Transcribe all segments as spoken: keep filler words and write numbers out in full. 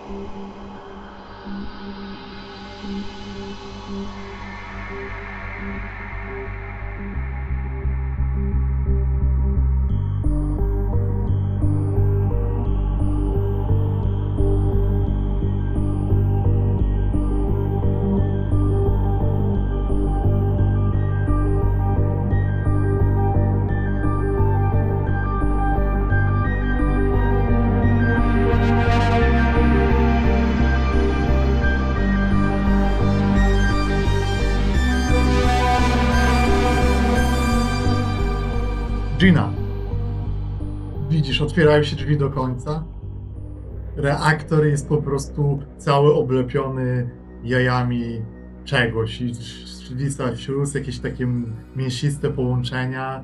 Gina, widzisz, otwierają się drzwi do końca. Reaktor jest po prostu cały oblepiony jajami czegoś i wisa wśród jakieś takie mięsiste połączenia.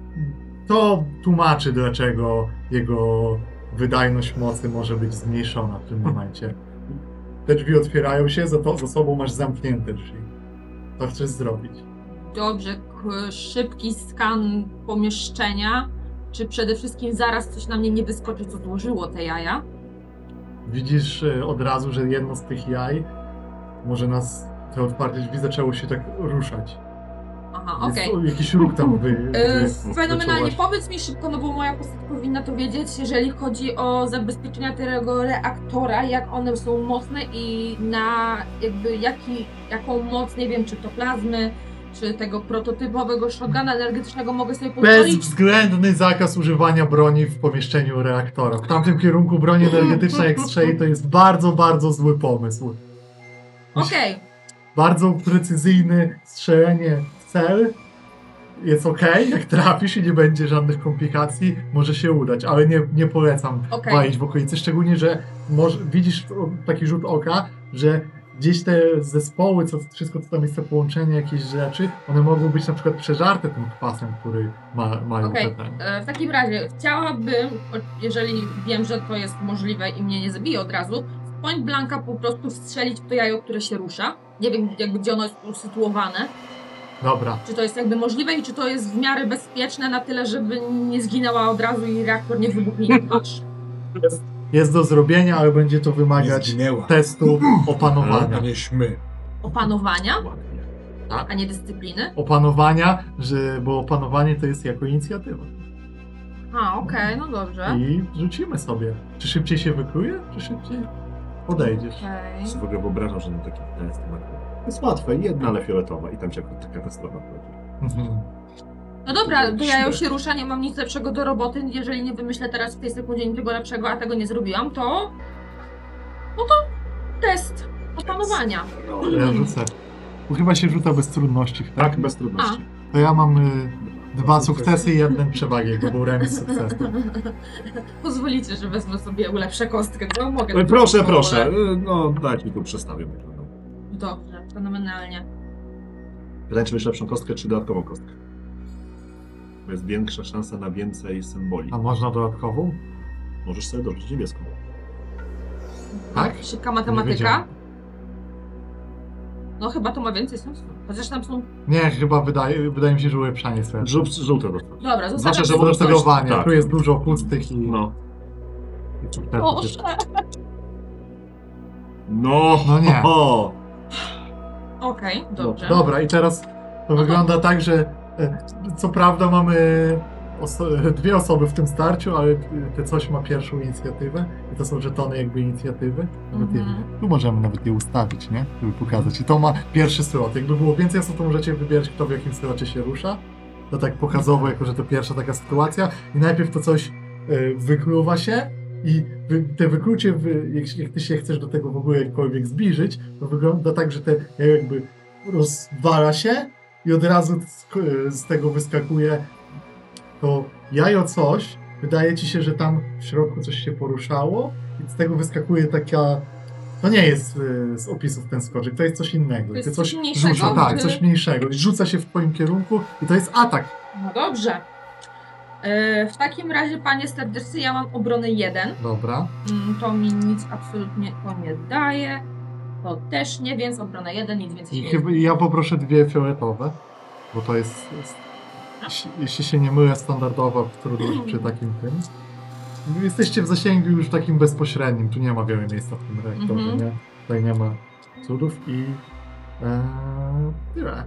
To tłumaczy, dlaczego jego wydajność mocy może być zmniejszona w tym momencie. Te drzwi otwierają się, za, to, za sobą masz zamknięte drzwi. Co chcesz zrobić? Dobrze, k- szybki skan pomieszczenia. Czy przede wszystkim zaraz coś na mnie nie wyskoczy, co złożyło te jaja? Widzisz e, od razu, że jedno z tych jaj, może nas, te otwarte drzwi zaczęło się tak ruszać. Aha, Jest okej. o- jakiś ruch tam wy, wy, Yy, Fenomenalnie. wyczułaś. Powiedz mi szybko, no bo moja postać powinna to wiedzieć, jeżeli chodzi o zabezpieczenia tego reaktora, jak one są mocne i na jakby jaki, jaką moc, nie wiem, czy to plazmy, czy tego prototypowego shotguna energetycznego mogę sobie pozwolić. Bezwzględny zakaz używania broni w pomieszczeniu reaktora. W tamtym kierunku broń energetyczna jak strzeli to jest bardzo, bardzo zły pomysł. Okej, Bardzo precyzyjne strzelenie w cel jest ok, jak trafisz i nie będzie żadnych komplikacji, może się udać, ale nie, nie polecam Okej. walić w okolicy, szczególnie, że może, widzisz taki rzut oka, że gdzieś te zespoły, co, wszystko co tam jest, te połączenie, jakieś rzeczy, one mogą być na przykład przeżarte tym kwasem, który ma, mają okej. te ten. E, W takim razie chciałabym, o- jeżeli wiem, że to jest możliwe i mnie nie zabije od razu, z point blanka po prostu strzelić w to jajo, które się rusza. Nie wiem, jakby gdzie ono jest usytuowane. Dobra. Czy to jest jakby możliwe i czy to jest w miarę bezpieczne na tyle, żeby nie zginęła od razu i reaktor nie wybuchnie na twarz. Jest, jest do zrobienia, ale będzie to Nie wymagać zginęła. testu opanowania. A nie śmy. Opanowania, Tak. a nie dyscypliny. Opanowania, że, bo opanowanie to jest jako inicjatywa. A, okej, no dobrze. I rzucimy sobie. Czy szybciej się wykluje, czy szybciej odejdziesz? Okej. Ja sobie w ogóle wyobrażam, że na taki test ma. To jest łatwe, jedna, ale fioletowa i tam się akurat ta katastrofa wchodzi. Mhm. No dobra, to jajo się rusza, nie mam nic lepszego do roboty. Jeżeli nie wymyślę teraz w tej sekundzie niczego lepszego, a tego nie zrobiłam, to... No to test opanowania. No, Ja rzucę. Bo chyba się rzuca bez trudności. Tak? tak, bez trudności. To ja mam y, dwa sukcesy i jeden przewagi, bo był remis sukcesu. Pozwolicie, że wezmę sobie ulepszę kostkę, to mogę. Oj, proszę, proszę. y, No, dajcie mi tu przestawię. Dobrze, fenomenalnie. Pytanie, czy będziesz lepszą kostkę, czy dodatkową kostkę? Bo jest większa szansa na więcej symboli. A można dodatkową? Możesz sobie dorzucić niebieską. Tak? Szybka Nie matematyka. wiedziałem. No chyba to ma więcej sensu. Chociaż tam są... Nie, chyba wydaje, wydaje mi się, że ulepszanie sobie. Żółt, żółte dostać. Dobra, zostawiam Znaczy, że sobie- możesz tego- Sterowanie. tak. Tu jest dużo pustych i... No. i Boże. No, No nie. O, Okej, dobrze. Dobra, i teraz to wygląda tak, że e, co prawda mamy oso- dwie osoby w tym starciu, ale te coś ma pierwszą inicjatywę i to są żetony jakby inicjatywy. Nawet je, Mhm. tu możemy nawet je ustawić, nie? Żeby pokazać. I to ma pierwszy slot. Jakby było więcej osób, to możecie wybierać, kto w jakim slocie się rusza. To tak pokazowo, jako że to pierwsza taka sytuacja. I najpierw to coś e, wykluwa się i wy, te wyklucie, wy, jak, jak ty się chcesz do tego w ogóle jakkolwiek zbliżyć, to wygląda tak, że te jakby rozwala się i od razu z, z tego wyskakuje to jajo coś, wydaje ci się, że tam w środku coś się poruszało i z tego wyskakuje taka, to nie jest y, z opisów ten skoczek, to jest coś innego. To jest I coś mniejszego, rzuca, tak, czy- coś mniejszego i rzuca się w twoim kierunku i to jest atak. No dobrze. E, w takim razie, panie Sterdersy, ja mam obronę jeden. Dobra. Mm, To mi nic absolutnie to nie daje. To też nie, więc obrona jeden, nic więcej I nie chyba ja poproszę dwie fioletowe, bo to jest, jest jeśli, jeśli się nie mylę, standardowa trudność przy takim tym. jesteście w zasięgu już takim bezpośrednim, tu nie ma wiele miejsca w tym reaktorze, Mhm. nie? Tutaj nie ma cudów i e, tyle.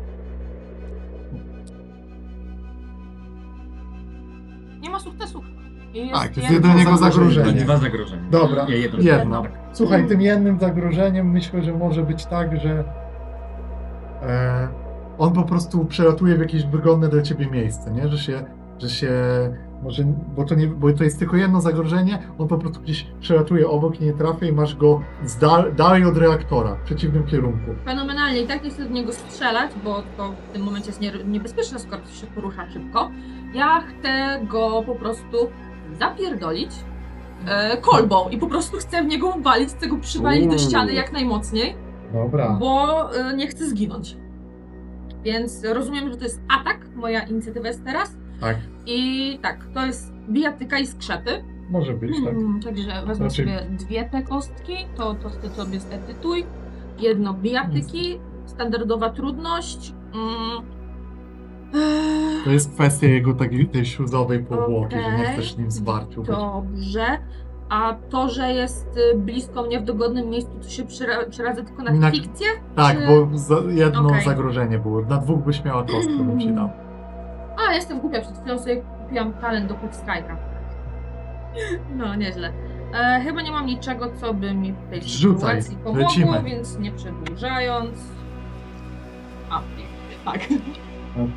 Nie ma sukcesu. I Tak, jest jedno jedynego zagrożenie. zagrożenia. Dwa zagrożenia. Dobra, Nie, jedno. jedno. Tak. Słuchaj, tym jednym zagrożeniem myślę, że może być tak, że e, on po prostu przelatuje w jakieś wygodne dla ciebie miejsce, nie? Że się, że się może, bo to, nie, bo to jest tylko jedno zagrożenie, on po prostu gdzieś przelatuje obok i nie trafia i masz go z dal, dalej od reaktora, w przeciwnym kierunku. Fenomenalnie i tak nie chcę do niego strzelać, bo to w tym momencie jest nie, niebezpieczne, skoro to się porusza szybko. Ja chcę go po prostu zapierdolić e, kolbą i po prostu chcę w niego walić, chcę go przywalić do Uuu. ściany jak najmocniej, Dobra. bo e, nie chcę zginąć. Więc rozumiem, że to jest atak, moja inicjatywa jest teraz. Tak, I tak, to jest bijatyka i skrzepy. może być, tak. Mm, także wezmę Znaczy- sobie dwie te kostki, to, to ty sobie zedytuj. Jedno bijatyki, standardowa trudność. Mm. To jest kwestia jego takiej, tej śluzowej powłoki, że nie Okej. chcesz nim zwarciu być. Dobrze. A to, że jest y, blisko mnie w dogodnym miejscu, to się przera- przeradza tylko na Na- fikcję? Tak, czy- bo za, jedno Okej. zagrożenie było. Na dwóch byś miała kostkę, bym ci dał. A, jestem głupia, przed chwilą sobie kupiłam talent do Quick Strike'a. No, nieźle. E, chyba nie mam niczego, co by mi w tej Rzucaj, sytuacji pomogło, lecimy. więc nie przedłużając. A, nie, tak. No.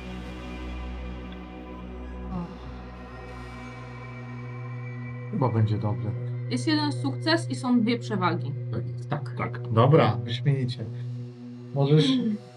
Chyba będzie dobrze. Jest jeden sukces i są dwie przewagi. Tak. Tak. Dobra, wyśmienicie. Możesz...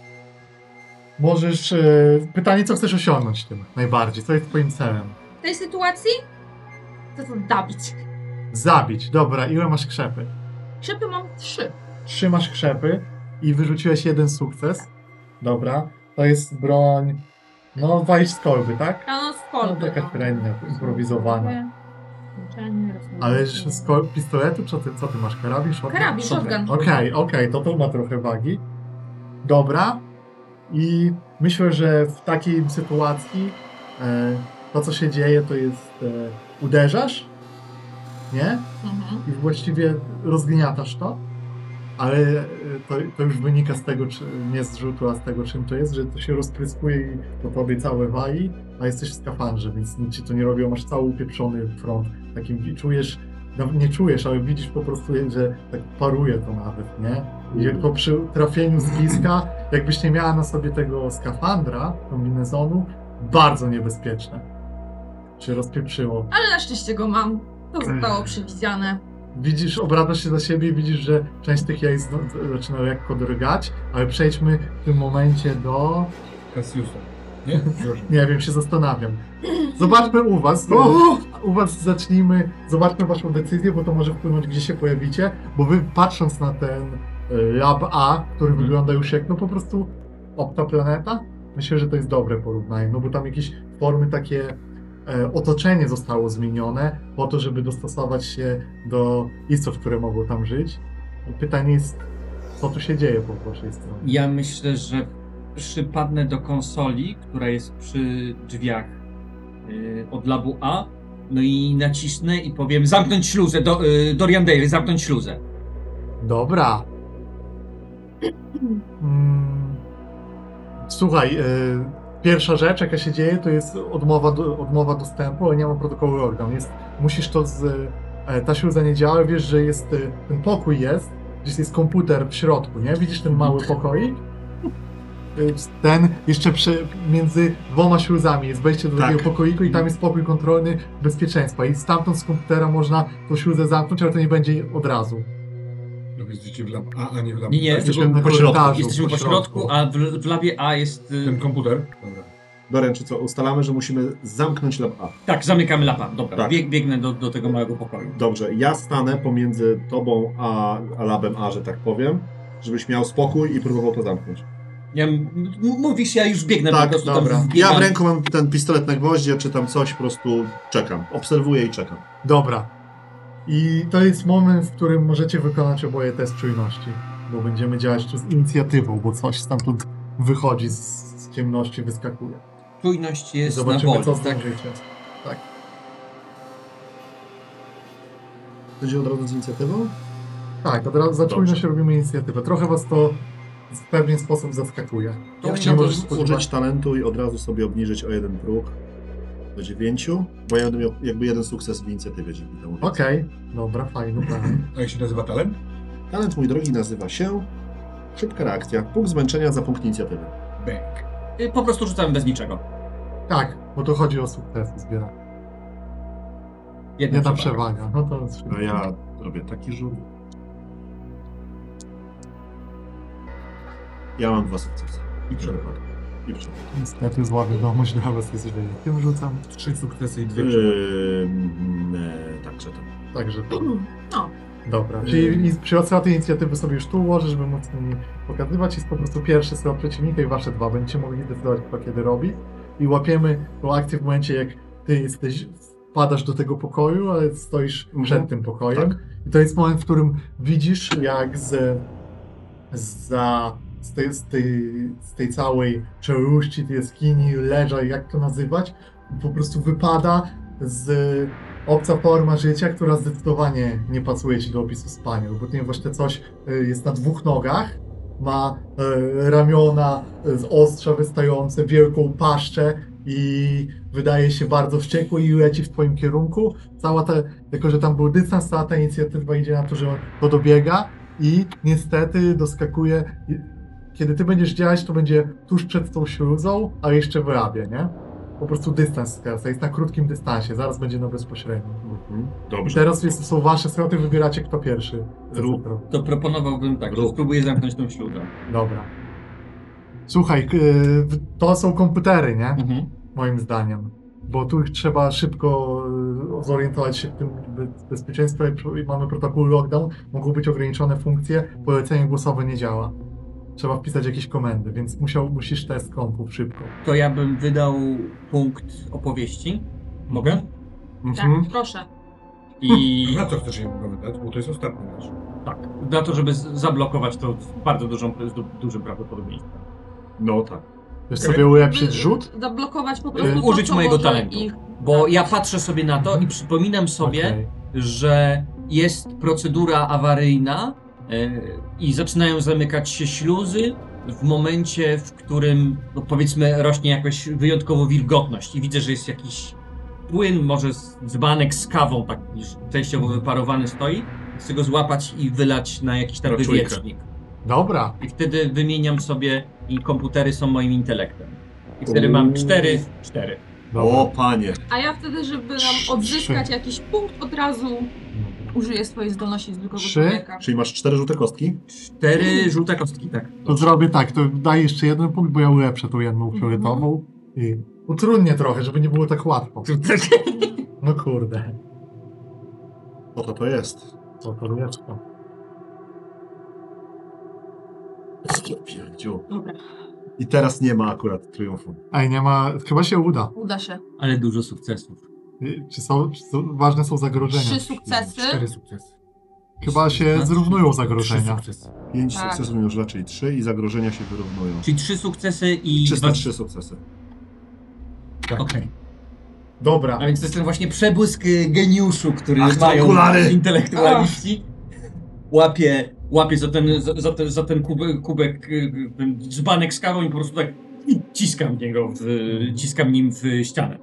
Możesz... E, pytanie, co chcesz osiągnąć tym najbardziej? Co jest twoim celem? W tej sytuacji chcę to zabić. Zabić. Dobra, ile masz krzepy? Krzepy mam trzy. Trzy masz krzepy i wyrzuciłeś jeden sukces. Dobra. To jest broń... No, walić z kolby, tak? Ja no z No, kolby. taka średnia, improwizowana. Milczenie, Ale z kol- pistoletu, co ty, co ty masz? Karabin, shotgun? Karabin, shotgun. Okej, okej, to to ma trochę wagi. Dobra. I myślę, że w takiej sytuacji e, to, co się dzieje, to jest e, uderzasz, nie? Mhm. I właściwie rozgniatasz to, ale e, to, to już wynika z tego, czy, nie z rzutu, a z tego, czym to jest, że to się rozpryskuje i po tobie całe wali, a jesteś w skafandrze, więc nic ci to nie robi, masz cały upieprzony front. Takim i czujesz, no nie czujesz, ale widzisz po prostu, że tak paruje to nawet, nie? I jak po przy trafieniu z bliska, jakbyś nie miała na sobie tego skafandra, kombinezonu, bardzo niebezpieczne. Się rozpieprzyło. Ale na szczęście go mam. To zostało przewidziane. Widzisz, obracasz się za siebie i widzisz, że część tych jaj zno- zaczyna lekko drgać, ale przejdźmy w tym momencie do... Cassiusa. Nie? Nie wiem, się zastanawiam. Zobaczmy u was. U was zacznijmy, zobaczmy waszą decyzję, bo to może wpłynąć, gdzie się pojawicie, bo wy patrząc na ten y, Lab A, który Mhm. wygląda już jak no po prostu optoplaneta, myślę, że to jest dobre porównanie, no bo tam jakieś formy takie e, otoczenie zostało zmienione po to, żeby dostosować się do istot, które mogą tam żyć. I pytanie jest, co tu się dzieje po waszej stronie? Ja myślę, że przypadnę do konsoli, która jest przy drzwiach yy, od labu A, no i nacisnę i powiem zamknąć śluzę, do, yy, Dorian Dale, zamknąć śluzę. Dobra. Mm. Słuchaj, y, pierwsza rzecz, jaka się dzieje, to jest odmowa, do, odmowa dostępu, ale nie ma protokołu organ. Jest, musisz to z... E, ta śluza nie działa, wiesz, że jest... y, ten pokój jest, gdzieś jest komputer w środku, nie? Widzisz ten mały pokoik? Y, Ten jeszcze przy, między dwoma śluzami jest wejście do Tak. takiego pokoiku i tam jest pokój kontrolny bezpieczeństwa i stamtąd z komputera można tą śluzę zamknąć, ale to nie będzie od razu. No wy jesteście w lab A, a nie w lab Nie, nie, B. Jesteśmy na po środku. korytarzu, Jesteśmy po środku, a w, w labie A jest... Yy, Ten komputer? Dobra. Dorem, czy co? Ustalamy, że musimy zamknąć lab A. tak, zamykamy lapa, dobra, Tak. bieg, biegnę do, do tego małego pokoju. Dobrze, ja stanę pomiędzy tobą a, a labem A, że tak powiem, żebyś miał spokój i próbował to zamknąć. Ja, m- m- mówisz, ja już biegnę po Tak, prostu dobra. tam Ja wbiegam. w ręku mam ten pistolet na gwoździe, czy tam coś, po prostu czekam. Obserwuję i czekam. Dobra. I to jest moment, w którym możecie wykonać oboje test czujności, bo będziemy działać tu z inicjatywą, bo coś stamtąd wychodzi z, z ciemności, wyskakuje. Czujność jest Zobaczymy, na co woli, tak? zdążycie. Tak. Będzie od razu z inicjatywą? Tak, od razu za czujność Dobrze. robimy inicjatywę. Trochę was to w pewien sposób zaskakuje. Ja Nie chciałbym możesz spodziewać- użyć talentu i od razu sobie obniżyć o jeden próg do dziewięciu, bo ja będę miał jakby jeden sukces w inicjatywie dzięki temu. więc- Okej, dobra, fajny plan. A jak się nazywa talent? Talent, mój drogi, nazywa się Szybka reakcja. Punkt zmęczenia za punkt inicjatywy. Bank. Y, Po prostu rzucałem bez niczego. Tak, bo to chodzi o sukcesy zbiera. Jedna Nie ta przewaga. przewaga. No to jest A ja robię taki rzut. Ja mam dwa sukcesy. I przepad. I przepad. niestety zła wiadomość dla was jest, że tym rzucam. Trzy sukcesy i dwie przewagi. Yy, tak, że to. Także to. No. Dobra, czyli i przy otwartej inicjatywy sobie już tu ułożę, żeby móc nimi pokazywać. Jest po prostu pierwszy slot przeciwnika i wasze dwa. Będziecie mogli decydować, kto kiedy robi. I łapiemy tą akcję w momencie, jak ty jesteś, wpadasz do tego pokoju, ale stoisz Mhm. przed tym pokojem. Tak. I to jest moment, w którym widzisz, jak z, za, z, tej, z, tej, z tej całej czeluści, tej jaskini, leża, jak to nazywać, po prostu wypada z obca forma życia, która zdecydowanie nie pasuje ci do opisu spania, ponieważ te coś y, jest na dwóch nogach, ma y, ramiona z ostrza wystające, wielką paszczę i wydaje się bardzo wściekły i leci w twoim kierunku. Cała ta, jako że tam był dystans, cała ta inicjatywa idzie na to, że on to dobiega i niestety doskakuje. Kiedy ty będziesz działać, to będzie tuż przed tą śluzą, a jeszcze wyrabia, nie? Po prostu dystans skraca, jest na krótkim dystansie, zaraz będzie na bezpośrednim. Mhm. I Dobrze. teraz jest, są wasze sloty, wybieracie kto pierwszy. Rób. To proponowałbym tak, że Rób. spróbuję zamknąć tą śluzę. Dobra. Słuchaj, k- y, to są komputery, nie? Mhm. Moim zdaniem. Bo tu trzeba szybko y, zorientować się w tym be- bezpieczeństwie i mamy protokół lockdown, mogą być ograniczone funkcje, polecenie głosowe nie działa. Trzeba wpisać jakieś komendy, więc musiał, musisz test kompów szybko. To ja bym wydał punkt opowieści. Mogę? Mhm. Tak, proszę. I Na co chcesz je wydać? Bo to jest ostatni nasz. tak, na to, żeby z- zablokować to z bardzo dużą, z du- dużym prawdopodobieństwem. No tak. Chcesz sobie ulepszyć rzut? Zablokować po prostu Y, to, użyć co mojego może talentu. ich- Bo Tak. ja patrzę sobie na to i przypominam sobie, Okej. że jest procedura awaryjna e, i zaczynają zamykać się śluzy w momencie, w którym no powiedzmy rośnie jakaś wyjątkowo wilgotność i widzę, że jest jakiś płyn, może z- dzbanek z kawą, tak już częściowo wyparowany stoi. Chcę go złapać i wylać na jakiś tam Na czujkę. wywiecznik. Dobra. I wtedy wymieniam sobie i komputery są moim intelektem. I wtedy mam Uuu. cztery, cztery. Dobra. O, panie. A ja wtedy, żeby nam Trzy. odzyskać jakiś punkt, od razu użyję swojej zdolności zwykłego Trzy. człowieka. Czyli masz cztery żółte kostki? Cztery żółte kostki, tak. To zrobię tak, to daj jeszcze jeden punkt, bo ja ulepszę tą jedną Mhm. fioletową i utrudnię trochę, żeby nie było tak łatwo. No kurde, O to to jest. co to jest to? Pierdziu. Dobra, I teraz nie ma akurat triumfu. Ej, nie ma, chyba się uda. uda się. Ale dużo sukcesów. Y, Czy są, czy są ważne są zagrożenia? Trzy sukcesy. Cztery sukcesy. Chyba się zrównują Trzy zagrożenia. sukcesy. Pięć Tak. sukcesów minus dwa, czyli trzy i zagrożenia się wyrównują. Czyli trzy sukcesy i trzysta dwa... trzy sukcesy. Okej. Dobra, A więc to jest ten właśnie przebłysk y, geniuszu, który Ach, te mają okulary! intelektualiści. Łapie, łapie za ten, za, za ten, za ten kubek, kubek, y, ten dzbanek z kawą i po prostu tak i ciskam w niego, w, ciskam nim w ścianę.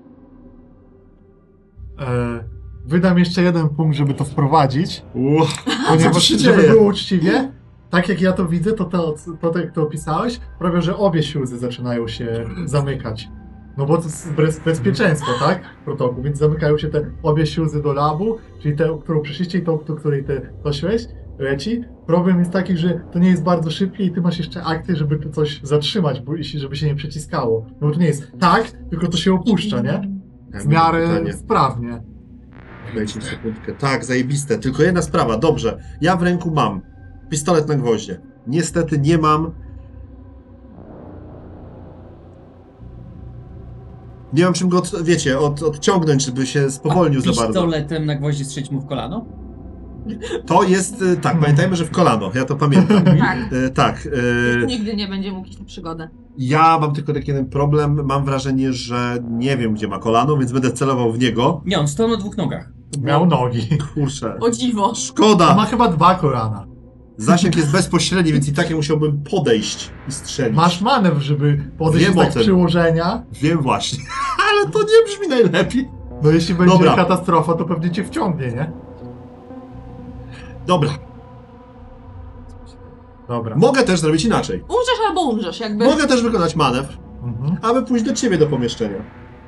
e, wydam jeszcze jeden punkt, żeby to wprowadzić, Uff, ponieważ się żeby dzieje? było uczciwie, tak jak ja to widzę, to to, to, to jak to opisałeś, prawie, że obie śluzy zaczynają się zamykać. No bo to jest bez, bezpieczeństwo, tak? Protokół, więc zamykają się te obie śluzy do labu, czyli tę, którą przeszliście i tą, do której ty doszłeś, leci. Problem jest taki, że to nie jest bardzo szybkie i ty masz jeszcze akcję, żeby tu coś zatrzymać, bo, żeby się nie przeciskało. No bo to nie jest tak, tylko to się opuszcza, nie? W miarę Pytanie. sprawnie. Dajcie mi sekundkę. Tak, zajebiste. Tylko jedna sprawa, dobrze. Ja w ręku mam pistolet na gwoździe. Niestety nie mam... Nie mam czym go, od, wiecie, od, odciągnąć, żeby się spowolnił za bardzo. Pistoletem na gwoździe strzelić mu w kolano? To jest, y, tak, pamiętajmy, że w kolano, ja to pamiętam. Tak. Y, tak, y, Nigdy nie będzie mógł iść na przygodę. ja mam tylko taki jeden problem, mam wrażenie, że nie wiem, gdzie ma kolano, więc będę celował w niego. Nie, on stał na dwóch nogach. Miał nogi. Kurczę. O dziwo. A Szkoda! ma chyba dwa kolana. Zasięg jest bezpośredni, więc i tak ja musiałbym podejść i strzelić. Masz manewr, żeby podejść Wiem tak o z tym. przyłożenia. Wiem właśnie, ale to nie brzmi najlepiej. No jeśli będzie Dobra. katastrofa, to pewnie cię wciągnie, nie? Dobra, Dobra. mogę też zrobić inaczej. Umrzesz albo umrzesz, jakby. Mogę też wykonać manewr, Mhm. aby pójść do ciebie do pomieszczenia.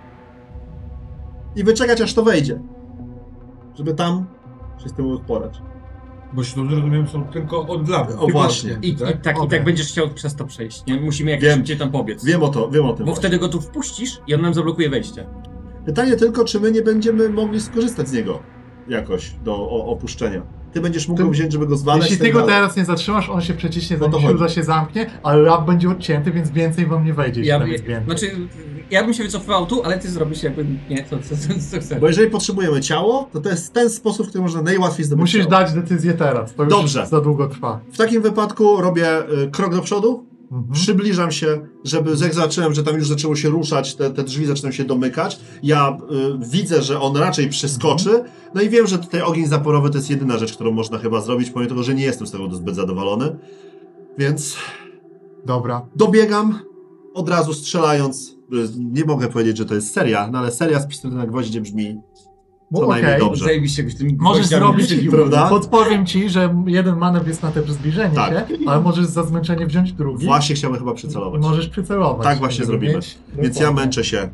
I wyczekać, aż to wejdzie. Żeby tam się z tym uporać. Bo się dobrze rozumiem, są tylko od lawy. O, właśnie. I, i, tak? tak, I Okej. tak będziesz chciał przez to przejść, nie? Musimy jak Wiem. najszybciej tam pobiec. Wiem o to, wiem o tym. Bo właśnie. wtedy go tu wpuścisz i on nam zablokuje wejście. Pytanie tylko, czy my nie będziemy mogli skorzystać z niego jakoś do o, opuszczenia. Ty będziesz mógł Ty- go wziąć, żeby go zbadać. Jeśli i tak ty go dalej. teraz nie zatrzymasz, on się przeciśnie, No to zanim chodzi. śluza się zamknie, ale lab będzie odcięty, więc więcej wam nie wejdzie. jeśli Ja, tam jest więcej. znaczy, ja bym się wycofywał tu, ale ty zrobisz jakby nie, co, co, co, co chcesz. Bo jeżeli potrzebujemy ciało, to to jest ten sposób, w którym można najłatwiej zdobyć Musisz ciało. dać decyzję teraz, to już Dobrze. za długo trwa. W takim wypadku robię y, krok do przodu, Mhm. przybliżam się, żeby jak zobaczyłem, że tam już zaczęło się ruszać, te, te drzwi zaczynają się domykać. Ja y, widzę, że on raczej przyskoczy, no i wiem, że tutaj ogień zaporowy to jest jedyna rzecz, którą można chyba zrobić, pomimo tego, że nie jestem z tego zbyt zadowolony. Więc Dobra. dobiegam, od razu strzelając. Y, Nie mogę powiedzieć, że to jest seria, no ale seria z pistoletem na gwoździe brzmi Bo co najmniej okej, dobrze. Zajebiście byś tym Możesz gościami zrobić, przybił. prawda? podpowiem ci, że jeden manewr jest na te zbliżenie Tak. się, ale możesz za zmęczenie wziąć drugi Właśnie chciałbym chyba i przycelować. możesz przycelować. Tak właśnie żeby zrobimy. mieć Więc ja dokładnie. męczę się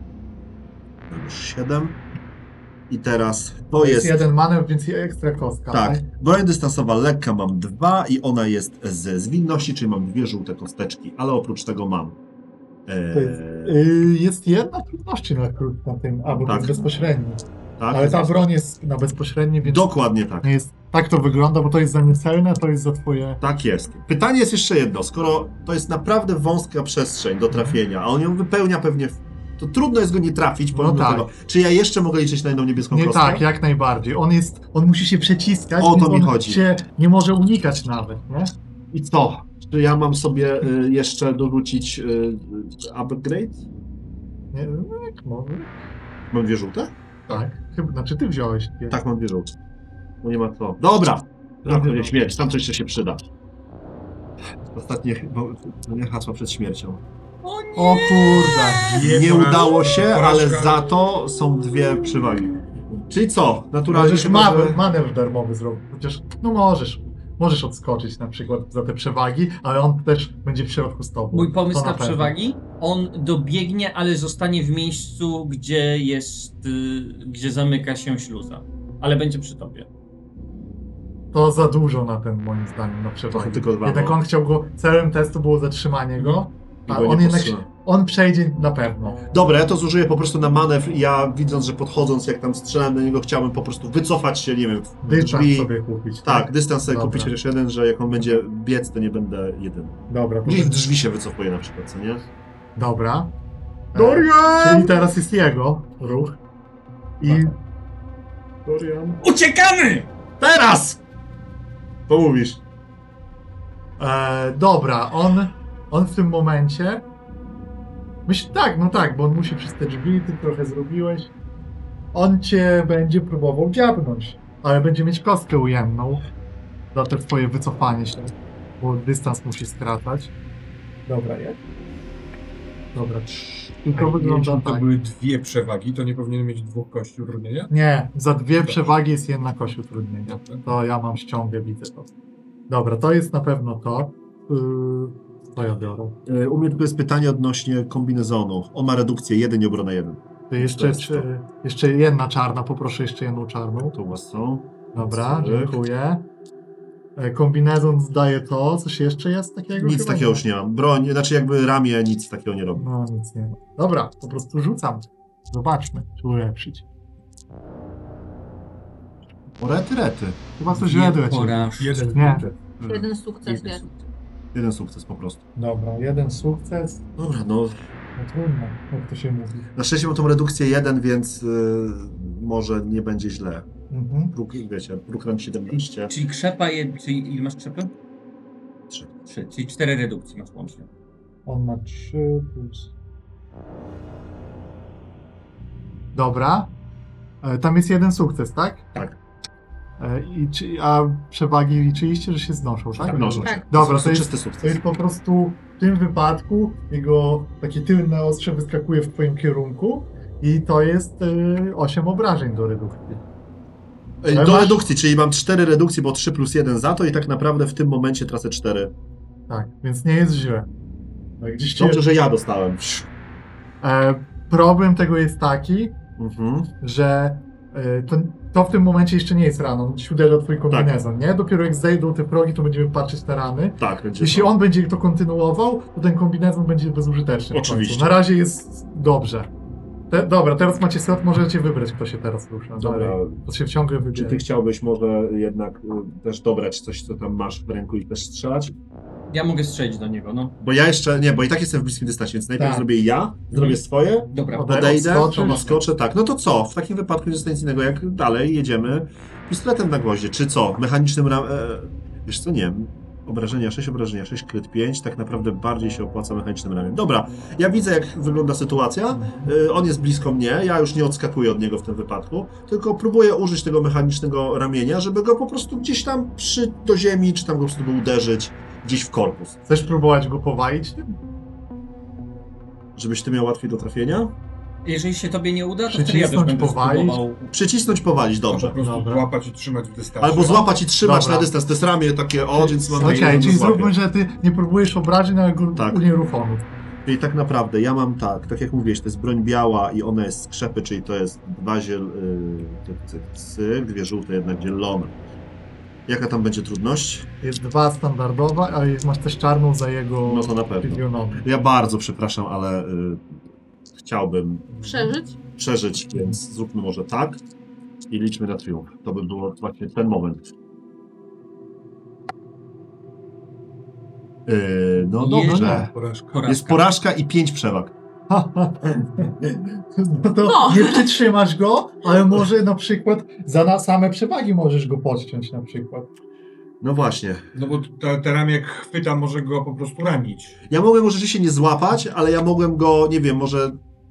już siedem i teraz to To jest jest... jeden manewr, więc ekstra kostka. Tak, broń dystansowa lekka mam dwa i ona jest ze zwinności, czyli mam dwie żółte kosteczki, ale oprócz tego mam... To jest, E, yy, jest jedna trudności na, krót- na tym, albo to Tak. jest bezpośredni. tak, Ale ta broń jest na bezpośredni, więc dokładnie tak. nie jest, tak to wygląda, bo to jest za niecelne, to jest za twoje... Tak jest. Pytanie jest jeszcze jedno, skoro to jest naprawdę wąska przestrzeń do trafienia, a on ją wypełnia pewnie, w... to trudno jest go nie trafić, No pomimo tak. tego. Czy ja jeszcze mogę liczyć na jedną niebieską Nie, kostkę? tak, jak najbardziej. On jest, on musi się przeciskać, O to więc mi on chodzi. się nie może unikać nawet, nie? I co? Czy ja mam sobie y, jeszcze dorzucić y, upgrade? nie no, jak może? Mam dwie żółte? Tak. Chyba, znaczy ty wziąłeś dwie. Tak, mam dwie żółte. Bo nie ma co. Dobra! Dobra. Dobra, nie śmierć, tam coś jeszcze się przyda. Ostatnie, bo to nie hasła przed śmiercią. O nie! O kurde. Nie Nie porażka. udało się, ale Porażka. za to są dwie przewagi. Czyli co? Naturalnie Możesz się manewr, może... manewr darmowy zrobić. Chociaż, no możesz. Możesz odskoczyć na przykład za te przewagi, ale on też będzie w środku z tobą. Mój pomysł To na pewno. przewagi, on dobiegnie, ale zostanie w miejscu, gdzie jest, y, gdzie zamyka się śluza. Ale będzie przy tobie. To za dużo na ten, moim zdaniem, na przewagi. Tylko dwa, Jednak no. on chciał go, celem testu było zatrzymanie go, I a go nie on jednak, powstrzyma. on przejdzie na pewno. Dobra, ja to zużyję po prostu na manewr i ja widząc, że podchodząc, jak tam strzelałem do niego, chciałbym po prostu wycofać się, nie wiem, w Dystans drzwi. sobie kupić. Tak, dystans sobie Dobra. kupić chociaż jeden, że jak on będzie biec, to nie będę jedyny. Dobra, to Gdzieś w drzwi się wycofuję na przykład, co nie? Dobra. E, Dorian! czyli teraz jest jego ruch. I Dorian. Uciekamy! Teraz! To mówisz. e, dobra, on, on w tym momencie. Myśl, tak, no tak, bo on musi przez te drzwi, ty trochę zrobiłeś. On cię będzie próbował dziabnąć, ale będzie mieć kostkę ujemną za te twoje wycofanie się, bo dystans musi skracać. Dobra, jest. Dobra, i to wygląda Jeśli to tak. były dwie przewagi, to nie powinien mieć dwóch kości utrudnienia? Nie, za dwie przewagi jest jedna kość utrudnienia. To ja mam ściągę, widzę to. Dobra, to jest na pewno to. Yy, co ja biorę? E, U mnie tylko jest pytanie odnośnie kombinezonu. On ma redukcję jeden i obronę jeden. To jeszcze, jest czy, jeszcze jedna czarna, poproszę jeszcze jedną czarną. To u was są. Dobra, Cyk. dziękuję. E, Kombinezon zdaje to, coś jeszcze jest takiego? Nic Chyba takiego nie. już nie mam. Broń, znaczy jakby ramię nic takiego nie robi. No, nic nie ma. Dobra, po prostu rzucam. Zobaczmy, czy ulepszyć. O, rety, rety. Chyba coś źle leci. Porażki. Jeden Nie. sukces. Jeden sukces Jeden jest. sukces. Jeden sukces po prostu. Dobra, jeden sukces. Dobra, no. No trudno, jak to się mówi. Na szczęście mam tą redukcję jeden, więc y, może nie będzie źle. Mhm. Próg, wiecie, próg ram siedemnaście. Czyli krzepa, je, czyli ile masz krzepy? Trzy. Trzy, czyli cztery redukcje masz łącznie. On ma trzy plus. Dobra. E, Tam jest jeden sukces, tak? Tak. E, I czy, a przewagi liczyliście, że się znoszą, tak? Tak, mnożą się. Tak. Dobra, to to jest, czysty to sukces. jest po prostu w tym wypadku jego takie tylne ostrze wyskakuje w twoim kierunku i to jest y, osiem obrażeń do redukcji. Ej, Ale Do masz- redukcji, czyli mam cztery redukcje, bo trzy plus jeden za to i tak naprawdę w tym momencie tracę cztery. Tak, więc nie jest źle. Tak, gdzieś ci, Dobrze, że ja dostałem. e, problem tego jest taki, Mhm. że e, to, to w tym momencie jeszcze nie jest raną. On ci uderza twój kombinezon, nie? Dopiero jak zejdą te progi, to będziemy patrzeć na rany. Tak, będzie Jeśli to. on będzie to kontynuował, to ten kombinezon będzie bezużyteczny. w końcu. Oczywiście. Na razie jest dobrze. Te, dobra, teraz macie slot, możecie wybrać, kto się teraz rusza. Dobra. Dalej. To się ciągle Czy wybiera. ty chciałbyś może jednak y, też dobrać coś, co tam masz w ręku i też strzelać? Ja mogę strzelić do niego, no. Bo ja jeszcze, nie, bo i tak jestem w bliskim dystansie, więc najpierw Tak. zrobię ja, zrobię swoje, Dobra. Ode- odejdę, odskoczysz? to naskoczę, tak. No to co? W takim wypadku nie zostaje nic innego, jak dalej jedziemy pistoletem na gwoździe, czy co? Mechanicznym ram... E, wiesz co, nie obrażenia sześć, obrażenia sześć, kryt pięć, tak naprawdę bardziej się opłaca mechanicznym ramieniem. Dobra, ja widzę jak wygląda sytuacja, y, on jest blisko mnie, ja już nie odskakuję od niego w tym wypadku, tylko próbuję użyć tego mechanicznego ramienia, żeby go po prostu gdzieś tam przy do ziemi, czy tam go po prostu go uderzyć gdzieś w korpus. Chcesz próbować go powalić tym? Żebyś ty miał łatwiej do trafienia? Jeżeli się tobie nie uda, to wtedy ja też Przycisnąć, będę powalić? spróbował. Przycisnąć, powalić, Po dobrze. prostu Dobra. złapać i trzymać w dystansie. Albo złapać i trzymać Dobra. na dystans, to jest ramię takie, o, więc mam Okej, nadzieję, że czyli złapię. zróbmy, że ty nie próbujesz obrażeń, ale go Tak. unieruchomić. Czyli tak naprawdę ja mam tak, tak jak mówiłeś, to jest broń biała i ona jest skrzepy, czyli to jest dwa ziel... Yy, cyk, cyk, cyk, dwie żółte, jednak zielone. Jaka tam będzie trudność? Jest dwa standardowa, a jest, masz też czarną za jego No to na pewno. fizjonomię. Ja bardzo przepraszam, ale yy, chciałbym Przeżyć? przeżyć, więc zróbmy może tak i liczmy na triumf. To by było właśnie ten moment. Yy, no dobrze. Porażka. Porażka. Jest porażka i pięć przewag. No to No. nie przytrzymasz go, ale może na przykład za na same przewagi możesz go podciąć na przykład. No właśnie. No bo ta, ta ramię jak chwyta, może go po prostu ranić. Ja mogłem go rzeczywiście nie złapać, ale ja mogłem go, nie wiem, może...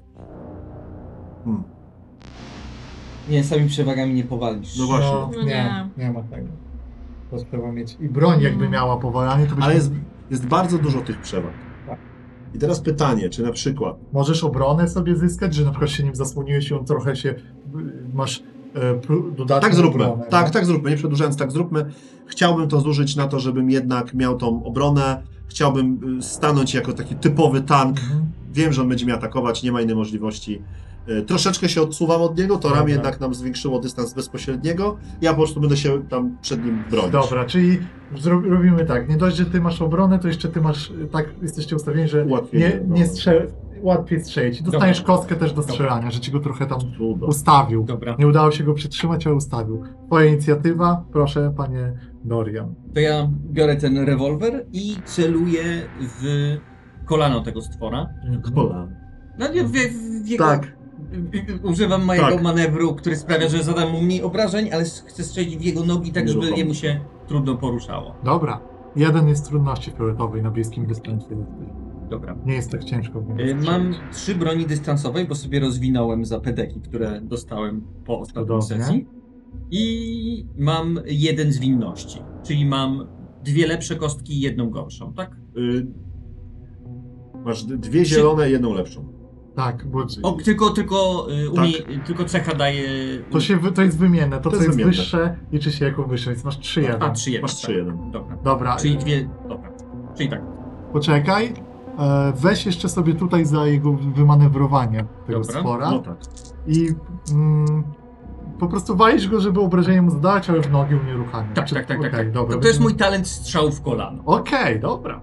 Hmm. Nie, samymi przewagami nie powalisz. No właśnie. No, No nie, nie. nie ma tego. To trzeba mieć. I broń jakby miała powalanie, to byś Ale jest, jest bardzo dużo tych przewag. Tak. I teraz pytanie, czy na przykład... możesz obronę sobie zyskać, że na przykład się nim zasłoniłeś i on trochę się... masz e, pl- dodatną Tak zróbmy, obronę. tak, no? tak zróbmy, nie przedłużając, tak zróbmy. Chciałbym to zużyć na to, żebym jednak miał tą obronę. Chciałbym y, stanąć jako taki typowy tank. Mhm. Wiem, że on będzie mnie atakować, nie ma innej możliwości. Y, Troszeczkę się odsuwam od niego, to Dobra. ramię jednak nam zwiększyło dystans bezpośredniego. Ja po prostu będę się tam przed nim bronić. Dobra, czyli zro- robimy tak, nie dość, że ty masz obronę, to jeszcze ty masz, tak jesteście ustawieni, że Łatwiej, nie, no. nie strzel, łatwiej strzelić. I dostaniesz Dobra. kostkę też do strzelania, że ci go trochę tam Cudo. ustawił. Dobra. Nie udało się go przytrzymać, ale ustawił. Twoja inicjatywa, proszę, panie Dorian. To ja biorę ten rewolwer i celuję w kolano tego stwora. Kola. No nie, w, w jego... Tak. Używam mojego Tak. manewru, który sprawia, że zadam mu mniej obrażeń, ale chcę strzelić w jego nogi tak, żeby Nieruchomo. jemu się trudno poruszało. Dobra. Jeden jest trudności fioletowej na bliskim dystansie. Dobra. Nie jest tak ciężko. w niego Y, Mam strzelić. trzy broni dystansowej, bo sobie rozwinąłem za pedeki, które dostałem po ostatniej Cudownie. sesji. I mam jeden zwinności, czyli mam dwie lepsze kostki i jedną gorszą, tak? Y, masz d- dwie zielone i jedną lepszą. Tak, bo O, tylko, tylko, y, Tak. umie, tylko cecha daje... to, się, wy- to jest wymienne. To, To co jest jest wymienne. wyższe, liczy się jako wyższe, więc masz trzy jeden. A, trzy jeden. Masz trzy jeden. Dobra. Dobra, Czyli dwie... Dobra. Czyli tak. poczekaj. E, weź jeszcze sobie tutaj za jego wymanewrowanie tego Dobra. stwora. No tak. I mm, po prostu walisz go, żeby obrażenie mu zadać, ale w nogi unieruchamiasz. Tak, Czy- tak, tak, tak. okej, tak. dobra. To, to jest mój talent strzału w kolano. Okej, dobra.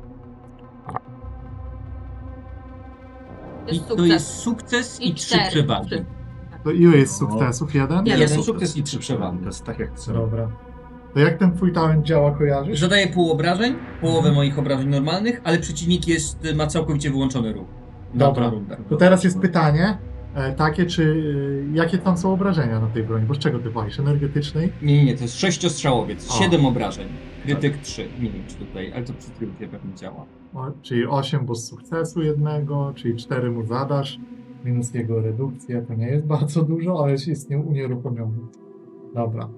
I Jest to sukces. jest sukces i, I trzy cztery. przewagi. Trzy. To ile jest sukcesów? Jeden? Jeden. Jeden sukces i trzy przewagi. To jest tak jak chcę. Dobra. To jak ten twój talent działa, kojarzysz? Zadaję pół obrażeń, połowę Mhm. moich obrażeń normalnych, ale przeciwnik jest, ma całkowicie wyłączony ruch. Na Dobra. tą rundę. To teraz jest pytanie e, takie, czy e, jakie tam są obrażenia na tej broni? Bo z czego ty walisz? Energetycznej? Nie, nie, nie, to jest sześciostrzałowiec, O. siedem obrażeń. Krytyk trzy. Nie wiem, czy tutaj, ale to przy triumfie pewnie działa. O, czyli osiem, bo z sukcesu jednego, czyli cztery mu zadasz. minus jego redukcja, to nie jest bardzo dużo, ale jest nie unieruchomiony. Dobra.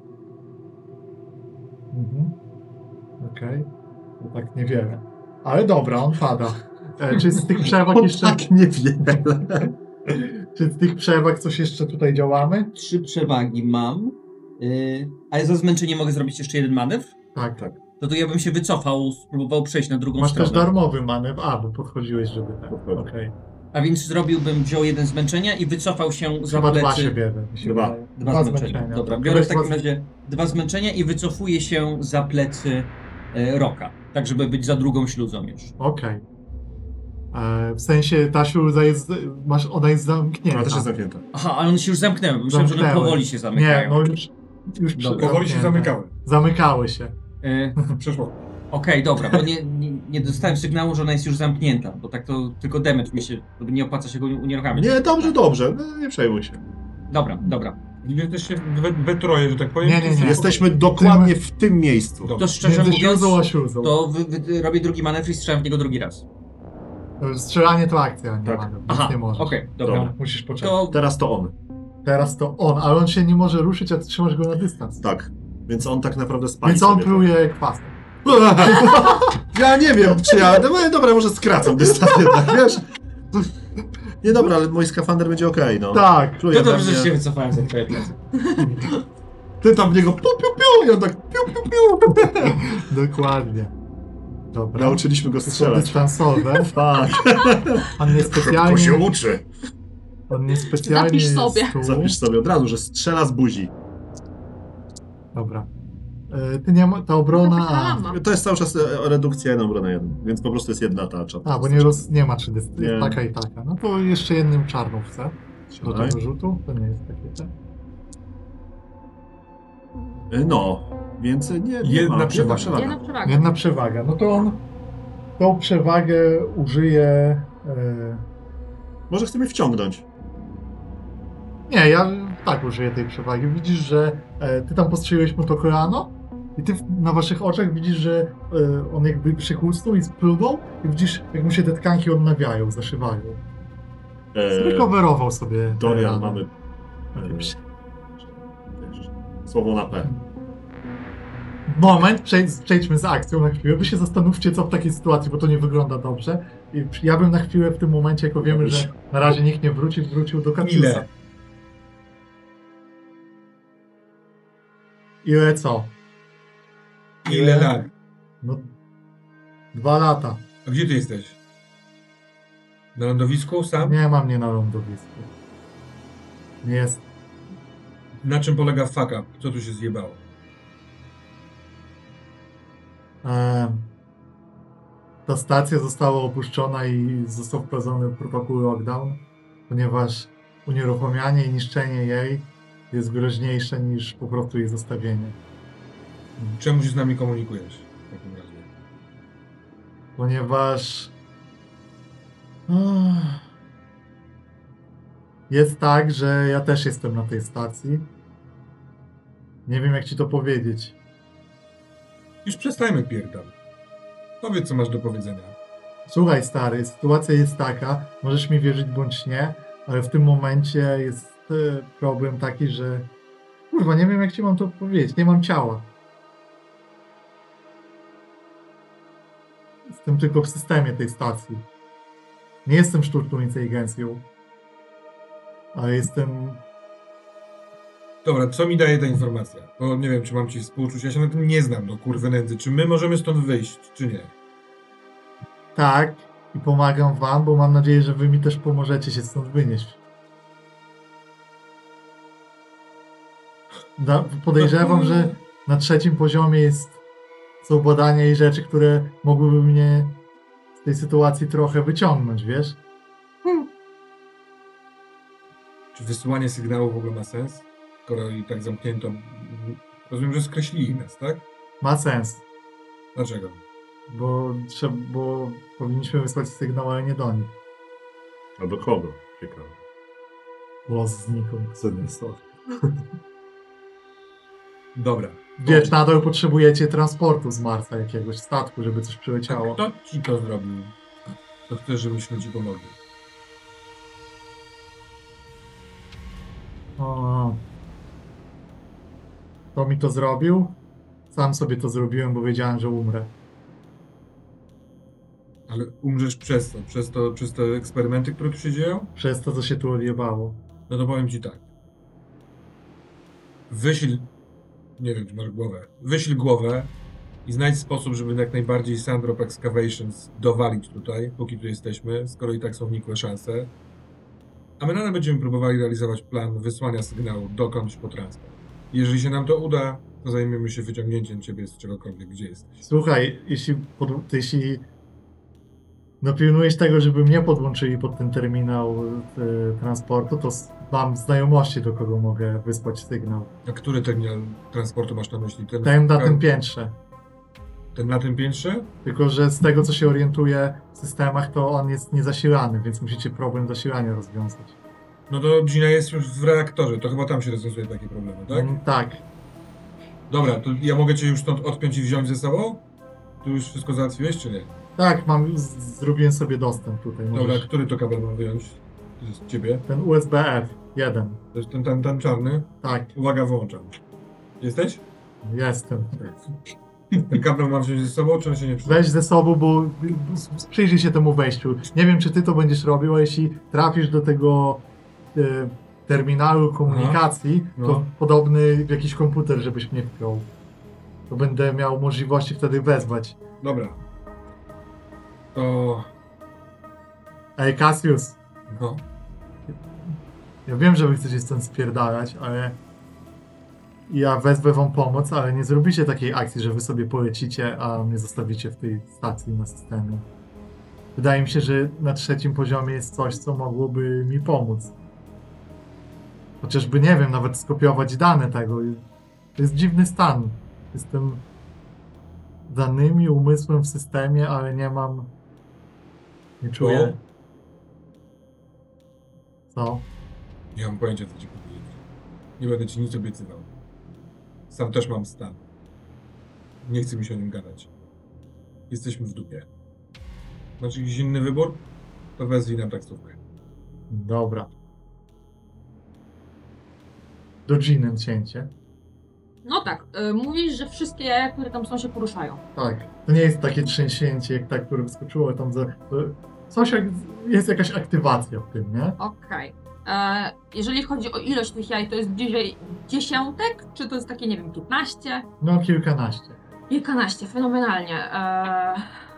Mhm. Okej. To tak niewiele. Ale dobra, on pada. E, czy z tych przewag O, jeszcze... tak niewiele. Czy z tych przewag coś jeszcze tutaj działamy? Trzy przewagi mam. Yy, ale za zmęczenie mogę zrobić jeszcze jeden manewr? Tak, tak. To to ja bym się wycofał, spróbował przejść na drugą Masz stronę. też darmowy manewr. A, bo podchodziłeś, żeby tak. Okej. A więc zrobiłbym, wziął jeden zmęczenia i wycofał się za Chyba dwa plecy. się bierze. mi się Dwa. wydaje. Dwa zmęczenia. Dobra, To biorę weź w takim dwa- razie dwa zmęczenia i wycofuję się za plecy e, Roka. Tak, żeby być za drugą śluzą już. Okej. E, W sensie ta śluza jest, masz, ona jest zamknięta. Ona też jest zamknięta. Aha, ale one się już zamknęły. Myślałem, że one Zamknęły. powoli się Nie, zamykają. no już, już przy- Dobra. Powoli się zamknięte. zamykały. Zamykały się. E, Przeszło. Okej, dobra, bo nie, nie, nie dostałem sygnału, że ona jest już zamknięta, bo tak to tylko damage mi się, to nie opłaca się go unieruchamiać. Nie, dobrze, dobrze. No, nie przejmuj się. Dobra, dobra. I jesteście we, we troje, że tak powiem. Nie, nie, nie. Jesteśmy dokładnie w tym miejscu. Dobra. To szczerze Między mówiąc, śluzą a śluzą. to wy, wy, robię drugi manewr i strzelam w niego drugi raz. Strzelanie to akcja, nie Tak. ma. Nic Aha, nie możesz. okej, dobra. Dobra. Musisz poczekać. To Teraz to on. Teraz to on, ale on się nie może ruszyć, a ty trzymasz go na dystans. Tak. Więc on tak naprawdę spali Więc on sobie. pluje kwasem. Ja nie wiem, czy ja... No, dobra, może skracam dystans jednak, wiesz? Nie, dobra, ale mój skafander będzie okej, no. Tak. Pluje to we dobrze, mnie. że się wycofałem za twoje plecy. Ty tam w niego piu, piu, piu i on tak piu, piu, piu. Dokładnie. Dobra. Nauczyliśmy go To są strzelać. dystansowe. Tak. On nie specjalnie... uczy. On nie specjalnie Zapisz jest sobie. tu. Zapisz sobie od razu, że strzela z buzi. Dobra. E, Ty nie ma... Ta obrona... A, Lama. To jest cały czas e, redukcja jeden obrona jeden, więc po prostu jest jedna tarcza. a bo nie, roz... nie ma trzy dysty. Nie. Taka i taka. No to jeszcze jednym czarną chcę. Do Strzelaj. tego rzutu. To nie jest takie te. E, No, więc nie, nie Jedna ma. przewaga. Jedna przewaga. Jedna przewaga. No to on tą przewagę użyje... E... Może chce mnie wciągnąć. Nie, ja tak użyję tej przewagi. Widzisz, że e, ty tam postrzeliłeś mu to kolano i ty w, na waszych oczach widzisz, że e, on jakby przychłusnął i splunął i widzisz, jak mu się te tkanki odnawiają, zaszywają. E, Zrecoverował sobie. te Dorian, rany. mamy e, wiesz, słowo na P. Moment, przejdź, przejdźmy z akcją na chwilę. Wy się zastanówcie, co w takiej sytuacji, bo to nie wygląda dobrze. I ja bym na chwilę w tym momencie, jako wiemy, że na razie nikt nie wróci, wrócił do Katiusa. Ile? Ile co? Ile lat? No, dwa lata. A gdzie ty jesteś? Na lądowisku sam? Nie mam mnie na lądowisku. Nie jest. Na czym polega fuck up? Co tu się zjebało? E, ta stacja została opuszczona i został wprowadzony protokół lockdown, ponieważ unieruchamianie i niszczenie jej jest groźniejsze niż po prostu jej zostawienie. Czemu się z nami komunikujesz? W takim razie. Ponieważ Ach, jest tak, że ja też jestem na tej stacji. Nie wiem, jak ci to powiedzieć. Już przestajmy pierdol. Powiedz, co masz do powiedzenia. Słuchaj, stary, sytuacja jest taka, możesz mi wierzyć bądź nie, ale w tym momencie jest e, problem taki, że kurwa, nie wiem, jak ci mam to powiedzieć, nie mam ciała. Jestem tylko w systemie tej stacji. Nie jestem sztuczną inteligencją, ale jestem... Dobra, co mi daje ta informacja? Bo nie wiem, czy mam ci współczuć, ja się na tym nie znam, do kurwy nędzy. Czy my możemy stąd wyjść, czy nie? Tak, i pomagam wam, bo mam nadzieję, że wy mi też pomożecie się stąd wynieść. Da, podejrzewam, że na trzecim poziomie jest, są badania i rzeczy, które mogłyby mnie z tej sytuacji trochę wyciągnąć, wiesz? Czy wysyłanie sygnału w ogóle ma sens? Skoro i tak zamknięto... Rozumiem, że skreślili nas, tak? Ma sens, Dlaczego? bo, trzeba, bo powinniśmy wysłać sygnał, ale nie do nich. A do kogo? Ciekawe. Los znikąd. Dobra. Wiesz, nadal potrzebujecie transportu z Marsa jakiegoś, statku, żeby coś A przyleciało. kto ci to zrobił? To chcesz, żebyśmy ci pomogli. O. Kto mi to zrobił? Sam sobie to zrobiłem, bo wiedziałem, że umrę. Ale umrzesz przez to, przez to, przez te eksperymenty, które tu się dzieją? Przez to, co się tu odjebało. No to powiem ci tak. Wyślij, nie wiem, czy masz głowę, wyślij głowę i znajdź sposób, żeby jak najbardziej Sandrop Excavations dowalić tutaj, póki tu jesteśmy, skoro i tak są nikłe szanse. A my nadal będziemy próbowali realizować plan wysłania sygnału dokądś po transport. Jeżeli się nam to uda, to zajmiemy się wyciągnięciem ciebie z czegokolwiek, gdzie jesteś. Słuchaj, jeśli, pod, jeśli dopilnujesz tego, żeby mnie podłączyli pod ten terminał e, transportu, to s- mam znajomości, do kogo mogę wysłać sygnał. A który terminal transportu masz na myśli? Ten, Ten na tym piętrze. ten na tym piętrze? Tylko, że z tego, co się orientuję w systemach, to on jest niezasilany, więc musicie problem zasilania rozwiązać. No to Gina jest już w reaktorze, to chyba tam się rozwiązuje takie problemy, tak? Mm, tak. Dobra, to ja mogę cię już stąd odpiąć i wziąć ze sobą? Tu już wszystko załatwiłeś, czy nie? Tak, mam, z, zrobiłem sobie dostęp tutaj. Dobra, Możesz, który to kabel mam wyjąć? Z ciebie? ten U S B F jeden. To jest ten, ten, ten czarny? Tak, Uwaga, wyłączam. Jesteś? jestem. Ten kabel mam wziąć ze sobą, czy on się nie przyda? Weź ze sobą, bo przyjrzyj się temu wejściu. Nie wiem, czy ty to będziesz robił, a jeśli trafisz do tego e, terminalu komunikacji, No. to podobny jakiś komputer, żebyś mnie wpiął. To będę miał możliwości wtedy wezwać. Dobra. To... Ej, Cassius, No. ja wiem, że wy chcecie stąd spierdalać, ale ja wezwę wam pomoc, ale nie zrobicie takiej akcji, że wy sobie polecicie, a mnie zostawicie w tej stacji na systemie. Wydaje mi się, że na trzecim poziomie jest coś, co mogłoby mi pomóc. Chociażby, nie wiem, nawet skopiować dane tego. To jest dziwny stan. Jestem danymi umysłem w systemie, ale nie mam... Nie czuję. Co? Nie mam pojęcia, co ci powiedzieć. Nie będę ci nic obiecywał. Sam też mam stan. Nie chce mi się o nim gadać. Jesteśmy w dupie. Masz jakiś inny wybór? To wezwij nam taksówkę. Dobra. Do Ginem cięcie. No tak, y, mówisz, że wszystkie jaja, które tam są, się poruszają. Tak. To nie jest takie trzęsięcie jak ta, które wyskoczyło tam za... to Coś jak... Jest jakaś aktywacja w tym, nie? Okej. E, Jeżeli chodzi o ilość tych jaj, to jest bliżej dziesiątek, czy to jest takie, nie wiem, piętnaście? No kilkanaście. Kilkanaście, fenomenalnie. E,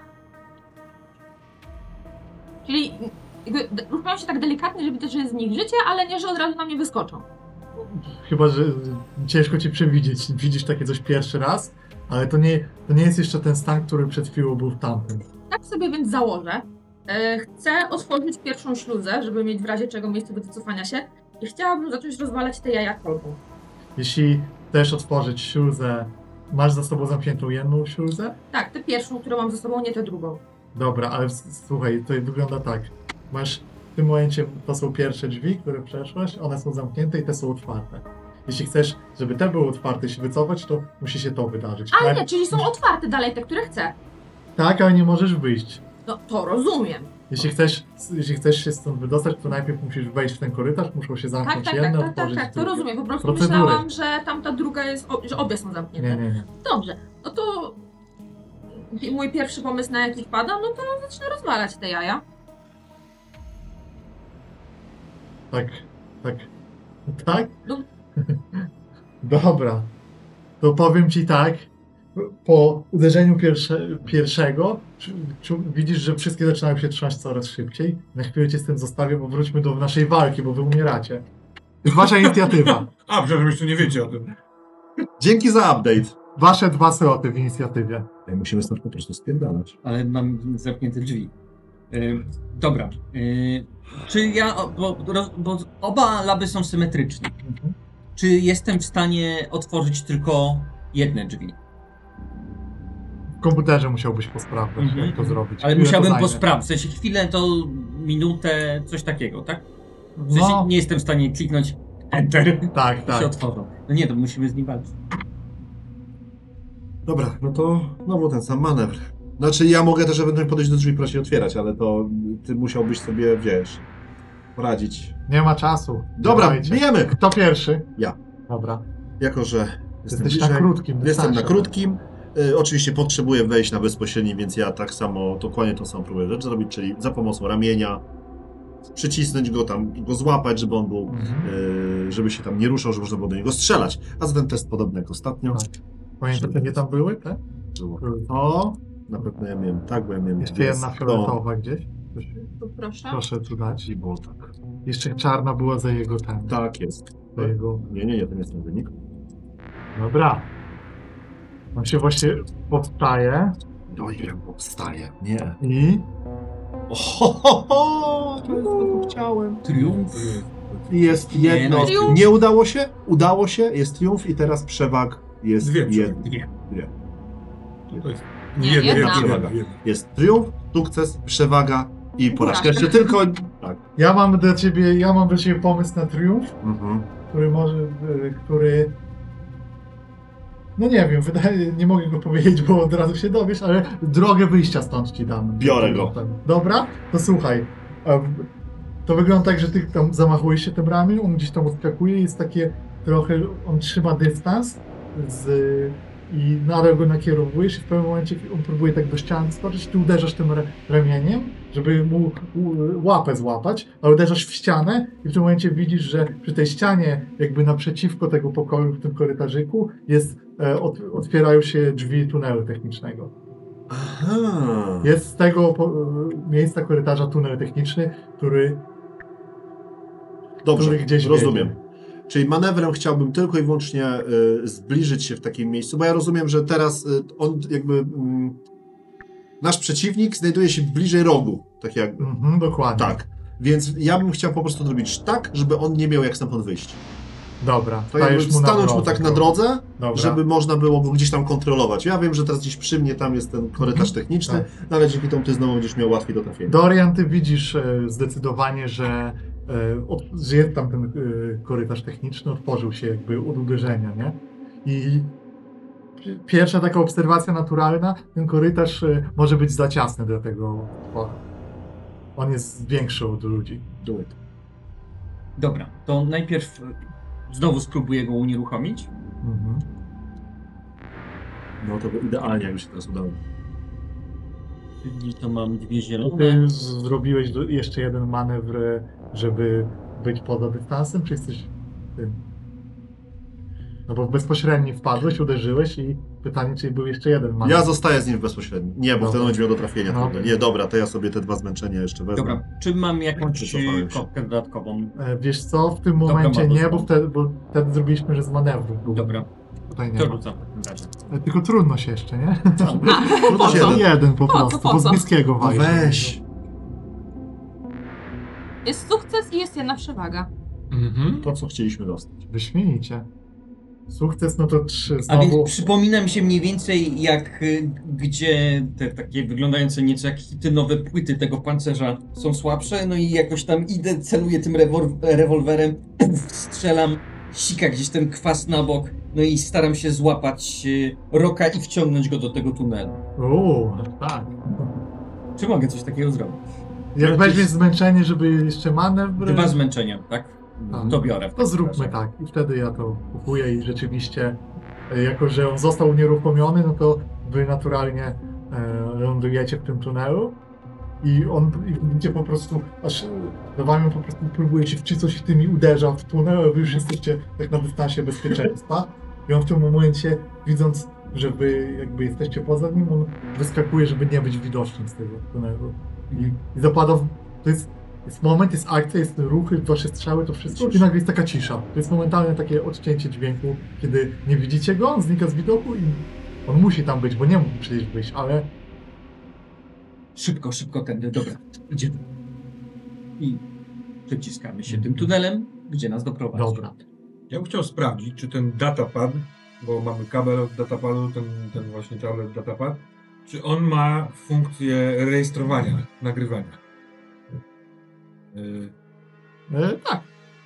Czyli jakby d- ruszają się tak delikatnie, że widać, że jest w nich życie, ale nie, że od razu na mnie wyskoczą. Chyba, że ciężko ci przewidzieć. Widzisz takie coś pierwszy raz, ale to nie, to nie jest jeszcze ten stan, który przed chwilą był w tamtym. Tak sobie więc założę. E, Chcę otworzyć pierwszą śluzę, żeby mieć w razie czego miejsce do wycofania się i chciałabym zacząć rozwalać te jaja kolbą. Jeśli chcesz otworzyć śluzę, masz za sobą zamkniętą jedną śluzę? Tak, tę pierwszą, którą mam ze sobą, nie tę drugą. Dobra, ale s- słuchaj, to wygląda tak. Masz w tym momencie, to są pierwsze drzwi, które przeszłaś, one są zamknięte i te są otwarte. Jeśli chcesz, żeby te były otwarte i się wycofać, to musi się to wydarzyć. Ale Naj- nie, czyli są otwarte dalej te, które chcę. Tak, ale nie możesz wyjść. No to rozumiem. Jeśli chcesz, jeśli chcesz się stąd wydostać, to najpierw musisz wejść w ten korytarz, muszą się Tak, zamknąć tak, tak, jedne, tak, tak, otworzyć tak, to drugie. rozumiem. Po prostu Procedury. myślałam, że tamta druga jest, o, że obie są zamknięte. Nie, nie, nie. Dobrze, no to mój pierwszy pomysł, na jaki wpadam, no to zacznę rozwalać te jaja. Tak, tak. Tak? No. Dobra. To powiem ci tak. Po uderzeniu pierwsze, pierwszego czu- czu- widzisz, że wszystkie zaczynają się trząść coraz szybciej. Na chwilę cię z tym zostawię, bo wróćmy do naszej walki, bo wy umieracie. Wasza inicjatywa. A, przepraszam, jeszcze nie wiecie o tym. Dzięki za update. Wasze dwa sloty w inicjatywie. Ej, musimy stąd po prostu spierdalać. Ale mam zamknięte drzwi. Yy, dobra. Yy, czy ja. o, Bo, roz- bo oba laby są symetryczne. Mhm. Czy jestem w stanie otworzyć tylko jedne drzwi? W komputerze musiałbyś posprawdzać, Mhm. jak to zrobić. Ale Chwilę to musiałbym zajmie. posprawdzić. W sensie chwilę to minutę, coś takiego, tak? W sensie No, nie jestem w stanie kliknąć Enter tak, i się tak. otworzą. No nie, to musimy z nim walczyć. Dobra, no to znowu ten sam manewr. Znaczy ja mogę też ewentualnie podejść do drzwi i prosić otwierać, ale to ty musiałbyś sobie, wiesz... poradzić. Nie ma czasu. Dobra, Dawajcie. bijemy! Kto pierwszy? Ja. Dobra. Jako, że jestem Jesteś na bliżej, krótkim jestem na dystansie. krótkim. Y, oczywiście potrzebuję wejść na bezpośredni, więc ja tak samo, dokładnie tą samą próbuję rzecz zrobić, czyli za pomocą ramienia przycisnąć go tam, go złapać, żeby on był, Mhm. y, żeby się tam nie ruszał, żeby można było do niego strzelać. A zatem test podobny jak ostatnio. Tak. Pamiętasz, jakie tam były te? Było To na pewno ja miałem tak, bo ja miałem Jeszcze dwie jedna z- fioletowa gdzieś. Coś- Tu proszę. Proszę tu dać. I było tak. Jeszcze czarna była za jego ten. Tak jest. Za jego... Nie, nie, nie, to nie jest ten wynik. Dobra. On się właśnie powstaje No i wiem, powstaje. Nie. i... Ohohoho! To jest to, co chciałem. Triumf. I jest Nie, jedno. no, triumf. Nie udało się? Udało się, jest triumf i teraz przewag jest Dwie jedno. Dwie. Dwie. To jest... Nie, Jedna, jedna. jedna, jedna, jedna. Jest triumf, sukces, przewaga i porażka. Porażka. Jeszcze tylko... Tak. Ja mam do ciebie, ja mam do ciebie pomysł na triumf, Mhm. który może, y, który... No nie wiem, wydaje, nie mogę go powiedzieć, bo od razu się dowiesz, ale drogę wyjścia stąd ci dam. Biorę go. Dobra? To słuchaj. em, To wygląda tak, że ty tam zamachujesz się tym ramię, on gdzieś tam odskakuje, jest takie trochę, on trzyma dystans z, i nadal go nakierowujesz i w pewnym momencie on próbuje tak do ściany skoczyć, ty uderzasz tym re- ramieniem, żeby mu u, łapę złapać, a uderzasz w ścianę i w tym momencie widzisz, że przy tej ścianie jakby naprzeciwko tego pokoju w tym korytarzyku jest, e, ot, otwierają się drzwi tunelu technicznego. Aha. Jest z tego po, miejsca korytarza tunel techniczny, który Dobrze, który gdzieś rozumiem. wiedzie. Czyli manewrem chciałbym tylko i wyłącznie y, zbliżyć się w takim miejscu, bo ja rozumiem, że teraz y, on jakby... Mm, nasz przeciwnik znajduje się bliżej rogu, tak jakby. Mhm, dokładnie. Tak. Więc ja bym chciał po prostu zrobić tak, żeby on nie miał jak stamtąd wyjść. Dobra, To jakby stajesz mu na stanąć mu drodze, tak na to- drodze, Dobra. żeby można było go gdzieś tam kontrolować. Ja wiem, że teraz gdzieś przy mnie tam jest ten korytarz Mhm. techniczny, Tak. no ale dzięki temu ty znowu będziesz miał łatwiej do trafienia. Dorian, ty widzisz e, zdecydowanie, że, e, od, że jest tam ten e, korytarz techniczny, otworzył się jakby od uderzenia, nie? I pi- pierwsza taka obserwacja naturalna, ten korytarz e, może być za ciasny dla tego stwora. On jest większy od ludzi. Do it. Dobra, to najpierw e, znowu spróbuję go unieruchomić. Mhm. No to by idealnie, jakby się teraz udało. Czyli to mam dwie Ty zielone. z- zrobiłeś do, jeszcze jeden manewr, żeby być poza dystansem, czy jesteś tym? No bo bezpośredni wpadłeś, uderzyłeś i pytanie, czy był jeszcze jeden manewr. Ja zostaję z nim w bezpośrednim. Nie, bo Dobra. wtedy będzie miał do trafienia. No. trudne. Nie, dobra, to ja sobie te dwa zmęczenia jeszcze wezmę. Dobra, czy mam jakąś Wycofałem e, się. kostkę dodatkową? E, Wiesz co, w tym Dobra, momencie mam nie, to bo samo. wtedy, bo wtedy zrobiliśmy, że z manewru. był. Dobra, Tutaj nie to ma. rzucam w takim razie. E, Tylko trudno się jeszcze, nie? No to po co? jeden. Jeden po Po co, prostu, po bo z co? niskiego No wajść. weź. Jest sukces i jest jedna przewaga. Mhm. To, co chcieliśmy dostać. Wyśmienicie. Sukces, no to trzy. A więc Znowu. przypomina mi się mniej więcej jak y, gdzie te takie wyglądające nieco jak hitynowe płyty tego pancerza są słabsze, no i jakoś tam idę, celuję tym rewol- rewolwerem, strzelam, sika gdzieś ten kwas na bok, no i staram się złapać y, Roka i wciągnąć go do tego tunelu. Uuu, tak. Czy mogę coś takiego zrobić? Jak weźmiesz zmęczenie, żeby jeszcze manewr, Dwa zmęczenia, tak? Tak. To biorę. w to takim zróbmy razie. tak. I wtedy ja to kupuję i rzeczywiście, e, jako że on został unieruchomiony, no to wy naturalnie e, lądujecie w tym tunelu i on i widzicie po prostu, aż e, wami po prostu próbuje się wcisnąć i tymi uderza w tunel, a wy już jesteście tak na dystansie bezpieczeństwa. I on w tym momencie, widząc, że wy jakby jesteście poza nim, on wyskakuje, żeby nie być widocznym z tego tunelu. I, i zapada w, to jest, jest moment, jest akcja, jest ruchy, wasze strzały, to wszystko i nagle jest taka cisza. To jest momentalne takie odcięcie dźwięku, kiedy nie widzicie go, on znika z widoku i on musi tam być, bo nie mógł przecież wyjść, ale Szybko, szybko tędy, dobra, idziemy. I przeciskamy się tym tunelem, gdzie nas doprowadzi. dobra. Ja bym chciał sprawdzić, czy ten datapad, bo mamy kabel od datapadu, ten, ten właśnie tablet datapad, czy on ma funkcję rejestrowania, nagrywania. Yy, E, tak,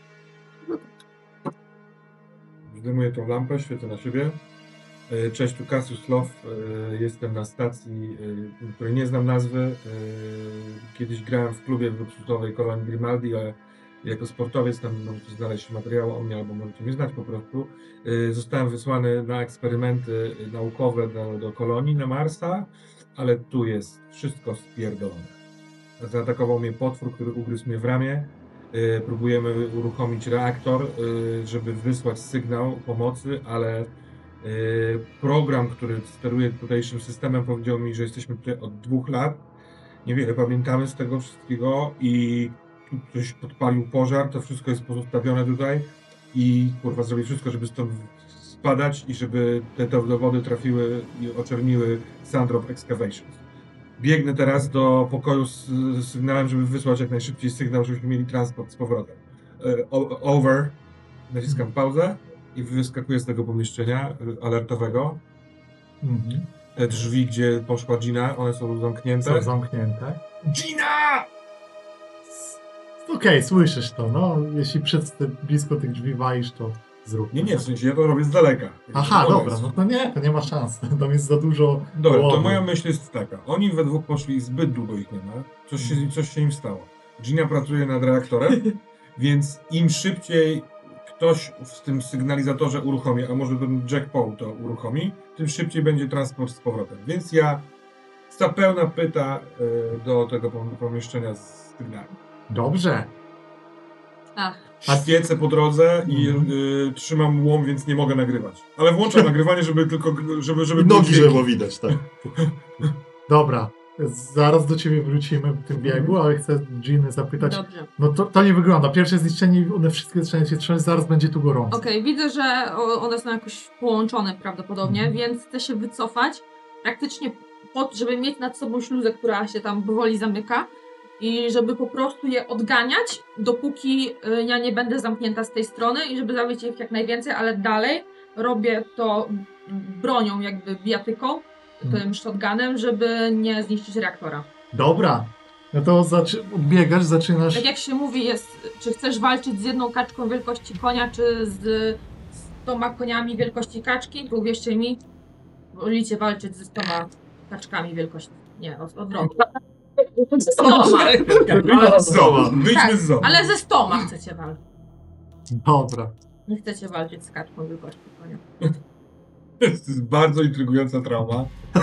Zdejmuję tą lampę, świecę na siebie. Yy, Cześć, tu Cassius Love. Yy, Jestem na stacji, yy, której nie znam nazwy. Yy, Kiedyś grałem w klubie wyprzódowej kolonii Grimaldi, ale jako sportowiec, tam możecie znaleźć materiały o mnie, albo możecie mnie znać po prostu. Y, Zostałem wysłany na eksperymenty naukowe do, do kolonii na Marsa, ale tu jest wszystko spierdolone. Zaatakował mnie potwór, który ugryzł mnie w ramię. Y, Próbujemy uruchomić reaktor, y, żeby wysłać sygnał pomocy, ale y, program, który steruje tutejszym systemem, powiedział mi, że jesteśmy tutaj od dwóch lat. Niewiele pamiętamy z tego wszystkiego i tu ktoś podpalił pożar, to wszystko jest pozostawione tutaj i kurwa zrobię wszystko, żeby stąd spadać i żeby te dowody trafiły i oczerniły Sandrop Excavations. Biegnę teraz do pokoju z, z sygnałem, żeby wysłać jak najszybciej sygnał, żebyśmy mieli transport z powrotem. E, o, over, naciskam pauzę i wyskakuję z tego pomieszczenia e, alertowego. Mhm. Te drzwi, gdzie poszła Gina, one są zamknięte. Są zamknięte. Gina! Okej, słyszysz to, no. Jeśli przed ty blisko tych drzwi walisz, to zrób. Nie, nie, w sensie ja to robię z daleka. Aha, To dobra, jest- no to nie, to nie ma szans. Tam jest za dużo. Dobra, to łowu. moja myśl jest taka. Oni we dwóch poszli i zbyt długo ich nie ma. Coś się, coś się im stało. Gina pracuje nad reaktorem, więc im szybciej ktoś w tym sygnalizatorze uruchomi, a może ten Jack Paul to uruchomi, tym szybciej będzie transport z powrotem. Więc ja sta pełna pyta y, do tego pom- pomieszczenia z sygnałem. Dobrze. Ach, Świecę po drodze i Mhm. y, trzymam łom, więc nie mogę nagrywać. Ale włączam nagrywanie, żeby tylko, żeby, żeby I były nogi, żeby dźwięki. było widać, tak. Dobra. Zaraz do ciebie wrócimy w tym biegu, ale chcę Ginny zapytać. dobrze. No to, to nie wygląda. Pierwsze zniszczenie, one wszystkie zaczynają się trzymać, zaraz będzie tu gorąco. Okej, widzę, że o- one są jakoś połączone prawdopodobnie, Mhm. więc chcę się wycofać praktycznie po, żeby mieć nad sobą śluzę, która się tam powoli zamyka i żeby po prostu je odganiać, dopóki y, ja nie będę zamknięta z tej strony i żeby zabić ich jak najwięcej, ale dalej robię to bronią, jakby bijatyką, Mhm. tym shotgunem, żeby nie zniszczyć reaktora. Dobra. No to zaczy- biegasz, zaczynasz. Tak jak się mówi, jest, czy chcesz walczyć z jedną kaczką wielkości konia, czy z, z stoma koniami wielkości kaczki, to uwierzcie mi, wolicie walczyć ze stoma kaczkami wielkości. Nie, od, odwrotnie. Ze stoma. Ale z zoo, wyjdźmy Tak, z zoo. Ale ze stoma chcecie walczyć. Dobra. Nie chcecie walczyć z kaczką wielkości konia. To jest bardzo intrygująca trauma.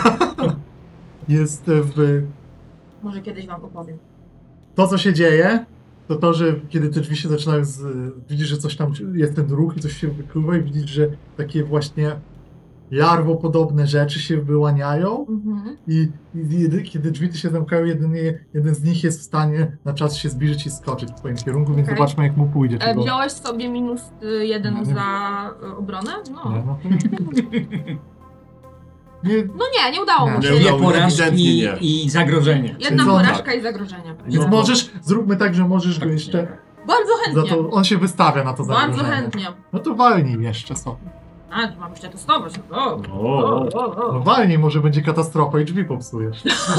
Jest w. Może kiedyś wam opowiem. To, co się dzieje, to to, że kiedy te drzwi się zaczynają z... Widzisz, że coś tam jest ten ruch i coś się wykluwa i widzisz, że takie właśnie larwopodobne rzeczy się wyłaniają Mhm. i, i jedy, kiedy drzwi te się zamykają, jedynie jeden z nich jest w stanie na czas się zbliżyć i skoczyć w twoim kierunku, więc Okej. zobaczmy, jak mu pójdzie. E, Czy go... wziąłeś sobie minus y, jeden No, nie. za y, obronę? No. Nie, no to... nie, No nie, nie udało mu Nie, się. nie Dwie udało, porażki ewidentnie nie. i zagrożenie. Jedna Co? porażka i zagrożenie. więc możesz, zróbmy tak, że możesz go jeszcze... Bardzo Za chętnie. to, on się wystawia na to Bardzo zagrożenie. chętnie. No to walnij jeszcze sobie. A, mam jeszcze testować. O, O, o, o, No o. walnij, może będzie katastrofa i drzwi popsujesz.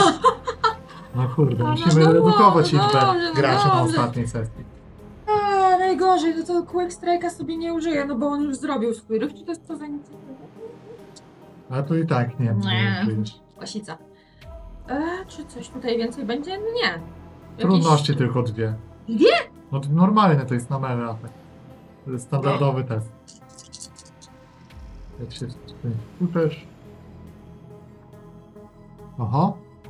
No kurde, No, musimy no, redukować no, liczbę dobrze, no graczy na dobrze. ostatniej sesji. A, najgorzej, no to Quick Strike'a sobie nie użyję, no bo on już zrobił swój ruch. Czy to jest co za inicjatywa? Ale to i tak nie. Nie. użyjesz. Łasica. E, czy coś tutaj więcej będzie? Nie. Jakieś- Trudności tylko dwie. Dwie? No to normalne to jest na mele atak. To jest standardowy test. Jak się tu też. Aha,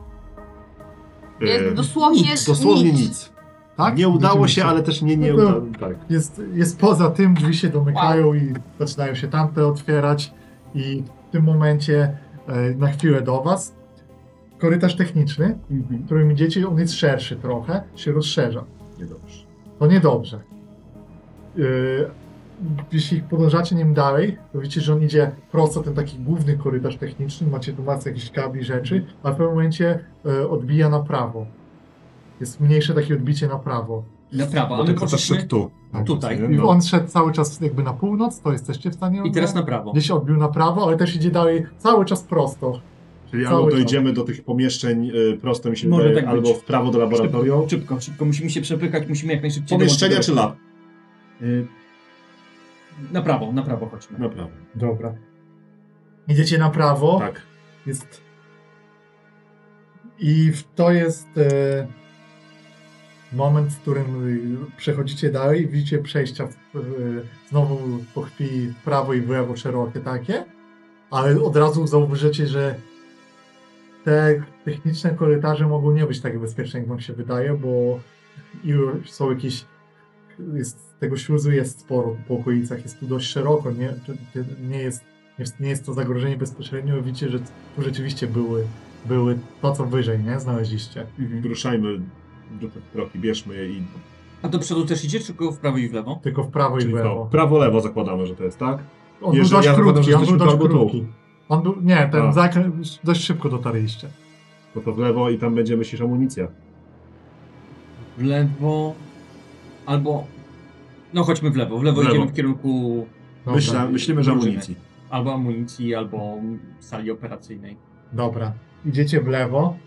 Jest e, dosłownie dosłownie nic. nic. tak? Nie udało się, Rzeczywiście. ale też nie, nie No to- udało. Tak. Jest, jest poza tym, drzwi się domykają i zaczynają się tamte otwierać i w tym momencie e, na chwilę do was korytarz techniczny, Mhm. którym idziecie, on jest szerszy trochę, się rozszerza. Niedobrze. To niedobrze. Yy, jeśli podążacie nim dalej, to widzicie, że on idzie prosto ten taki główny korytarz techniczny, macie tu masę jakichś kabli, rzeczy, a w pewnym momencie e, odbija na prawo. Jest mniejsze takie odbicie na prawo. Na prawo, a my Tylko to poszliśmy szedł tu. tutaj. I No. on szedł cały czas jakby na północ, to jesteście w stanie I teraz na prawo. Gdzieś odbił na prawo, ale też idzie dalej cały czas prosto. Czyli Cały albo czas. dojdziemy do tych pomieszczeń y, prosto, mi się Może wydaje, tak albo być. w prawo do laboratorium. Szybko, szybko, szybko. Musimy się przepychać, musimy jak najszybciej Pomieszczenia dołączyć czy do- lab? Y, Na prawo, na prawo chodźmy. Na prawo. Dobra. Idziecie na prawo. Tak. Jest... I w- to jest... E... moment, w którym y, przechodzicie dalej i widzicie przejścia w, y, znowu po chwili w prawo i w lewo szerokie takie, ale od razu zauważycie, że te techniczne korytarze mogą nie być tak bezpieczne, jak wam się wydaje, bo już są jakieś, jest, tego śluzu jest sporo po okolicach, jest tu dość szeroko, nie, nie, jest, nie jest to zagrożenie bezpośrednio, widzicie, że tu rzeczywiście były, były to, co wyżej, nie, znaleźliście. Mhm. Ruszajmy do tych kroki, bierzmy je i... A do przodu też idzie, czy tylko w prawo i w lewo? Tylko w prawo i Czyli w to, lewo. prawo-lewo zakładamy, że to jest, tak? On był Jeżeli dość ja zakładam, krótki, że on był jesteśmy dość tu albo tu. krótki. On był, nie, ten A. zakręt dość szybko dotarliście. No to w lewo i tam będzie, myślisz, amunicja. W lewo... Albo... No chodźmy w lewo. W lewo W lewo. idziemy w kierunku Dobra, Myślę, myślimy, że drużyny. amunicji. albo amunicji, albo sali operacyjnej. Dobra. Idziecie w lewo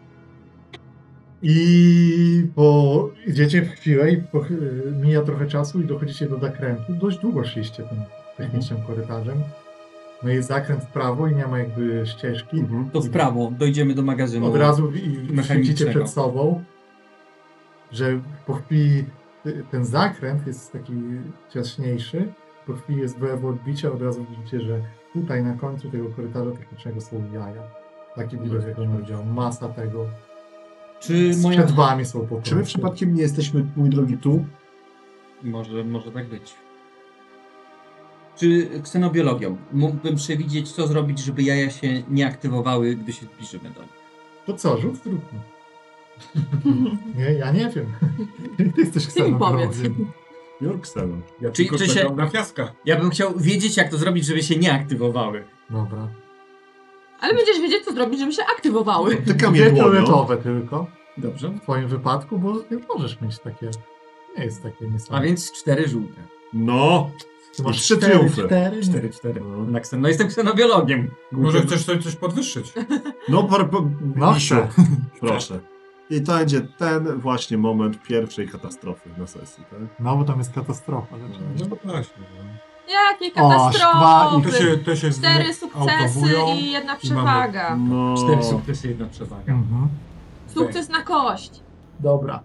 i po, idziecie w chwilę i po, mija trochę czasu i dochodzicie do zakrętu. Dość długo szliście tym technicznym korytarzem. No jest zakręt w prawo i nie ma jakby ścieżki. Mhm. To w prawo, dojdziemy do magazynu. Od razu i świecicie mechanicznego. przed sobą, że po chwili y, ten zakręt jest taki ciaśniejszy, po chwili jest w lewo odbicie, od razu widzicie, że tutaj na końcu tego korytarza technicznego są jaja. Taki widok, jak on widział. Masa tego. Czy Z moja... Przed wami są po prostu. Czy my przypadkiem nie jesteśmy, mój drogi, tu? Może, może tak być. Czy ksenobiologią mógłbym przewidzieć, co zrobić, żeby jaja się nie aktywowały, gdy się zbliżymy do nich? To co, rzut zróbmy. Nie, ja nie wiem. Ty jesteś Ty mi powiedz. ksenobiologiem. Jorksem. Ja Czyli tylko czy się- czekam na fiaska. Ja bym chciał wiedzieć, jak to zrobić, żeby się nie aktywowały. Dobra. Ale będziesz wiedzieć, co zrobić, żeby się aktywowały. Tykam je Dwie dłonią. fioletowe tylko. Dobrze. W twoim wypadku, bo nie możesz mieć takie... Nie jest takie A niesamowite. więc cztery żółte. No! Ty masz trzy cztery, triumfy. cztery? Cztery, cztery. No. Na ksen... No jestem ksenobiologiem. Może chcesz sobie coś podwyższyć? No, po, po, No Misiu, chcę. proszę. I to będzie ten właśnie moment pierwszej katastrofy na sesji, tak? No, bo tam jest katastrofa. rzeczywiście. No właśnie. No. Jakie O, szkła i To katastrofy! się, to się Cztery z- sukcesy autobują i jedna i przewaga. No. Cztery sukcesy, jedna przewaga. Mhm. Sukces na kość. Dobra.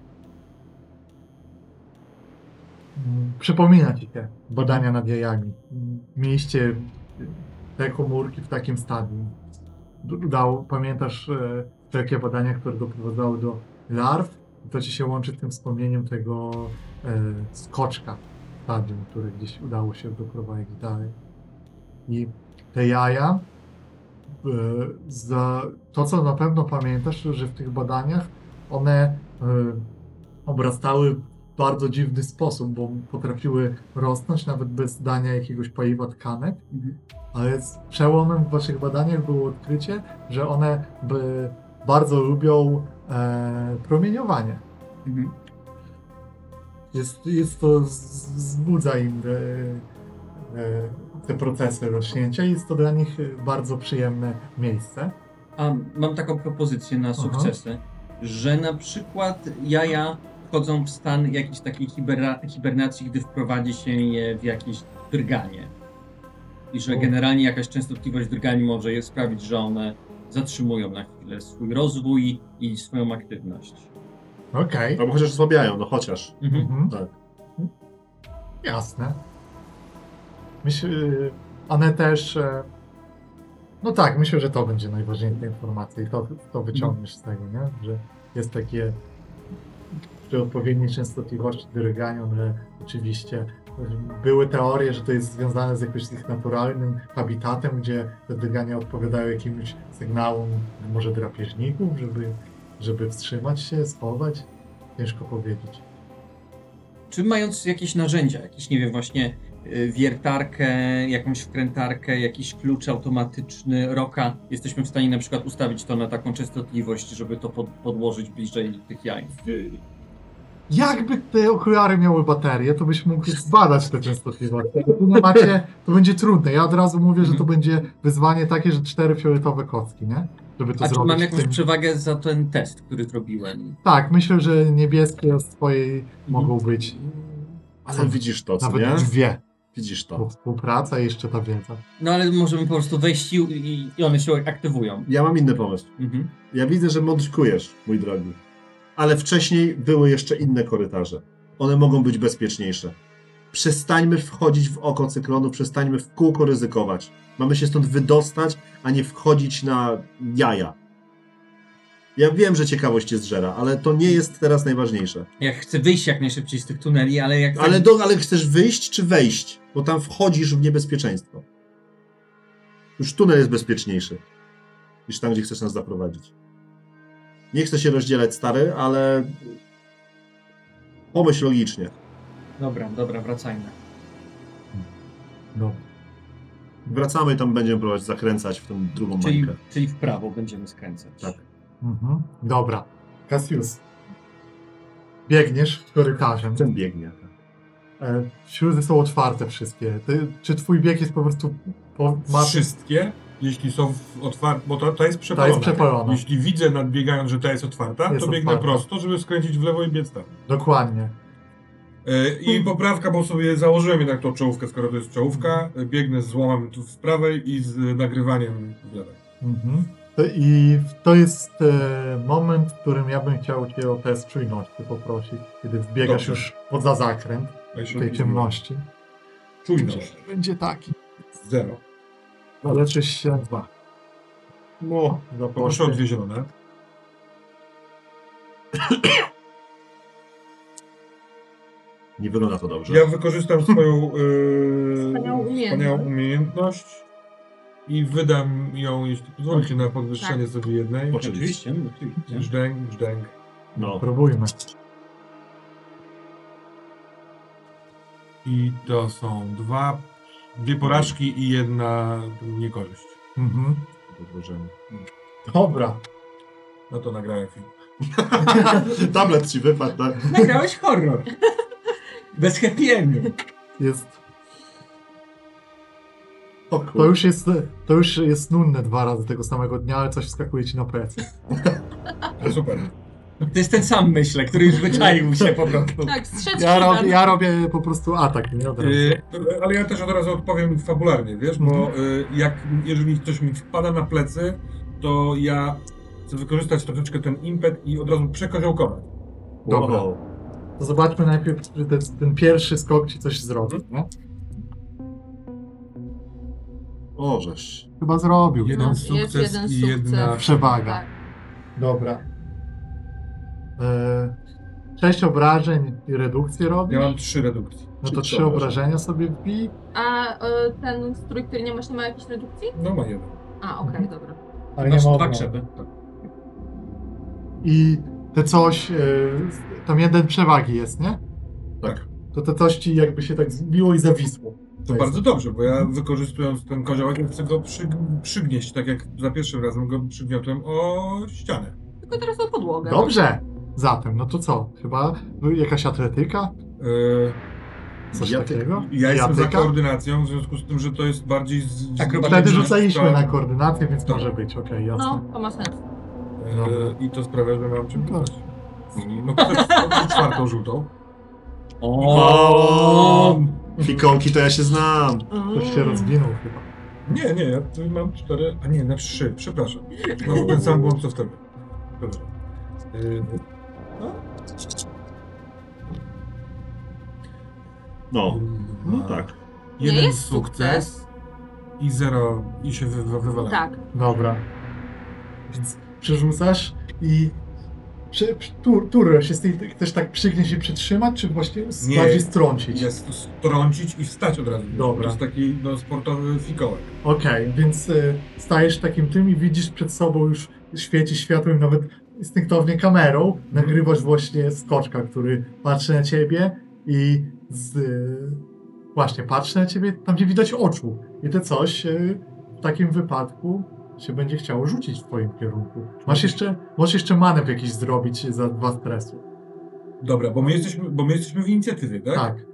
Mm, Przypomina ci te badania nad jajami. Mm, Mieliście te komórki w takim stadium. Udało, pamiętasz e, wszelkie badania, które doprowadzały do larw? To ci się łączy z tym wspomnieniem tego e, skoczka stadium, które gdzieś udało się doprowadzić dalej. I te jaja, e, za to co na pewno pamiętasz, że w tych badaniach one e, obrastały w bardzo dziwny sposób, bo potrafiły rosnąć nawet bez dania jakiegoś paliwa tkanek, Mhm. ale z przełomem w waszych badaniach było odkrycie, że one by bardzo lubią e, promieniowanie. Mhm. Jest, jest to, z- wzbudza im e, e, te procesy rośnięcia i jest to dla nich bardzo przyjemne miejsce. A mam taką propozycję na sukcesy, że na przykład jaja wchodzą w stan jakiejś takiej hiberna- hibernacji, gdy wprowadzi się je w jakieś drganie. I że O. generalnie jakaś częstotliwość drgani może je sprawić, że one zatrzymują na chwilę swój rozwój i swoją aktywność. Okej, Albo chociaż osłabiają, no chociaż. Mhm. mhm. Tak. Jasne. Myślę, one też. e, No tak, myślę, że to będzie najważniejsza informacja i to, to wyciągniesz z tego, nie? Że jest takie przy odpowiedniej częstotliwości drgania, one oczywiście były teorie, że to jest związane z jakimś ich naturalnym habitatem, gdzie te drgania odpowiadają jakimś sygnałom, może drapieżników, żeby, żeby wstrzymać się, schować. Ciężko powiedzieć. Czy mając jakieś narzędzia, jakieś, nie wiem, właśnie y, wiertarkę, jakąś wkrętarkę, jakiś klucz automatyczny, roka, jesteśmy w stanie na przykład ustawić to na taką częstotliwość, żeby to pod, podłożyć bliżej tych jaj. Jakby te okulary miały baterię, to byś mógł zbadać te częstotliwości. Tu na macie to będzie trudne. Ja od razu mówię, że to będzie wyzwanie takie, że cztery fioletowe kocki, nie? Żeby to A czy zrobić. mam w jakąś tym- przewagę za ten test, który zrobiłem? Tak, myślę, że niebieskie z twojej mogą być Ale widzisz to, co nawet nie? dwie. Widzisz Bo to. współpraca i jeszcze ta wiedza. No ale możemy po prostu wejść i, i, i one się aktywują. Ja mam inny pomysł. Mhm. Ja widzę, że modyfikujesz, mój drogi. ale wcześniej były jeszcze inne korytarze. One mogą być bezpieczniejsze. Przestańmy wchodzić w oko cyklonu, przestańmy w kółko ryzykować. Mamy się stąd wydostać, a nie wchodzić na jaja. Ja wiem, że ciekawość jest żera, ale to nie jest teraz najważniejsze. Ja chcę wyjść jak najszybciej z tych tuneli, ale jak... Ale, do, ale chcesz wyjść czy wejść? Bo tam wchodzisz w niebezpieczeństwo. Już tunel jest bezpieczniejszy niż tam, gdzie chcesz nas zaprowadzić. Nie chcę się rozdzielać, stary, ale pomyśl logicznie. Dobra, dobra, wracajmy. No. Wracamy i tam będziemy próbować zakręcać w tę drugą Czyli, mańkę. czyli w prawo będziemy skręcać. Tak. Mhm. Dobra. Cassius. Biegniesz korytarzem. Ten biegnie. E, śluzy są otwarte wszystkie. Ty, czy twój bieg jest po prostu... Po, ma... Wszystkie, jeśli są w- otwarte, bo to, to jest Ta przepalona. jest przepalona. Jeśli widzę nadbiegając, że ta jest otwarta, Jest to biegnę otwarta. prosto, żeby skręcić w lewo i biec tam. Dokładnie. E, I poprawka, bo sobie założyłem jednak tą czołówkę, skoro to jest czołówka, e, biegnę z złomem tu w prawej i z nagrywaniem w lewej. Mhm. To, I to jest e, moment, w którym ja bym chciał cię o test czujności poprosić, kiedy wbiegasz Dobrze. już poza zakręt Najśrodki w tej ciemności. Czujność. Będzie taki. Zero. Leczysz się dwa. No, poproszę o dwie zielone. Nie wygląda to dobrze. Ja wykorzystam swoją yy, Wspaniałą umiejętność. wspaniałą umiejętność i wydam ją, jeśli pozwolicie, na podwyższenie Tak. sobie jednej. Oczywiście, oczywiście. Żdęk, żdęk. No. Próbujmy. I to są dwa, dwie porażki i jedna niekorzyść. Mhm. Podwyższenie. Dobra. No to nagrałem film. Tablet ci wypadł, tak? Nagrałeś horror. Bez happy endu. Jest. O To kur... już jest, to już jest nudne dwa razy tego samego dnia, ale coś wskakuje ci na plecy. To super. To jest ten sam, myślę, który już wyczaił się po prostu. Tak, strzec Ja, rob, Iwan. ja robię po prostu atak, nie od razu. Yy, ale ja też od razu odpowiem fabularnie, wiesz, bo Mhm. yy, jak, jeżeli ktoś mi wpada na plecy, to ja chcę wykorzystać troszeczkę ten impet i od razu przekoziołkować. Dobra. Wow. To zobaczmy najpierw, czy ten, ten pierwszy skok ci coś zrobi. Nie? O, żeż. Chyba zrobił. Jeden No, jest sukces jeden i sukces. jedna... Przewaga. Tak. Dobra. E, sześć obrażeń i redukcję robi. Ja mam trzy redukcje. No to Czyli trzy co, obrażenia sobie wbij. A y, ten strój, który nie masz, nie ma jakiejś redukcji? No ma jeden. A, okej, dobra. Ale nie Masz ma dwa obrony. krzepy. I te coś, e, tam jeden przewagi jest, nie? Tak. To te coś ci jakby się tak zbiło i zawisło. To bardzo dobrze, bo ja wykorzystując ten koziołek chcę go przy, przygnieść, tak jak za pierwszym razem go przygniotłem o ścianę. Tylko teraz o podłogę. Dobrze! Zatem, no to co? Chyba jakaś atletyka? Yy, Coś Ja- takiego? ja jestem za Jatyka? koordynacją, w związku z tym, że to jest bardziej z... Tak, z- chyba Wtedy to- rzucaliśmy to- na koordynację, więc Tak. może być, okej, jasne. No, to ma sens. Yy, I to sprawia, że mam czym No. rzucać. No to jest czwartą żółtą. O! Fikołki to ja się znam. Ktoś się rozwinął chyba. Nie, nie, ja tu mam cztery, a nie, na trzy, przepraszam. No ten sam błąd co wtedy. Dobra. Yy, No, no dwa, tak. Nie Jeden jest sukces sukces. i zero i się wy, wy, wywala. Tak. Dobra. Więc przerzucasz i przy, przy, tur, tur się z tej, chcesz tak przygnieść i przytrzymać, czy właśnie Nie. bardziej strącić? Jest strącić i wstać od razu. Dobra. To jest taki no, sportowy fikołek. Okej, więc y, stajesz takim tym i widzisz przed sobą już świeci światłem, nawet instynktownie kamerą, nagrywasz właśnie skoczka, który patrzy na ciebie i z, y, właśnie patrzy na ciebie tam, gdzie widać oczu. I to coś y, w takim wypadku się będzie chciało rzucić w twoim kierunku. Masz jeszcze, możesz jeszcze manewr jakiś zrobić za dwa stresu. Dobra, bo my jesteśmy, bo my jesteśmy w inicjatywie, tak? Tak.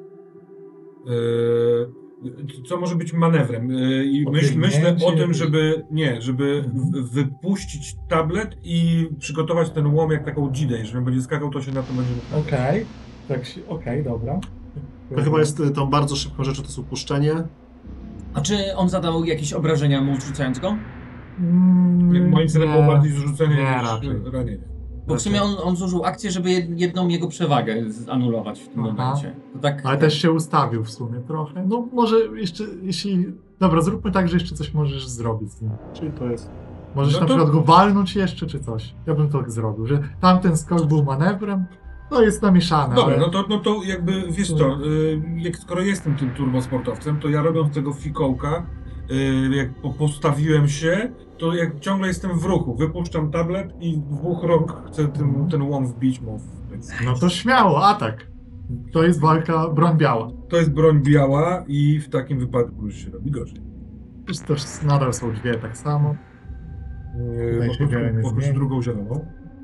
Yy, co może być manewrem? Yy, I myśl, myślę o Obiegnięcie. tym, żeby nie, żeby w, wypuścić tablet i przygotować ten łom jak taką dzidę. Jeżeli on będzie skakał, to się na to będzie mógł. Okej. Tak się, okej, dobra. To chyba jest y, tą bardzo szybką rzeczą, to jest upuszczenie. A czy on zadał jakieś obrażenia mu rzucając go? Mm, Moim celem było nie. bardziej zrzucenie nie, niż raczej. ranienie. Bo w sumie on, on zużył akcję, żeby jed- jedną jego przewagę anulować w tym Aha. momencie. To tak, Ale też się ustawił w sumie trochę. No może jeszcze, jeśli... Dobra, zróbmy tak, że jeszcze coś możesz zrobić z nim. Czyli to jest... Możesz No na to- przykład go walnąć jeszcze, czy coś. Ja bym tak zrobił, że tamten skok był manewrem. No jest namieszane, Dobra, ale... no to, no to jakby, wiesz co, y, jak, skoro jestem tym turbosportowcem, to ja robiąc tego fikołka, y, jak po, postawiłem się, to jak ciągle jestem w ruchu, wypuszczam tablet i w dwóch rąk chcę ten, ten łom wbić mu. w- Więc No to śmiało, atak. To jest walka broń biała. to jest broń biała i w takim wypadku już się robi gorzej. Przecież to nadal są dwie tak samo. Yy, Tutaj się wiele nie Poproszę poproszę zmieni. drugą zieloną.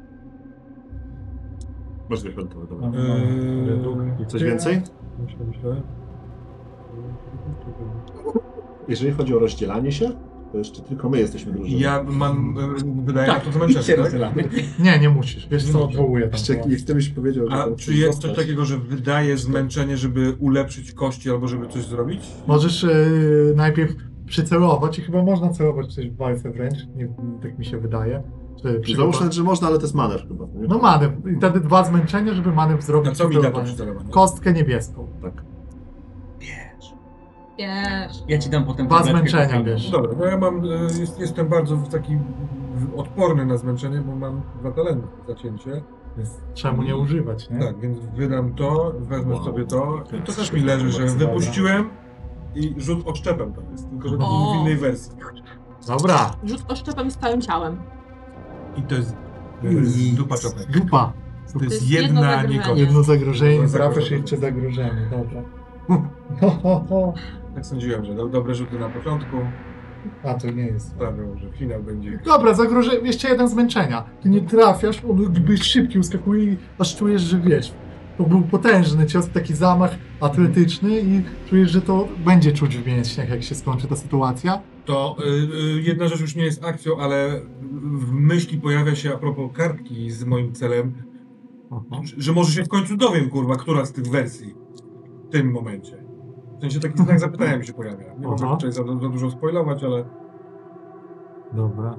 Masz dwie fioletowe, dobra. Yy, Coś więcej? Myślę, myślę. Jeżeli chodzi o rozdzielanie się, to jeszcze tylko my jesteśmy drużyną. Ja mam, yy, wydaje mi się, tak, to zmęczenie, idźcie tak? rozdzielamy. Nie, nie musisz. Wiesz Nie co, muszę. odwołuję tam. Jeszcze jak, jak ty byś powiedział, że A tam czy chcesz jest coś zostać. takiego, że wydaje zmęczenie, żeby ulepszyć kości albo żeby coś zrobić? Możesz yy, najpierw przycelować i chyba można celować coś w walce wręcz. Nie, tak mi się wydaje. Czy Załóżmy, przygotować- że można, ale to jest manewr chyba. Nie? No manewr. I wtedy dwa zmęczenia, żeby manewr zrobić. Na co mi da to przycelowanie. przycelowanie? Kostkę niebieską. Tak. Wiesz. Ja ci dam potem Dwa tabletkę zmęczenia, kofeiny. wiesz. No dobra, no ja mam, e, jest, jestem bardzo w taki w- odporny na zmęczenie, bo mam dwa talenty, zacięcie. Więc czemu nie używać, nie? Tak, więc wydam to, wezmę Wow. sobie to. I to też mi leży, że Dobra. wypuściłem i rzut oszczepem to jest, tylko że O. w innej wersji. Dobra. Rzut oszczepem z całym ciałem. I to jest e, I- dupa czopek. Dupa. To jest jest jedno jedna, nie zagrożenie. kość. Jedno zagrożenie, Jedno trafisz zagrożenie. jeszcze zagrożenie. Dobra. Ho, ho, ho. Tak sądziłem, że do, dobre rzuty na początku A to nie jest. sprawią, że finał będzie... Dobra, zagrożenie, jeszcze jeden zmęczenia. Ty nie trafiasz, on jakby szybki uskakuje i aż czujesz, że wiesz. To był potężny cios, taki zamach atletyczny i czujesz, że to będzie czuć w mięśniach, jak się skończy ta sytuacja. To y, y, jedna rzecz już nie jest akcją, ale w myśli pojawia się a propos kartki z moim celem, że, że może się w końcu dowiem, kurwa, która z tych wersji w tym momencie. W sensie taki znak zapytania mi się pojawia. Nie mogę Aha. tutaj za, za dużo spoilować, ale Dobra.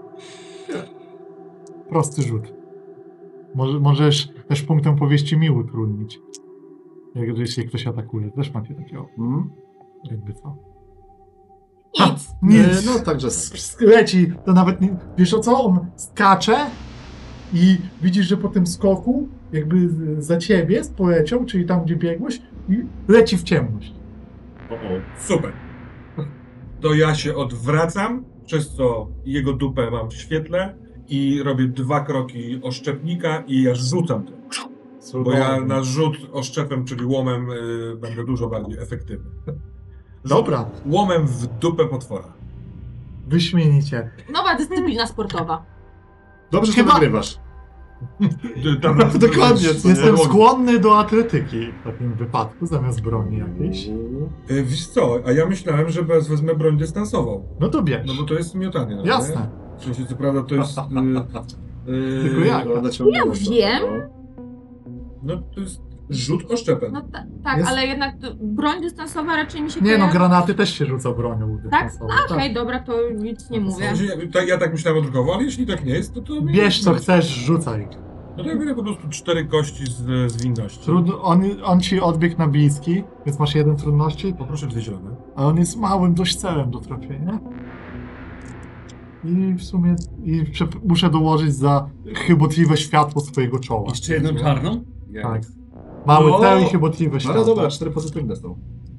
Prosty rzut. Może, możesz też punktem powieści mi utrudnić. Jak, jeśli ktoś atakuje. Też macie takiego. Mhm. Jakby co? Nic. Nic. E, No także tak. Leci, to nawet nie, wiesz o co? On skacze i widzisz, że po tym skoku jakby za ciebie poleciał, czyli tam, gdzie biegłeś i leci w ciemność. o, o, super. To ja się odwracam, przez co jego dupę mam w świetle i robię dwa kroki oszczepnika i ja rzucam to. Bo ja na rzut oszczepem, czyli łomem, y, będę dużo bardziej efektywny. Rzut Dobra, Łomem w dupę potwora. wyśmienicie. Nowa dyscyplina sportowa. Dobrze, że Chyba- to wygrywasz. Y, Tam, Dokładnie, co nie? Jestem podłogi. skłonny do atletyki w takim wypadku, zamiast broni jakiejś. Y, Wiesz co, a ja myślałem, że bez- wezmę broń dystansową. No to bierz. No bo to jest miotanie. No, Jasne. Nie? W sensie, co prawda, to jest... Y, y, Tylko jak? Ja wiem. No to jest rzut oszczepem. No ta, tak, Jest- ale jednak to, broń dystansowa raczej mi się Nie no, kojarzy. granaty też się rzuca bronią Tak? dystansową. Okej, dobra, to nic nie W mówię. sensie, ja, tak, ja tak myślałem odruchowo, ale jeśli tak nie jest, to to... Bierz co chcesz, rzucaj. No to ja biorę po prostu cztery kości z zwinności. Trudno, on, on ci odbiegł na bliski, więc masz jeden trudności, Poproszę dwie zielone. a on jest małym dość celem do trafienia. I w sumie i prze, muszę dołożyć za chybotliwe światło swojego czoła. Jeszcze jedną czarną? Tak. Mały No. cel i chybotliwe No światło. ale dobra, cztery pozytywne są.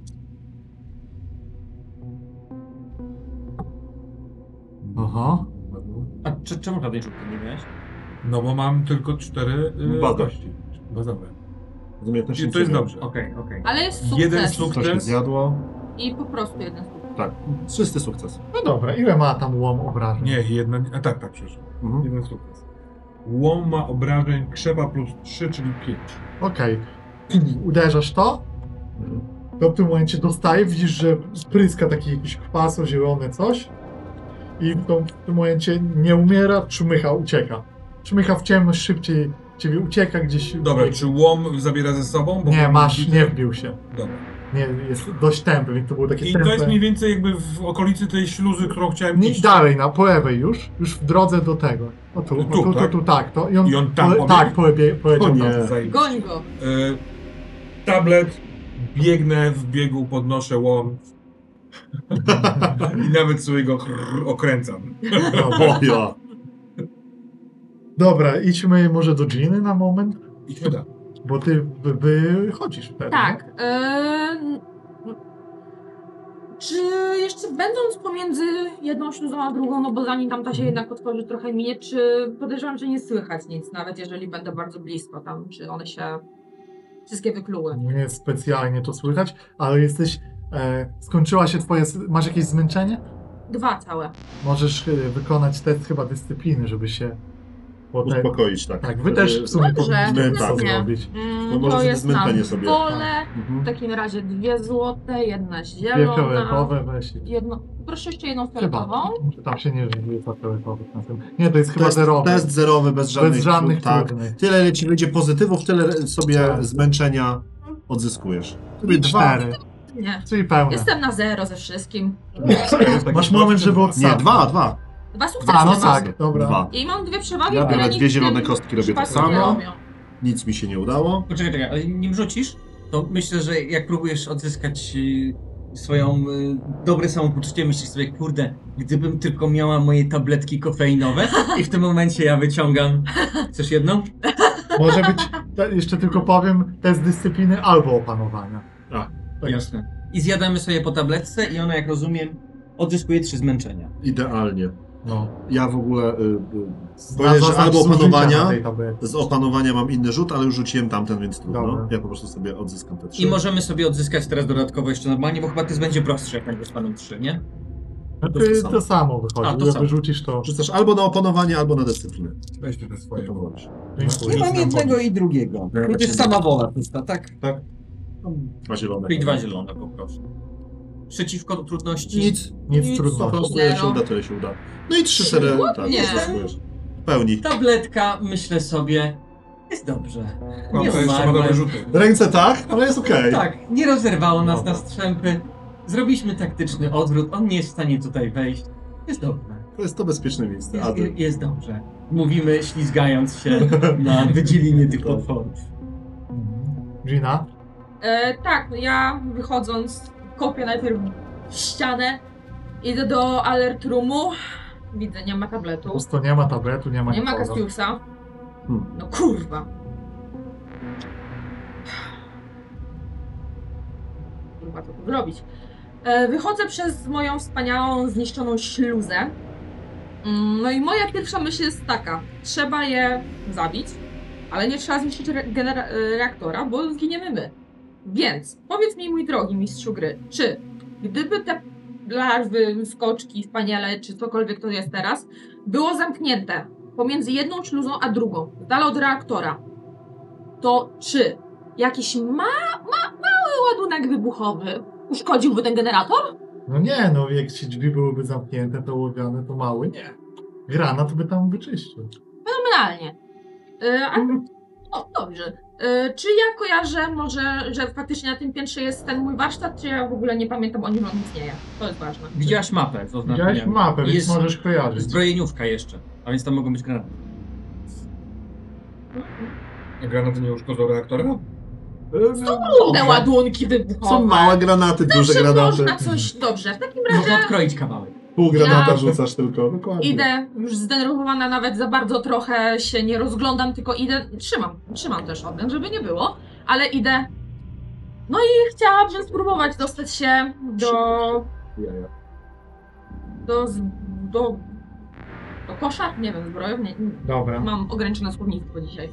Aha. A czy, czemu żadnej rzutki nie miałeś? No bo mam tylko cztery y, Baza. kości. Bazowe. Z umiejętności I to jest nic nie dobrze. Okej, okej. Ale jest sukces. Jeden wiem. Coś mi sukces. zjadło. I po prostu jeden sukces. Tak, czysty sukces. No dobra, ile ma tam łom obrażeń? Nie, jedna... A tak, tak, przepraszam. Mhm. Jeden sukces. Łom ma obrażeń krzepa plus trzy, czyli pięć. Okej. Uderzasz to, to w tym momencie dostaje, widzisz, że spryska taki jakiś kwaso, zielone coś i w, tą, w tym momencie nie umiera, czmycha, ucieka. Czmycha w ciemność, szybciej ciebie ucieka gdzieś. Dobra, czy łom zabiera ze sobą? Bo Nie, mam masz, bity- nie wbił się. Dobra. nie, jest dość tępy, więc to było takie I tępe. to jest mniej więcej jakby w okolicy tej śluzy, którą chciałem Nie, iść. dalej, na, po lewej już, już w drodze do tego. O tu, Tu, o tu, tak? tu, tu, tak. To, I on, I on tam pole, pobiegł? tak, polebie, poleciał O nie. tam. Zajebiście. Goń go. E, tablet, biegnę w biegu, podnoszę łom i nawet sobie go okręcam. Dobra. O ja. Dobra, idźmy może do Giny na moment, I się da. bo ty wy- wychodzisz wtedy. Tak. Em, czy jeszcze będąc pomiędzy jedną śluzą a drugą, no bo zanim tamta się jednak otworzy, trochę minie, czy podejrzewam, że nie słychać nic, nawet jeżeli będę bardzo blisko tam, czy one się wszystkie wykluły. Nie specjalnie to słychać, ale jesteś. E, skończyła się twoja. Masz jakieś zmęczenie? Dwa całe. Możesz e, wykonać test chyba dyscypliny, żeby się. Potem, Uspokoić, tak. tak, wy też w sumie Dobrze, powinniście to tak. zrobić. Mm, No może to sobie jest zmęczenie na sobie. wolę. Mhm. W takim razie dwie złote, jedna Dwie zielona. fioletowe weź. Jedno... Proszę jeszcze jedną Chyba. fioletową. Tam się nie rzuca fioletowych na tym. Nie, to jest chyba Test, zerowy. test zerowy, bez żadnych, Bez żadnych tak. trudnych. Tyle ile ci wyjdzie pozytywów, tyle sobie Tak. zmęczenia odzyskujesz. Czyli cztery. Nie. Czyli pełne. Jestem na zero ze wszystkim. Masz moment, żeby Nie, odsadzić. dwa, dwa. Dwa sukcesy. A, no mam. tak, dobra. Dwa. I mam dwie przewagi, Ja które biorę nic dwie w zielone tym kostki, robię tak przypadku nie samo. robią. Nic mi się nie udało. Poczekaj, czekaj, ale nim rzucisz, to myślę, że jak próbujesz odzyskać y, swoją y, dobre samopoczucie, myślisz sobie, kurde, gdybym tylko miała moje tabletki kofeinowe i w tym momencie ja wyciągam. Chcesz jedną? Może być, te- jeszcze tylko powiem, test dyscypliny albo opanowania. A, Tak. Jasne. I zjadamy sobie po tabletce i ona, jak rozumiem, odzyskuje trzy zmęczenia. idealnie. No. Ja w ogóle y, y, Na boję, że zasadzie albo zużycia opanowania, na tej tabletce. z opanowania mam inny rzut, ale już rzuciłem tamten, więc trudno. Dobra. Ja po prostu sobie odzyskam te trzy. I możemy sobie odzyskać teraz dodatkowo jeszcze normalnie, bo chyba to będzie prostsze, jak tak spadną trzy, nie? No to to, to to, samo. samo wychodzi. A, to Jak samo. wyrzucisz to. Rzucasz albo na opanowanie, albo na dyscyplinę. Weźcie te swoje. To wolisz. Dziękuję. Nie mam jednego i drugiego. To jest sama wola pusta, tak? Dwa zielone. I dwa zielone po prostu. Przeciwko trudności. Nic. Nic Nic, Po trudnego. prostu ile się Zero. uda, tyle się uda. No i trzy sery, tak, Nie. odzyskujesz. W pełni. Tabletka, myślę sobie, jest dobrze. No, Nie to jeszcze ma umarłem. dobre rzuty. Ręce tak, ale jest okej. Tak, nie rozerwało nas Dobra. na strzępy. Zrobiliśmy taktyczny odwrót, on nie jest w stanie tutaj wejść. Jest dobrze. To jest to bezpieczne miejsce. Jest, Ady. jest dobrze. Mówimy, ślizgając się na wydzielinie tych potworów. Gina? E, tak, no ja wychodząc, kopię najpierw w ścianę, idę do alert roomu. Widzę, nie ma Po tabletu. prostu nie ma tabletu, nie ma Nie ma nikogo. Castiusa. Hmm. No kurwa. Kurwa, co tu zrobić? E, wychodzę przez moją wspaniałą, zniszczoną śluzę. Mm, No i moja pierwsza myśl jest taka. Trzeba je zabić, ale nie trzeba zniszczyć re genera- e, reaktora, bo zginiemy my. Więc powiedz mi, mój drogi mistrzu gry, czy gdyby te larwy, skoczki, spaniele, czy cokolwiek to jest teraz, było zamknięte pomiędzy jedną śluzą a drugą, z dala od reaktora, to czy jakiś ma, ma, mały ładunek wybuchowy uszkodziłby ten generator? No nie, no jak ci drzwi byłyby zamknięte, to łowiane, to mały nie. Granat by tam wyczyścił. Fenomenalnie. Yy, a, o, dobrze. Yy, czy ja kojarzę może, że faktycznie na tym piętrze jest ten mój warsztat, czy ja w ogóle nie pamiętam o nim, on nic nie jest. To jest ważne. Widziałaś mapę z Widziałeś oznaczeniami. mapę, więc Jest możesz kojarzyć. zbrojeniówka jeszcze, a więc tam mogą być granaty. A granaty nie uszkodzą reaktora? Te ładunki wybuchowe. Są małe granaty, duże Zawsze granaty. można coś... Dobrze, w takim Można razie odkroić kawałek. Pół granata Ja- rzucasz tylko. Dokładnie. idę, już zdenerwowana, nawet za bardzo trochę się nie rozglądam, tylko idę, trzymam, trzymam też oddech, żeby nie było, ale idę. No i chciałabym spróbować dostać się do... Jaja. do... z- do... do kosza? Nie wiem, zbrojowni. Dobra. Mam ograniczone słownictwo dzisiaj.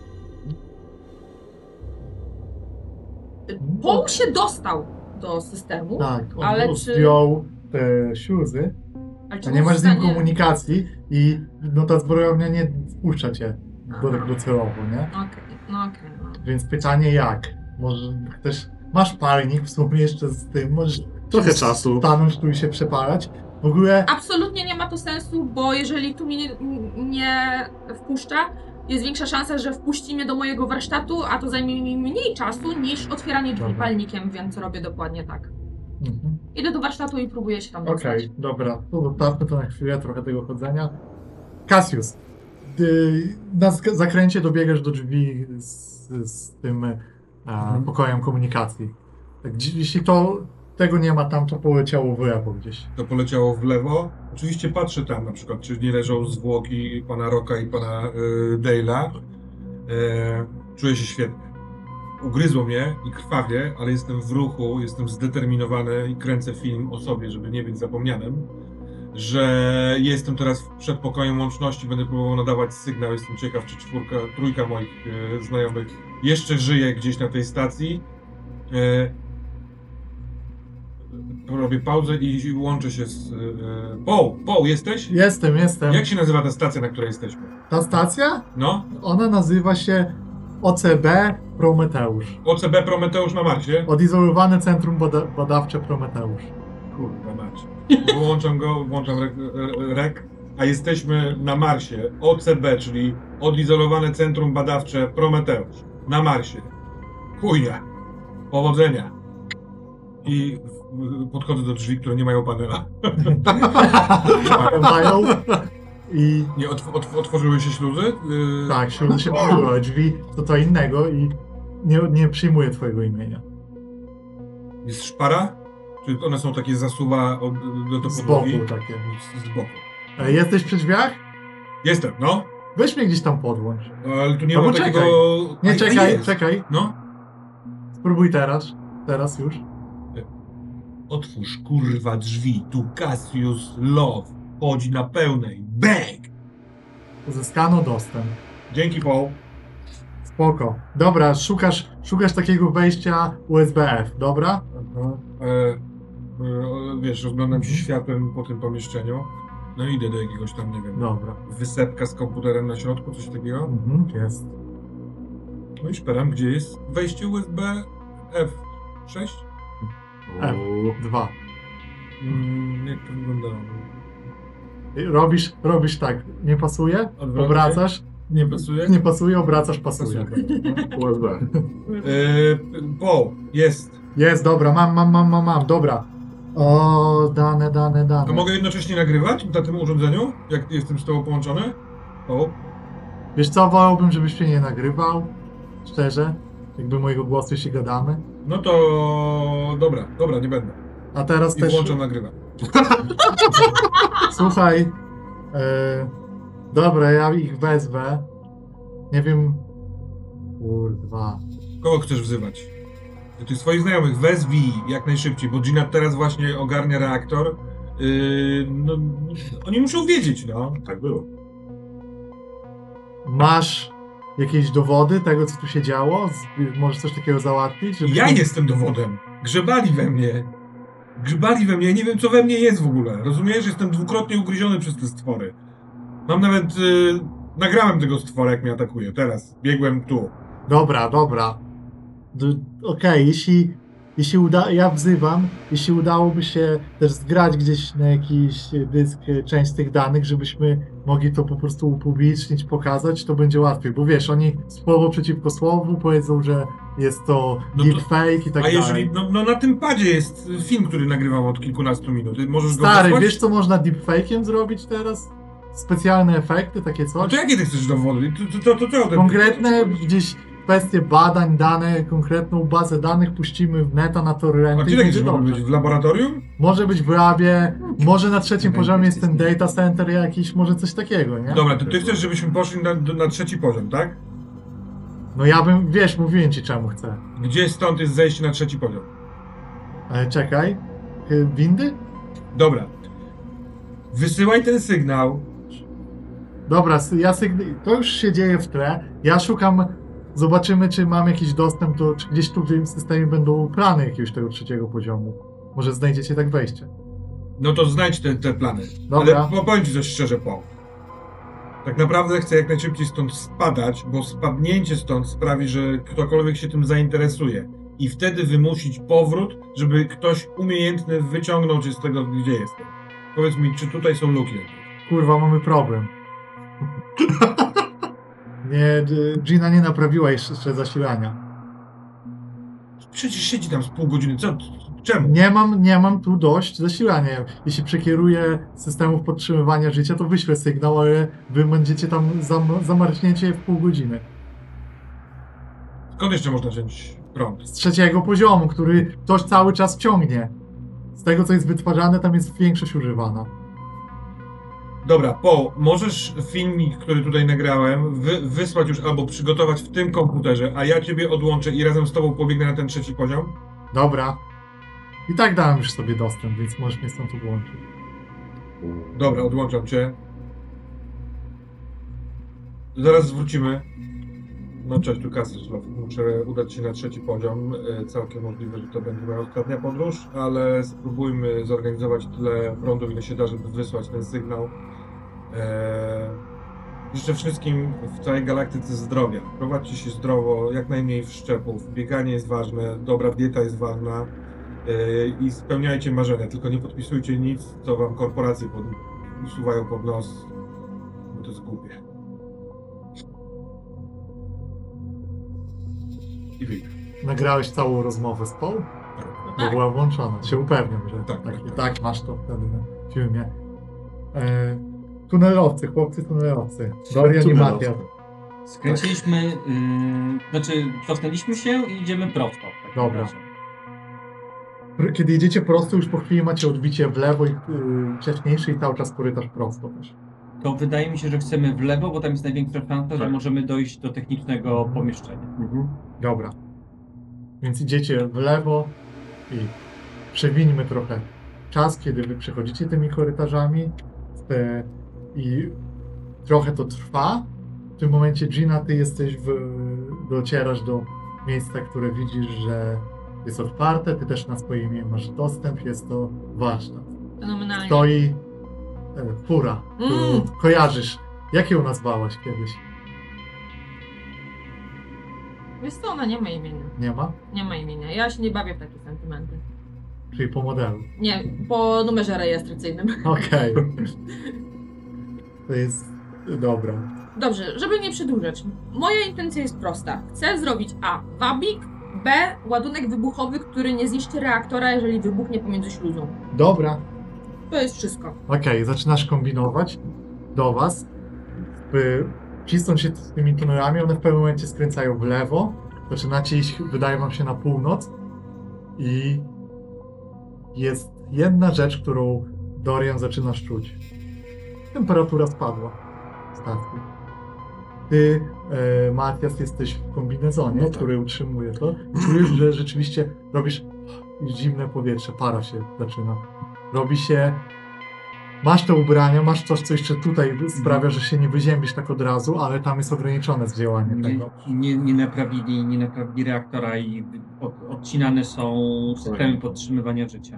Paul się dostał do systemu, Tak, on Ale ale czy- zdjął te śluzy, ale czy a nie był masz w z nim stanie- komunikacji i no ta zbrojownia nie wpuszcza cię do, Aha. docelowo, nie? Okej, no okej. no. Więc pytanie jak? Może chcesz, masz palnik w sumie jeszcze z tym, możesz Trochę czasu. stanąć tu i się przepalać. W ogóle Absolutnie nie ma to sensu, bo jeżeli tu mnie nie, nie wpuszcza, jest większa szansa, że wpuści mnie do mojego warsztatu, a to zajmie mi mniej czasu niż otwieranie drzwi Dobra. palnikiem, więc robię dokładnie tak. Mhm. Idę do warsztatu i próbuję się tam Okej, dostać. dobra. Zostawmy to na chwilę, trochę tego chodzenia. Cassius, ty na sk- zakręcie dobiegasz do drzwi z, z tym e, Mhm. pokojem komunikacji. Tak, dzi- jeśli to tego nie ma tam, to poleciało w lewo gdzieś. To poleciało w lewo. Oczywiście patrzę tam na przykład, czy nie leżą zwłoki pana Rocka i pana y, Dale'a. E, czuję się świetnie. Ugryzło mnie i krwawie, ale jestem w ruchu, jestem zdeterminowany i kręcę film o sobie, żeby nie być zapomnianym, że jestem teraz w przedpokoju łączności, będę próbował nadawać sygnał, jestem ciekaw, czy czwórka, trójka moich e, znajomych jeszcze żyje gdzieś na tej stacji. E, robię pauzę i łączę się z... E, Paul, Paul, jesteś? Jestem, jestem. Jak się nazywa ta stacja, na której jesteśmy? Ta stacja? No? Ona nazywa się O C B Prometeusz. O C B Prometeusz na Marsie? Odizolowane Centrum Bada- Badawcze Prometeusz. Kurwa mać. Włączam go, włączam rek, rek, a jesteśmy na Marsie. O C B, czyli Odizolowane Centrum Badawcze Prometeusz. Na Marsie. Chujnia. Powodzenia. I w- podchodzę do drzwi, które nie mają panela. Mają i Nie, otw otw otworzyły się śluzy? Yy, tak, śluzy się pojawiły, drzwi to co innego i nie, nie przyjmuje twojego imienia. Jest szpara? Czy one są takie zasuwa od, do, do Z podłogi? boku takie. Z, z boku. E, Jesteś przy drzwiach? Jestem, no. Weź mnie gdzieś tam podłącz. Ale tu nie Albo ma takiego... czekaj. A- Nie, a czekaj, jest. czekaj. No. Spróbuj teraz. Teraz już. Otwórz kurwa drzwi, tu Cassius Love. Chodzi na pełnej. Bang! Uzyskano dostęp. Dzięki, Paul. Spoko. Dobra, szukasz, szukasz takiego wejścia U S B F, dobra? E, e, wiesz, rozglądam się światłem po tym pomieszczeniu. No idę do jakiegoś tam, nie wiem, Dobra. wysepka z komputerem na środku, coś takiego. Mhm, jest. No i szperam, gdzie jest wejście U S B F sześć? F dwa. Mm, jak to wyglądało? Robisz, robisz tak, nie pasuje, Odwrotnie? obracasz, Nie pasuje? nie pasuje, obracasz, pasuje. U S B. E, Paul, jest. Jest, dobra, mam, mam, mam, mam, mam, dobra. O, dane, dane, dane. To mogę jednocześnie nagrywać na tym urządzeniu, jak jestem z tobą połączony? Paul? Wiesz co, wolałbym, żebyś mnie nie nagrywał, szczerze, jakby mojego głosu, jeśli gadamy. No to dobra, dobra, nie będę. A teraz I też, włączam nagrywanie. słuchaj, e, dobra, ja ich wezwę, nie wiem, kurwa, Kogo chcesz wzywać? Tych swoich znajomych wezwij jak najszybciej, bo Gina teraz właśnie ogarnia reaktor. Yy, no, oni muszą wiedzieć, no. Tak było. masz jakieś dowody tego, co tu się działo? Z, możesz coś takiego załatwić? żebyśmy- Ja jestem dowodem. Grzebali we mnie. Grzebali we mnie. Ja nie wiem, co we mnie jest w ogóle. Rozumiesz? Jestem dwukrotnie ugryziony przez te stwory. Mam nawet... Yy, nagrałem tego stwora, jak mnie atakuje. Teraz. Biegłem tu. Dobra, dobra. D- Okej, jeśli, jeśli uda, ja wzywam, jeśli udałoby się też zgrać gdzieś na jakiś dysk e, część z tych danych, żebyśmy mogli to po prostu upublicznić, pokazać, to będzie łatwiej, bo wiesz, oni słowo przeciwko słowu powiedzą, że jest to No to- deepfake i tak A dalej. jeżeli... No, no na tym padzie jest film, który nagrywam od kilkunastu minut. Ty możesz go Stary, wysłać? wiesz co można deepfake'iem zrobić teraz? Specjalne efekty, takie No coś? to jakie ty chcesz dowody? To, to, to, to, to, Konkretne gdzieś kwestie badań, dane, konkretną bazę danych puścimy w neta na A torrenty gdzie i takie będzie rzeczy mogą dobrze. być? W laboratorium? Może być w labie, może na trzecim Nie poziomie wiem, jest ten jest- data center jakiś, może coś takiego, nie? Dobra, to ty chcesz, żebyśmy poszli na, na trzeci poziom, tak? No ja bym, wiesz, mówiłem ci czemu chcę. Gdzie stąd jest zejście na trzeci poziom? Ale czekaj, y, windy? Dobra. Wysyłaj ten sygnał. Dobra, sy- ja sygn- to już się dzieje w tle, ja szukam, zobaczymy czy mam jakiś dostęp do, czy gdzieś tu w tym systemie będą plany jakiegoś tego trzeciego poziomu. Może znajdziecie tak wejście. No to znajdź te, te plany. Dobra. Ale po- powiem ci coś szczerze, Paul. Tak naprawdę chcę jak najszybciej stąd spadać, bo spadnięcie stąd sprawi, że ktokolwiek się tym zainteresuje. I wtedy wymusić powrót, żeby ktoś umiejętny wyciągnął cię z tego, gdzie jestem. Powiedz mi, czy tutaj są luki? Kurwa, mamy problem. Nie, Gina nie naprawiła jeszcze zasilania. Przecież siedzi tam z pół godziny. Co? Czemu? Nie mam, nie mam tu dość zasilania. Jeśli przekieruję systemów podtrzymywania życia, to wyślę sygnał, ale wy będziecie tam zam, zamarznięcie w pół godziny. Skąd jeszcze można wziąć prąd? Z trzeciego poziomu, który ktoś cały czas ciągnie. Z tego, co jest wytwarzane, tam jest większość używana. Dobra, Po, możesz filmik, który tutaj nagrałem, wy, wysłać już albo przygotować w tym komputerze, a ja ciebie odłączę i razem z tobą pobiegnę na ten trzeci poziom? Dobra. I tak dałem już sobie dostęp, więc możesz mnie stąd odłączyć. Dobra, odłączam cię. Zaraz wrócimy. No cześć, tu Kastrzlow. Muszę udać się na trzeci poziom. E, Całkiem możliwe, że to będzie moja ostatnia podróż, ale spróbujmy zorganizować tyle prądu, ile się da, żeby wysłać ten sygnał. E, Życzę wszystkim w całej galaktyce zdrowia. Prowadźcie się zdrowo, jak najmniej wszczepów. Bieganie jest ważne, dobra dieta jest ważna. E, I spełniajcie marzenia, tylko nie podpisujcie nic, co wam korporacje pod, usuwają pod nos, bo to jest głupie. I wyjdę. Nagrałeś całą rozmowę z Paul? Bo Tak. była włączona. Się upewniam, że Tak, tak, tak, tak, tak. tak masz to wtedy na filmie. E, tunelowcy, chłopcy tunelowcy. Dorian i Tunelowcy. Matias. Skręciliśmy, yy, znaczy cofnęliśmy się i idziemy prosto. w takim Dobra. razie. Kiedy jedziecie prosto, już po chwili macie odbicie w lewo i yy, wcześniejszy i cały czas korytarz prosto też. To wydaje mi się, że chcemy w lewo, bo tam jest największa szansa, że Tak. możemy dojść do technicznego pomieszczenia. Mhm. Dobra. Więc idziecie w lewo i przewińmy trochę czas, kiedy wy przechodzicie tymi korytarzami te, i trochę to trwa. W tym momencie, Gina, ty jesteś w, docierasz do miejsca, które widzisz, że jest otwarte, ty też na swoje imię masz dostęp, jest to warsztat. Fenomenalnie. Stoi e, fura, którą Mm. kojarzysz. Jak ją nazwałaś kiedyś? Wiesz co, ona nie ma imienia. Nie ma? Nie ma imienia. Ja się nie bawię w takie sentymenty. Czyli po modelu. Nie, po numerze rejestracyjnym. Okej. To jest... Dobra. Dobrze, żeby nie przedłużać. Moja intencja jest prosta. Chcę zrobić A. Wabik, B. Ładunek wybuchowy, który nie zniszczy reaktora, jeżeli wybuchnie pomiędzy śluzą. Dobra. To jest wszystko. Okej, zaczynasz kombinować do was. By cisnąć się z tymi tunelami, one w pewnym momencie skręcają w lewo. Zaczynacie iść, wydaje wam się, na północ. I jest jedna rzecz, którą Dorian zaczynasz czuć. Temperatura spadła w statku. Ty, e, Matias, jesteś w kombinezonie, No tak. który utrzymuje to. I czujesz, że rzeczywiście robisz zimne powietrze, para się zaczyna. Robi się... Masz te ubrania, masz coś, co jeszcze tutaj sprawia, że się nie wyziębisz tak od razu, ale tam jest ograniczone zdziałanie Nie, tego. nie, nie, naprawili, nie naprawili reaktora i od, odcinane są systemy podtrzymywania życia.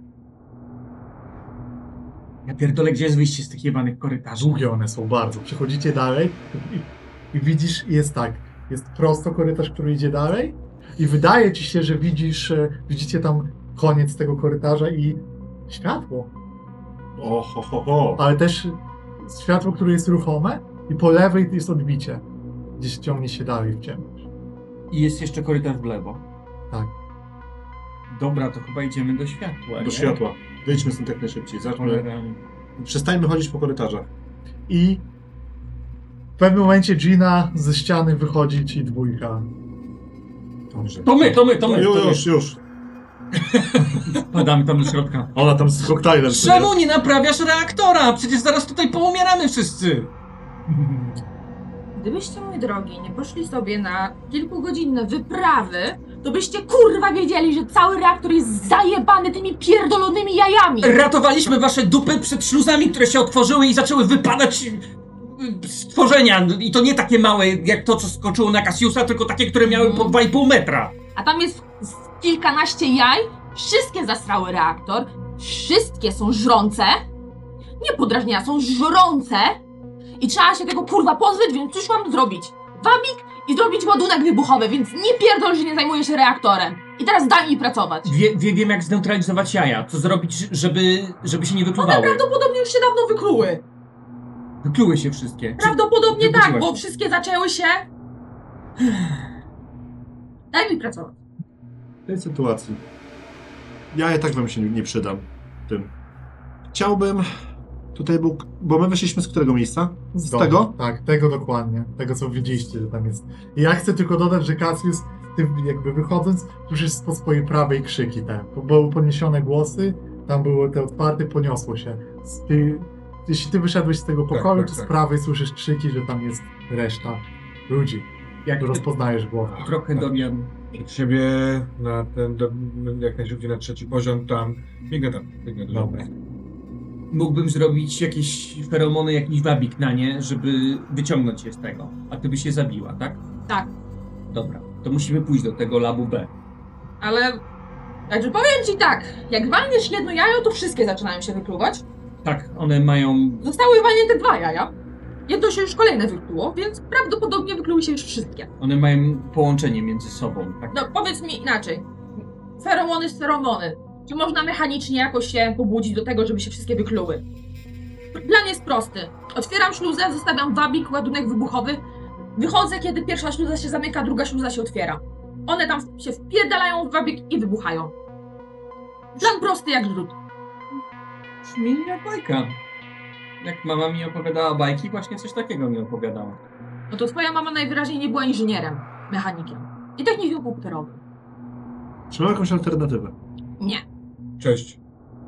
Ja pierdolę, gdzie jest wyjście z tych jebanych korytarzy? Długie one są bardzo. Przechodzicie dalej i, i widzisz, jest tak, jest prosto korytarz, który idzie dalej i wydaje ci się, że widzisz, e, widzicie tam koniec tego korytarza i światło, O, ho, ho, ho. ale też światło, które jest ruchome i po lewej jest odbicie. Gdzieś ciągnie się dalej w ciemność. I jest jeszcze korytarz w lewo. Tak. Dobra, to chyba idziemy do światła. Do nie? światła. Wyjdźmy stąd jak najszybciej. Zacznę. Cholera. Przestańmy chodzić po korytarzach. I w pewnym momencie Gina ze ściany wychodzi ci dwójka. Dobrze. To my, to my, to my. Już, To my. już, już. Padamy tam do środka. Ona tam z koktajlem. Czemu nie naprawiasz reaktora? Przecież zaraz tutaj poumieramy wszyscy. Gdybyście, mój drogi, nie poszli sobie na kilkugodzinne wyprawy, to byście kurwa wiedzieli, że cały reaktor jest zajebany tymi pierdolonymi jajami. Ratowaliśmy wasze dupy przed śluzami, które się otworzyły i zaczęły wypadać y, stworzenia. I to nie takie małe, jak to, co skoczyło na Cassiusa, tylko takie, które miały po dwa i pół metra. A tam jest z kilkanaście jaj, wszystkie zasrały reaktor, wszystkie są żrące, nie podrażnienia, są żrące i trzeba się tego kurwa pozbyć, więc coś mam zrobić. Wabik i zrobić ładunek wybuchowy, więc nie pierdol, że nie zajmuję się reaktorem. I teraz daj mi pracować. Wie, wie, wiem, jak zneutralizować jaja. Co zrobić, żeby, żeby się nie One wypluwały. prawdopodobnie już się dawno wykluły. Wykluły się wszystkie. Czy- Prawdopodobnie wybudziła tak, bo się? wszystkie zaczęły się... Daj mi pracować. W tej sytuacji. Ja i tak wam się nie, nie przydam tym. Chciałbym... Tutaj był... Bo my wyszliśmy z którego miejsca? Z domu. tego? Tak, tego dokładnie. Tego, co widzieliście, że tam jest. I ja chcę tylko dodać, że Cassius, ty jakby wychodząc, słyszysz po swojej prawej krzyki te. Bo były poniesione głosy, tam było te otwarte, poniosło się. Ty, jeśli ty wyszedłeś z tego pokoju, tak, to tak. z prawej słyszysz krzyki, że tam jest reszta ludzi. Jak ty Rozpoznajesz głowę. trochę Dorian... Przed siebie na ten, do, jak najszybciej na trzeci poziom, tam, biegnę tam, biegnę do Dobra. Mógłbym zrobić jakieś feromony, jakiś wabik na nie, żeby wyciągnąć je z tego. A ty byś je zabiła, tak? Tak, Dobra. To musimy pójść do tego labu B. ale... Także powiem ci tak, jak walniesz jedno jajo, to wszystkie zaczynają się wypluwać. Tak, one mają... Zostały walnięte dwa jaja. Jedno się już kolejne wykluło, więc prawdopodobnie wykluły się już wszystkie. One mają połączenie między sobą, tak? No powiedz mi inaczej. Feromony z feromony. Czy można mechanicznie jakoś się pobudzić do tego, żeby się wszystkie wykluły? Plan jest prosty. Otwieram śluzę, zostawiam wabik, ładunek wybuchowy. Wychodzę, kiedy pierwsza śluza się zamyka, druga śluza się otwiera. One tam się wpierdalają w wabik i wybuchają. Plan prosty jak drut. Brzmi jak bajka. Jak mama mi opowiadała bajki, właśnie coś takiego mi opowiadała. No to twoja mama najwyraźniej nie była inżynierem, mechanikiem i technikiem komputerowym. Czy mam jakąś alternatywę? Nie. Cześć.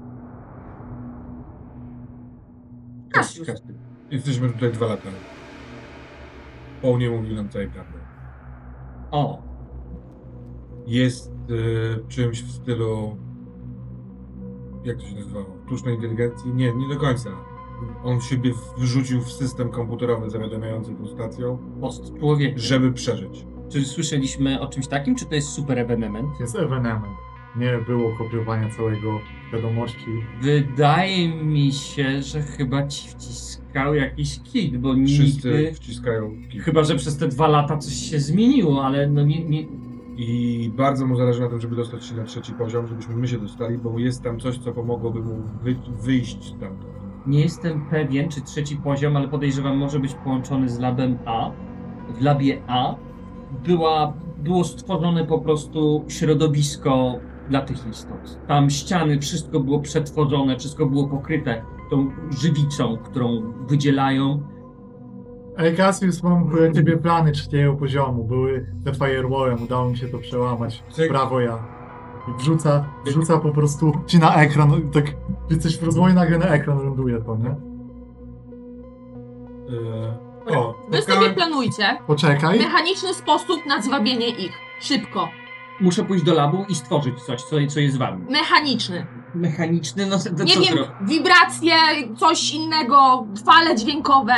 Cassius. Każdy. Jesteśmy tutaj dwa lata. Paul nie mówił nam całej prawdy. O, Jest y, czymś w stylu... Jak to się nazywało? Sztucznej inteligencji? Nie, nie do końca. On siebie wrzucił w system komputerowy zawiadamiający tą stacją, post człowiek. żeby przeżyć. Czy słyszeliśmy o czymś takim, czy to jest super ewenement? Jest ewenement. Nie było kopiowania całego wiadomości. Wydaje mi się, że chyba ci wciskał jakiś kit, bo Wszyscy nigdy... wciskają kij. Chyba, że przez te dwa lata coś się zmieniło, ale no nie... nie... I bardzo mu zależy na tym, żeby dostać się na trzeci poziom, żebyśmy my się dostali, bo jest tam coś, co pomogłoby mu wy, wyjść stamtąd. Nie jestem pewien, czy trzeci poziom, ale podejrzewam, może być połączony z labem A. W labie A była, było stworzone po prostu środowisko dla tych istot. Tam ściany, wszystko było przetworzone, wszystko było pokryte tą żywicą, którą wydzielają. Ej, Cassius, mam dla ciebie plany trzeciego poziomu. Były te firewallem, udało mi się to przełamać. Cyk. Brawo ja. I wrzuca, wrzuca po prostu ci na ekran, tak jesteś w rozwoju, nagle na ekran ląduje to, nie? Yy, o, Wy sobie spotkałem... planujcie Poczekaj. mechaniczny sposób na zwabienie ich. Szybko. Muszę pójść do labu i stworzyć coś, co, co jest wami. Mechaniczny. Mechaniczny, no to Nie co wiem, zro- wibracje, coś innego, fale dźwiękowe.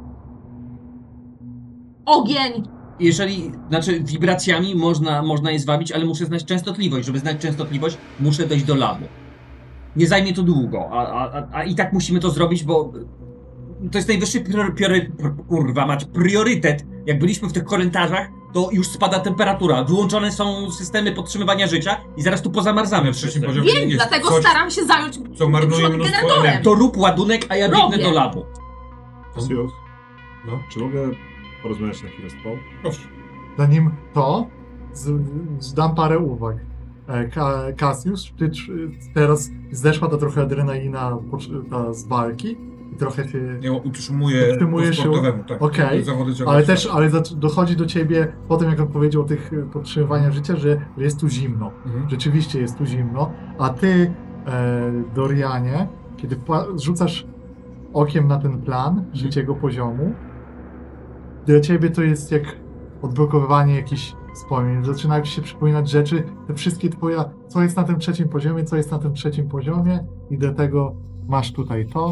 Ogień. Jeżeli, znaczy wibracjami można, można je zwabić, ale muszę znać częstotliwość. Żeby znać częstotliwość, muszę dojść do labu. Nie zajmie to długo, a, a, a, a i tak musimy to zrobić, bo to jest najwyższy prior, priory, kurwa mać, priorytet. Jak byliśmy w tych korytarzach, to już spada temperatura. Wyłączone są systemy podtrzymywania życia i zaraz tu pozamarzamy Na trzecim wszyscy. poziomie Wiem, jest dlatego coś, staram się zająć co marnuje przod mnóstwo generatorem. energii. To rób ładunek, a ja biegnę Robię. do labu. Cassius, No, czy mogę porozmawiać na chwilę z Paul? proszę. Zanim to, z, zdam parę uwag. E, Ka, Cassius, ty tr- teraz zeszła ta trochę adrenalina pocz- ta z walki i trochę się... Nie, utrzymuję Utrzymujesz po się- sportowemu, tak. Okej, Zawody ciągle Ale trwają. też, ale zac- dochodzi do ciebie, po tym jak on powiedział o tych e, podtrzymywaniach życia, że jest tu zimno. Mhm. Rzeczywiście jest tu zimno, a ty, e, Dorianie, kiedy pa- rzucasz okiem na ten plan trzeciego poziomu, dla ciebie to jest jak odblokowywanie jakichś wspomnień. Zaczynają ci się przypominać rzeczy, te wszystkie twoje, co jest na tym trzecim poziomie, co jest na tym trzecim poziomie i do tego masz tutaj to.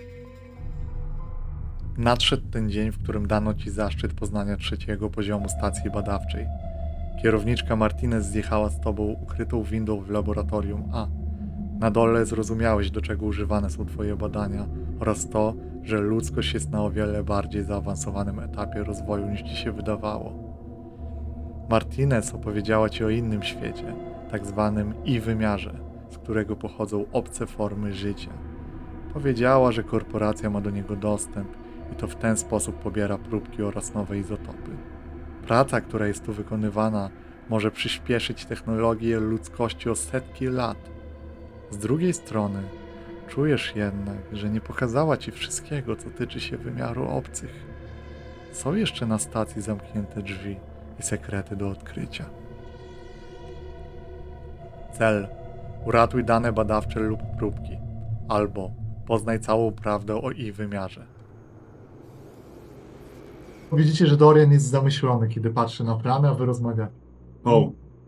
Nadszedł ten dzień, w którym dano ci zaszczyt poznania trzeciego poziomu stacji badawczej. Kierowniczka Martinez zjechała z tobą ukrytą windą w laboratorium A. Na dole zrozumiałeś, do czego używane są twoje badania oraz to, że ludzkość jest na o wiele bardziej zaawansowanym etapie rozwoju niż ci się wydawało. Martinez opowiedziała ci o innym świecie, tak zwanym I-wymiarze, z którego pochodzą obce formy życia. Powiedziała, że korporacja ma do niego dostęp i to w ten sposób pobiera próbki oraz nowe izotopy. Praca, która jest tu wykonywana, może przyspieszyć technologię ludzkości o setki lat. Z drugiej strony, czujesz jednak, że nie pokazała ci wszystkiego, co tyczy się wymiaru obcych. Są jeszcze na stacji zamknięte drzwi i sekrety do odkrycia. Cel: uratuj dane badawcze lub próbki, albo poznaj całą prawdę o ich wymiarze. Widzicie, że Dorian jest zamyślony, kiedy patrzy na plany, a wy rozmawiacie. O,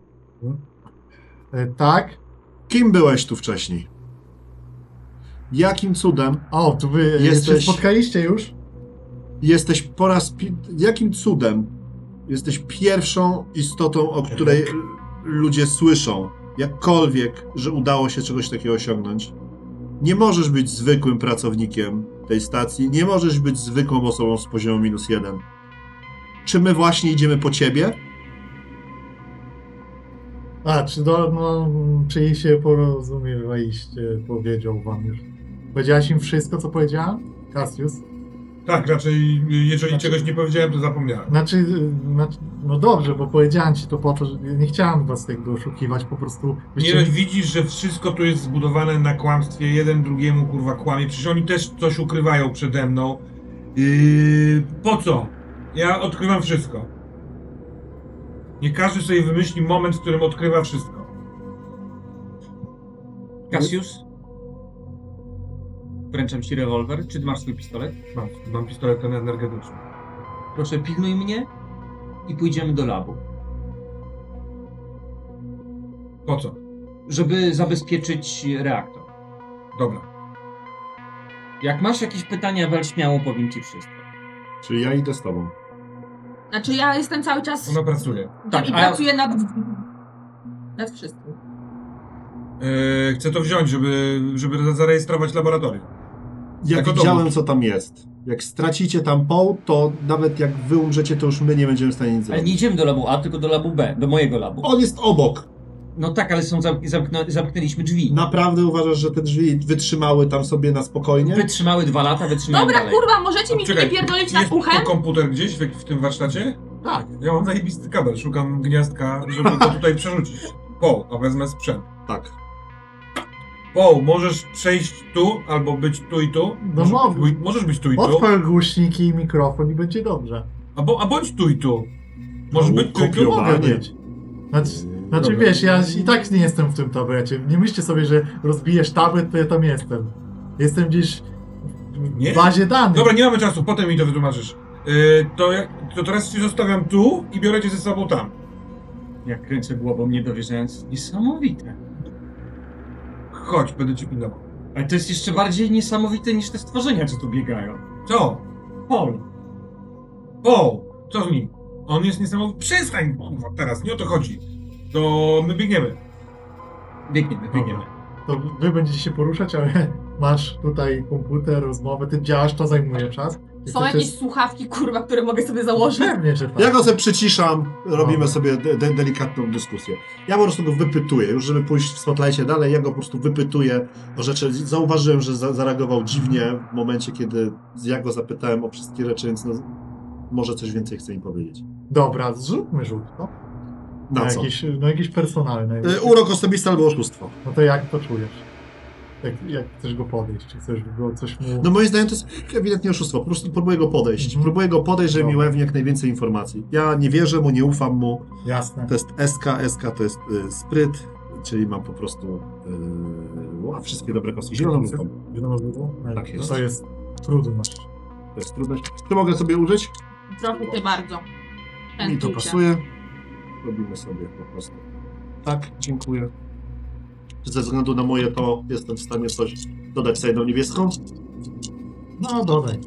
E, tak? kim byłeś tu wcześniej? Jakim cudem O, tu wy Jesteś- się spotkaliście już? jesteś po raz... Pi- jakim cudem jesteś pierwszą istotą, o której l- ludzie słyszą, jakkolwiek, że udało się czegoś takiego osiągnąć? Nie możesz być zwykłym pracownikiem tej stacji, nie możesz być zwykłą osobą z poziomu minus jeden. Czy my właśnie idziemy po ciebie? A, czy, do, no, czy jej się porozumiewaliście, powiedział wam już. Powiedziałaś im wszystko, co powiedziała? Cassius? Tak, raczej jeżeli Znaczy- czegoś nie powiedziałem, to zapomniałem. Znaczy, y, znaczy, no dobrze, bo powiedziałem ci to po to, że nie chciałem was jakby oszukiwać, po prostu... Nie dość widzisz, że wszystko tu jest zbudowane na kłamstwie, jeden drugiemu kurwa kłamie, przecież oni też coś ukrywają przede mną. Yy, po co? Ja odkrywam wszystko. Nie każdy sobie wymyśli moment, w którym odkrywa wszystko. Cassius? Wręczam ci rewolwer. Czy ty masz swój pistolet? Mam, mam pistolet ten energetyczny. Proszę, pilnuj mnie i pójdziemy do labu. Po co? Żeby zabezpieczyć reaktor. Dobra. Jak masz jakieś pytania, Wel, śmiało powiem ci wszystko. Czyli ja idę z tobą. Znaczy ja jestem cały czas Ona pracuje. Tak, i a- pracuję nad, nad wszystkim. Yy, chcę to wziąć, żeby, żeby zarejestrować laboratorium. Ja Jako widziałem, dowód. co tam jest. Jak stracicie tam poł, to nawet jak wy umrzecie, to już my nie będziemy w stanie nic Ale nie zrobić. idziemy do labu A, tylko do labu B, do mojego labu. On jest obok. No tak, ale są zamk- zamknę- zamknęliśmy drzwi. Naprawdę uważasz, że te drzwi wytrzymały tam sobie na spokojnie? Wytrzymały dwa lata, wytrzymają Dobra, dalej. kurwa, możecie mi tu Czekaj, nie pierdolić nad jest uchem? tu komputer gdzieś w, w tym warsztacie? Tak. Ja mam zajebisty kabel, szukam gniazdka, żeby go tutaj przerzucić. Po, a wezmę sprzęt. Tak. Po, możesz przejść tu, albo być tu i tu. No Możesz, mogę. być, możesz być tu i tu. Odpal głośniki i mikrofon i będzie dobrze. A, bo, a bądź tu i tu. Możesz No, być tu i tu. kopiowanie. Mogę być. Znaczy, znaczy Dobra. wiesz, ja i tak nie jestem w tym tablecie. Nie myślcie sobie, że rozbijesz tablet, to ja tam jestem. Jestem gdzieś w Nie? bazie danych. Dobra, nie mamy czasu, potem mi to wytłumaczysz. Yy, to, jak, to teraz cię zostawiam tu i biorę cię ze sobą tam. Jak kręcę głową, nie dowierzając. Niesamowite. Chodź, będę cię pilnował. Ale to jest jeszcze bardziej niesamowite niż te stworzenia, co tu biegają. Co? Paul. Po, co z nim? On jest niesamowity. Przestań, kurwa, teraz, nie o to chodzi. To my biegniemy. Biegniemy, biegniemy. To wy będziecie się poruszać, ale masz tutaj komputer, rozmowę, ty działasz, to zajmuje czas. Są Chcecie- jakieś słuchawki, kurwa, które mogę sobie założyć? Pewnie, że tak. Ja go sobie przyciszam, robimy Dobra. sobie de de delikatną dyskusję. Ja po prostu go wypytuję, już żeby pójść w spotlightie dalej, ja go po prostu wypytuję o rzeczy. Zauważyłem, że za zareagował dziwnie w momencie, kiedy ja go zapytałem o wszystkie rzeczy, więc no, może coś więcej chce mi powiedzieć. Dobra, zróbmy rzut, no. Na co? Jakieś, no jakieś personalne. Y, urok osobisty albo oszustwo. No to jak to czujesz? Jak, jak chcesz go podejść? Czy chcesz go coś mu... No moim zdaniem to jest ewidentnie oszustwo. Po prostu próbuję go podejść. Mhm. Próbuję go podejść, żeby mi Dobra. ujawnił jak najwięcej informacji. Ja nie wierzę mu, nie ufam mu. Jasne. To jest S K, S K to jest y, spryt, czyli mam po prostu y, ła, wszystkie dobre kostki. Zieloną lupą. Zieloną lupą? Tak jest. To jest trudność. To jest trudność. Czy mogę sobie użyć? Trochę ty bardzo. Mi to Chętujcie. pasuje. Robimy sobie po prostu. Tak, dziękuję. Ze względu na moje to jestem w stanie coś dodać sobie na niebieską. No, dodaj.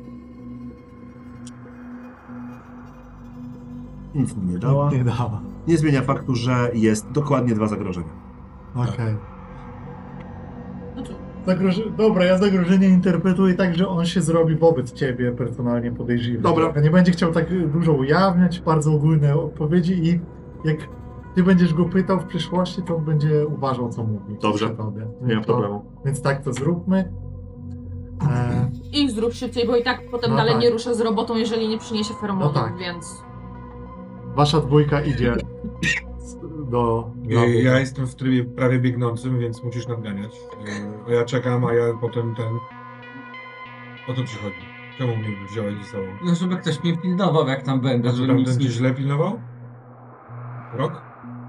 Nic mi nie dała. Nie dała. Nie zmienia faktu, że jest dokładnie dwa zagrożenia. Okej. No to Zagroże... Dobra, ja zagrożenie interpretuję tak, że on się zrobi wobec ciebie personalnie podejrzliwy. Dobra. Trochę nie będzie chciał tak dużo ujawniać, bardzo ogólne odpowiedzi i jak ty będziesz go pytał w przyszłości, to on będzie uważał, co mówi. Dobrze. przy tobie. Nie ma To- problemu. Więc tak to zróbmy. E, I ich zrób szybciej, bo i tak potem No dalej tak. nie rusza z robotą, jeżeli nie przyniesie feromonów, No tak. więc... Wasza dwójka idzie do... Ja, ja jestem w trybie prawie biegnącym, więc musisz nadganiać. Yy, A ja czekam, a ja potem ten... O co ci chodzi? Czemu mnie wziąłeś ze sobą? No, żeby ktoś mnie pilnował, jak tam będę, A co żeby tam nic ten nie... cię źle pilnował? Rok?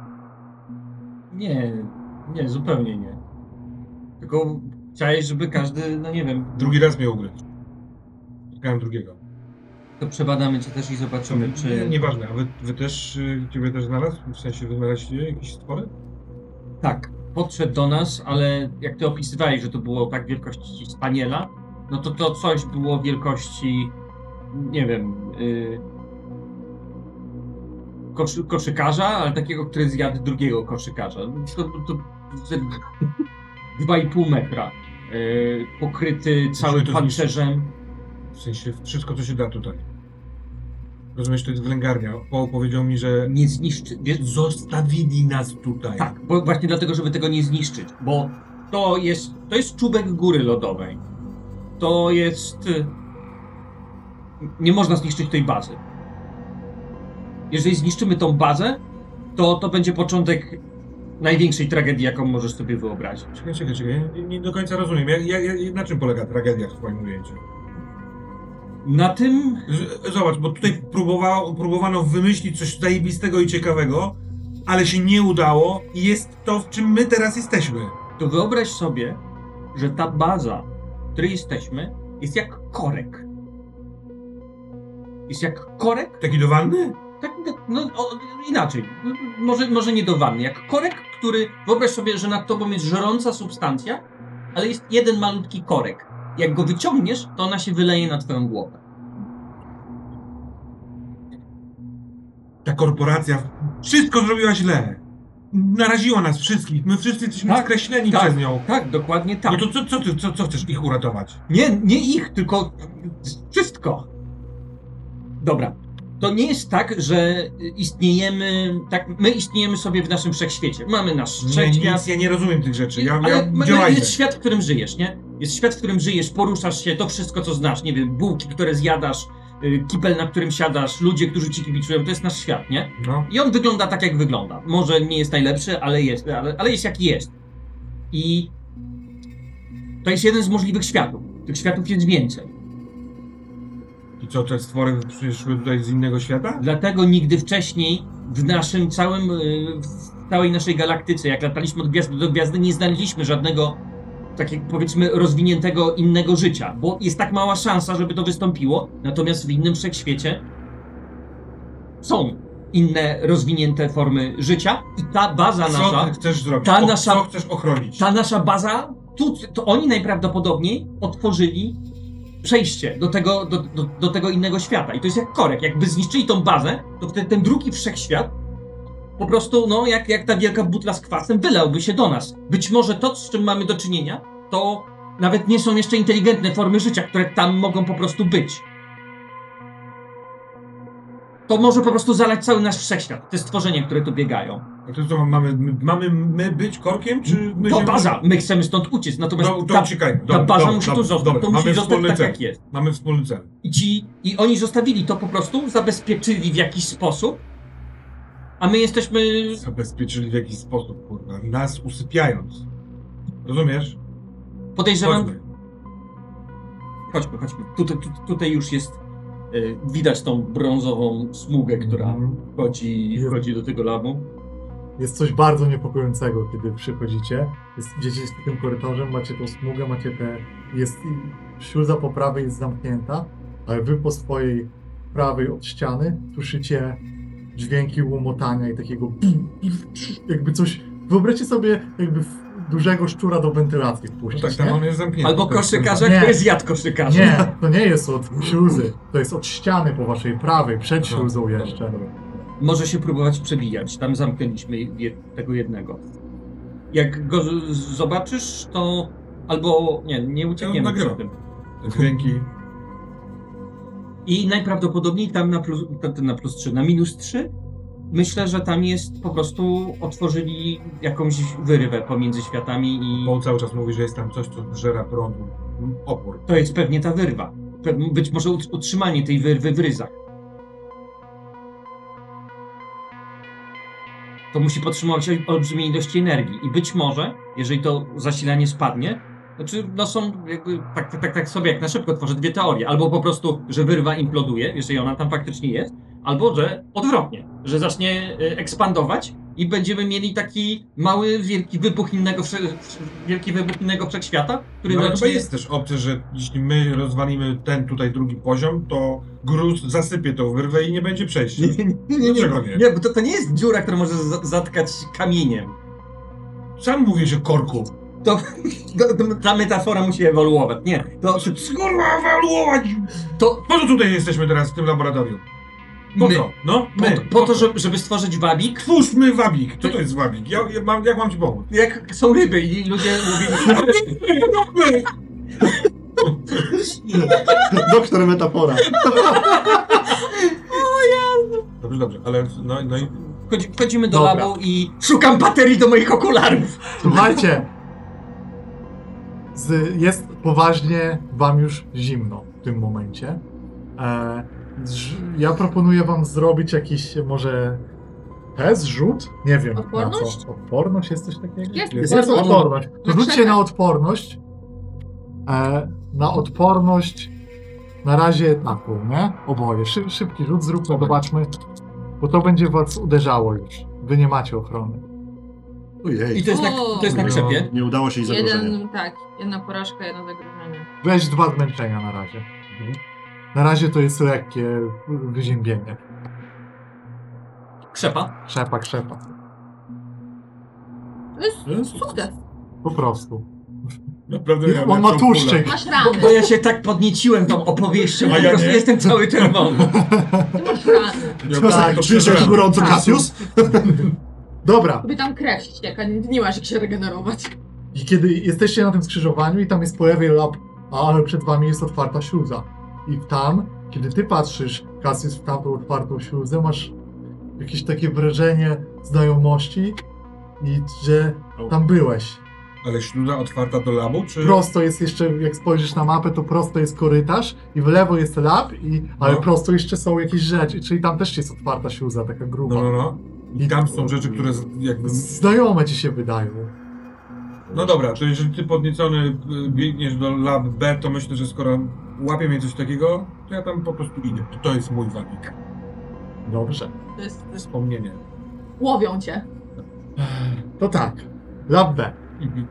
Nie, nie, zupełnie nie. Tylko chciałeś, żeby każdy, no nie wiem, Drugi raz mnie ugryźł. Spotkałem drugiego. to przebadamy cię też i zobaczymy, Nie, czy... nieważne, a wy, wy też, y, ciebie też znalazł? W sensie wy znaleźliście jakieś stwory? Tak, podszedł do nas, ale jak ty opisywałeś, że to było tak wielkości spaniela, no to to coś było wielkości, nie wiem, yy, koszy, koszykarza, ale takiego, który zjadł drugiego koszykarza. To, to, to ze dwa i pół metra, yy, pokryty całym to pancerzem. W sensie wszystko, co się da tutaj. Rozumiesz, to jest wylęgarnia. Paul powiedział mi, że Nie zniszczy. Wiesz, zostawili nas tutaj. tak, bo właśnie dlatego, żeby tego nie zniszczyć, bo to jest, to jest czubek góry lodowej. To jest... y, Nie można zniszczyć tej bazy. Jeżeli zniszczymy tą bazę, to to będzie początek największej tragedii, jaką możesz sobie wyobrazić. Czekaj, czekaj, czekaj. Nie, nie do końca rozumiem. Ja, ja, ja, na czym polega tragedia w twoim ujęciu? Na tym... Z- Zobacz, bo tutaj próbowało, próbowano wymyślić coś zajebistego i ciekawego, ale się nie udało i jest to, w czym my teraz jesteśmy. To wyobraź sobie, że ta baza, w której jesteśmy, jest jak korek. Jest jak korek. Taki do wanny? Tak, no o, inaczej. Może, może nie do wanny. Jak korek, który... Wyobraź sobie, że nad tobą jest żrąca substancja, ale jest jeden malutki korek. Jak go wyciągniesz, to ona się wyleje na twoją głowę. Ta korporacja wszystko zrobiła źle. Naraziła nas wszystkich. My wszyscy jesteśmy Tak, skreśleni tak. przez nią. Tak, dokładnie tak. No to co, co ty, co, co chcesz ich uratować? Nie, nie ich, tylko wszystko. Dobra. To nie jest tak, że istniejemy, tak, my istniejemy sobie w naszym wszechświecie. Mamy nasz Nie, wszechświat. nic, ja nie rozumiem tych rzeczy. Ja, Ale ja no, działajmy. jest świat, w którym żyjesz, nie? Jest świat, w którym żyjesz, poruszasz się, to wszystko, co znasz, nie wiem, bułki, które zjadasz, y, kibel, na którym siadasz, ludzie, którzy ci kibicują, to jest nasz świat, nie? No. I on wygląda tak, jak wygląda. Może nie jest najlepszy, ale jest, ale, ale jest jaki jest. I to jest jeden z możliwych światów. Tych światów jest więcej. I co, te stwory przyszły tutaj z innego świata? Dlatego nigdy wcześniej w naszym całym, y, w całej naszej galaktyce, jak lataliśmy od gwiazdy do gwiazdy, nie znaleźliśmy żadnego, takiego powiedzmy, rozwiniętego innego życia, bo jest tak mała szansa, żeby to wystąpiło, natomiast w innym wszechświecie są inne rozwinięte formy życia i ta baza Co nasza, ty chcesz zrobić? ta O, nasza- Co chcesz ochronić? ta nasza baza, tu, to oni najprawdopodobniej otworzyli przejście do tego, do, do, do tego innego świata. I to jest jak korek. Jakby zniszczyli tą bazę, to wtedy ten drugi wszechświat po prostu, no, jak, jak ta wielka butla z kwasem, wylałby się do nas. Być może to, z czym mamy do czynienia, to nawet nie są jeszcze inteligentne formy życia, które tam mogą po prostu być. To może po prostu zalać cały nasz wszechświat. Te stworzenia, które tu biegają. A to co, mamy, my, mamy my być korkiem, czy my To się... baza. My chcemy stąd uciec. Natomiast No, to ta, uciekajmy. ta Dobra, baza dobra, musi dobra, tu zostać. dobra. To musi Mamy zostać wspólny tak, cel. jak jest. Mamy wspólny cel. I, ci, I oni zostawili to po prostu, zabezpieczyli w jakiś sposób, a my jesteśmy... Zabezpieczyli w jakiś sposób, kurwa. Nas usypiając. Rozumiesz? Podejrzewam... Chodźmy. Chodźmy, chodźmy. Tutaj, tu, tutaj już jest... Y, widać tą brązową smugę, która Mhm. wchodzi, Jest. wchodzi do tego labu. Jest coś bardzo niepokojącego, kiedy przychodzicie. Jest, idziecie tym korytarzem, macie tą smugę, macie te... Jest... Śluza po prawej jest zamknięta, ale wy po swojej prawej od ściany słyszycie dźwięki łomotania i takiego... Jakby coś... Wyobraźcie sobie jakby w- dużego szczura do wentylacji No wpuścić, tak, tam nie? on jest zamknięty. Albo To jest, koszykarza, Nie. który zjadł koszykarza. Nie, to nie jest od śluzy, to jest od ściany po waszej prawej, przed Aha, śluzą dobra, jeszcze. dobra. Może się próbować przebijać. Tam zamknęliśmy je, tego jednego. Jak go z- zobaczysz, to... Albo... Nie, nie uciekniemy Ja nagrywam. przed tym. Te dźwięki. I najprawdopodobniej tam na plus, na, na plus trzy, na minus trzy, myślę, że tam jest po prostu otworzyli jakąś wyrywę pomiędzy światami i... Paul cały czas mówi, że jest tam coś, co żera prądu. opór. To jest pewnie ta wyrwa. Pe- Być może ut- utrzymanie tej wyrwy w ryzach. To musi podtrzymywać ol- olbrzymiej ilości energii. I być może, jeżeli to zasilanie spadnie, znaczy, no są jakby, tak, tak, tak sobie jak na szybko tworzę dwie teorie. Albo po prostu, że wyrwa imploduje, jeżeli ona tam faktycznie jest, albo, że odwrotnie, że zacznie e, ekspandować i będziemy mieli taki mały, wielki wybuch innego, wsze- wielki wybuch innego wszechświata, który No, ale zacznie... chyba jest też opcja, że jeśli my rozwalimy ten tutaj drugi poziom, to gruz zasypie tą wyrwę i nie będzie przejścia. Nie, nie, nie, nie, Dlaczego nie, nie? nie, bo to, to nie jest dziura, która może za- zatkać kamieniem. Sam mówisz o korku. To, to, to ta metafora musi ewoluować. Nie, to, Skurwa, ewaluować! to Po co tutaj jesteśmy teraz w tym laboratorium? Po My. co? No, po, my. po to, żeby, żeby stworzyć wabik, Twórzmy wabik. Co to jest wabik? Ja, ja mam, jak mam ci pomóc? jak są ryby i ludzie mówili... Doktor metafora. Dobrze, dobrze, ale no, no i... Wchodzi- Wchodzimy do Dobra. labu i szukam baterii do moich okularów. Słuchajcie, z, jest poważnie wam już zimno w tym momencie. E, ż- ja proponuję wam zrobić jakiś może test, rzut? Nie wiem Odporność? na co. Odporność? Jest coś takiego? Jest, jest, jest odporność. To Na rzućcie krzepę. na odporność. E, na odporność na razie taką, nie? Oboje. Szy, szybki rzut zróbmy, zobaczmy. Bo to będzie was uderzało już. Wy nie macie ochrony. Ojej. I to jest na, to jest na krzepie. Nie udało się ich zagrożenie. Jeden, tak, jedna porażka, jedno zagrożenie. Weź dwa zmęczenia na razie. Na razie to jest lekkie wyziębienie. Krzepa. Krzepa, krzepa. To jest sukces. Po prostu. Naprawdę On miałem ma lepszą tłuszczyk. Masz Bo, rany, bo ja się tak podnieciłem tą opowieścią, A po ja prostu nie. jestem cały czerwony. ty masz rany. kulę. Ja Tak, to Czujesz jak przeżyłem. gorąco, Cassius? Dobra. Tobie tam krew ścieka, nie, nie masz jak się regenerować. I kiedy jesteście na tym skrzyżowaniu i tam jest po lewej lab, a ale przed wami jest otwarta śluza. I tam, kiedy ty patrzysz, Cassius, w tamtą otwartą śluzę, masz jakieś takie wrażenie znajomości i że tam byłeś. Ale śluza otwarta do labu, czy... Prosto jest jeszcze, jak spojrzysz na mapę, to prosto jest korytarz i w lewo jest lab, i, ale No. prosto jeszcze są jakieś rzeczy, czyli tam też jest otwarta śluza, taka gruba. No, no, no. I tam są rzeczy, które z- jakby... Znajome ci się wydają. No dobra, to jeżeli ty podniecony y, biegniesz do lab B, to myślę, że skoro łapie mnie coś takiego, to ja tam po prostu idę. To, to jest mój wabik. Dobrze. To jest, to jest... Wspomnienie. Łowią cię. To tak, lab B. Mhm.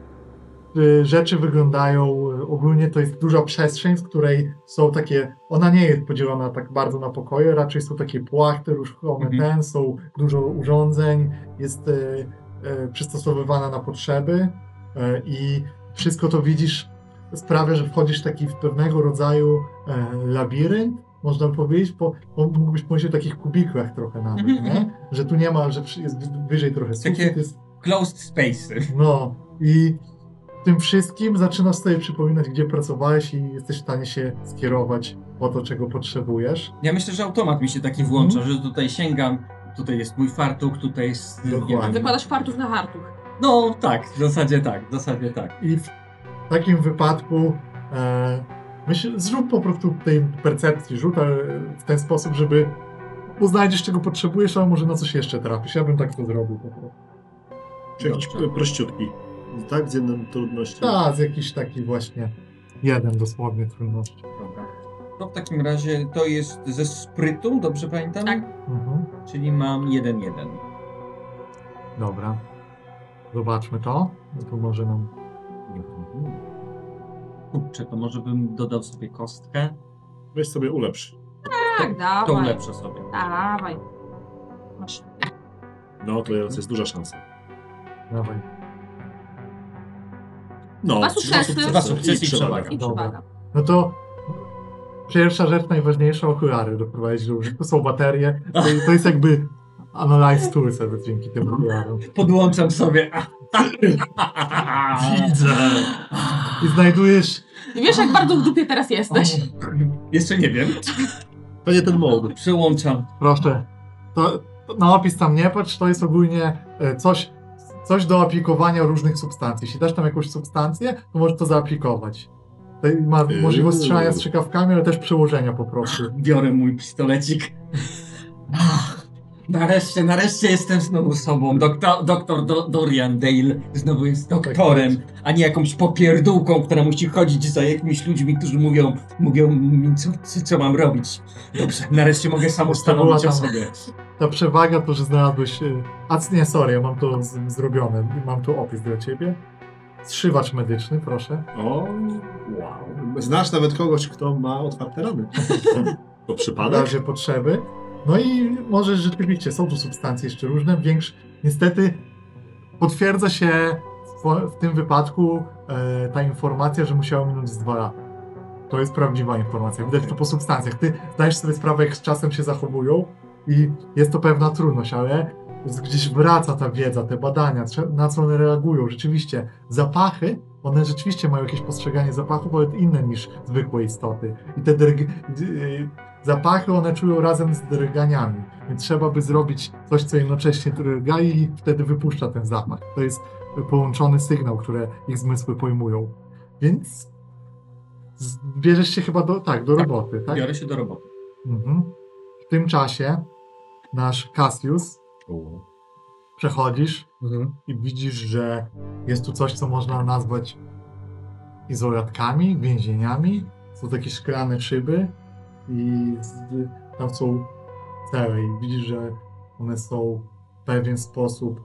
Y, Rzeczy wyglądają, y, ogólnie to jest duża przestrzeń, w której są takie, ona nie jest podzielona tak bardzo na pokoje, raczej są takie płachty, ruchome Mhm. ten, są dużo urządzeń, jest y, y, przystosowywana na potrzeby y, i wszystko to widzisz, sprawia, że wchodzisz w taki w pewnego rodzaju y, labirynt, można powiedzieć, po, po, mógłbyś pomyśleć o takich kubiklach trochę nawet, Mhm, nie? mhm. Że tu nie ma, że przy- jest wyżej trochę sufit, Takie- jest Closed space. no i tym wszystkim zaczynasz sobie przypominać, gdzie pracowałeś i jesteś w stanie się skierować po to, czego potrzebujesz. Ja myślę, że automat mi się taki włącza, Mhm. że tutaj sięgam, tutaj jest mój fartuch, tutaj jest... nie Dokładnie. wiem. Zakładasz fartuch na hartuch. No tak, w zasadzie tak, w zasadzie tak. I w takim wypadku e, myśl, zrób po prostu tej percepcji, rzut e, w ten sposób, żeby uznajdziesz, czego potrzebujesz, a może na coś jeszcze trafisz. Ja bym tak to zrobił po prostu. Czy jakiś Dobrze. prościutki. Tak, z jedną trudnością. Tak, z jakiś taki właśnie jeden dosłownie trudności. Dobra. To w takim razie to jest ze sprytu, dobrze pamiętam? Tak. Mhm. Czyli mam jeden jeden. Dobra. Zobaczmy to. No to może nam... Kurczę, to może bym dodał sobie kostkę. Weź sobie ulepsz. Tak, To dawaj. ulepszę sobie. Dawaj. Masz. No, to jest duża szansa. Dawaj. No, Dwa trzy sukcesy. Dwa sukcesy i przewaga. przewaga. I Dobra. przewaga. No to pierwsza rzecz, najważniejsza, okulary doprowadzić do użytku. Są baterie. To, to jest jakby Analyze Tools dzięki tym okularom. Podłączam sobie. Widzę. I znajdujesz... I wiesz, jak bardzo w dupie teraz jesteś? Jeszcze nie wiem. To nie ten mod. Przełączam. Proszę. To, to na opis tam nie patrz, to jest ogólnie e, coś, coś do aplikowania różnych substancji. Jeśli dasz tam jakąś substancję, to możesz to zaaplikować. Tutaj ma możliwość Yy. strzelania strzykawkami, ale też przełożenia po prostu. Biorę mój pistolecik. Ach, nareszcie, nareszcie jestem znowu sobą. Doktor, doktor Do, Dorian Dale znowu jest doktorem, a nie jakąś popierdółką, która musi chodzić za jakimiś ludźmi, którzy mówią, mówią mi, co, co, co mam robić. Dobrze, nareszcie mogę samostanowić o tam- sobie. Ta przewaga to, że znalazłeś... y, A nie, sorry, ja mam to z, zrobione. Mam tu opis dla ciebie. Zszywacz medyczny, proszę. O, wow. Znasz nawet kogoś, kto ma otwarte rany. To W przypadek? razie potrzeby. No i może rzeczywiście są tu substancje jeszcze różne. Większe, niestety potwierdza się w, w tym wypadku e, ta informacja, że musiało minąć z dwa lata. To jest prawdziwa informacja. Widać to po substancjach. Ty zdajesz sobie sprawę, jak z czasem się zachowują i jest to pewna trudność, ale gdzieś wraca ta wiedza, te badania, trze- na co one reagują. Rzeczywiście zapachy, one rzeczywiście mają jakieś postrzeganie zapachów, ale inne niż zwykłe istoty. I te drg- y- zapachy one czują razem z drganiami. Więc trzeba by zrobić coś, co jednocześnie drga i wtedy wypuszcza ten zapach. To jest połączony sygnał, które ich zmysły pojmują. Więc z- bierzesz się chyba do, tak, do Tak. roboty, tak? Biorę się do roboty. Mhm. W tym czasie nasz Cassius przechodzisz Mhm. i widzisz, że jest tu coś, co można nazwać izolatkami, więzieniami. Są takie szklane szyby i z, tam są cele i widzisz, że one są w pewien sposób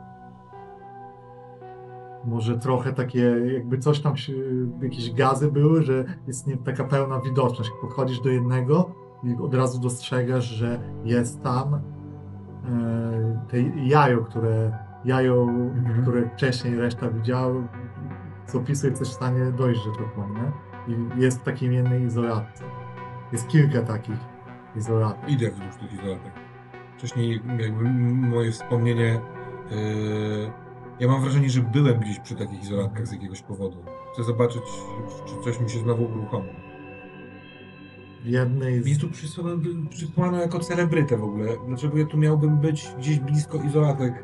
może trochę takie, jakby coś tam się, jakieś gazy były, że jest nie taka pełna widoczność. Podchodzisz do jednego i od razu dostrzegasz, że jest tam e, te jajo, które jajo, Mhm. które wcześniej reszta widziała, z opisu jesteś w stanie dojść, że to powiem, i jest w takiej jednej izolatce. Jest kilka takich izolatek. Idę wzdłuż tych izolatek. Wcześniej jakby m- moje wspomnienie... Yy, ja mam wrażenie, że byłem gdzieś przy takich izolatkach z jakiegoś powodu. Chcę zobaczyć, czy coś mi się znowu uruchomi. W jednej z... Jest tu przysłane, przysłane jako celebrytę w ogóle. Dlaczego ja tu miałbym być gdzieś blisko izolatek?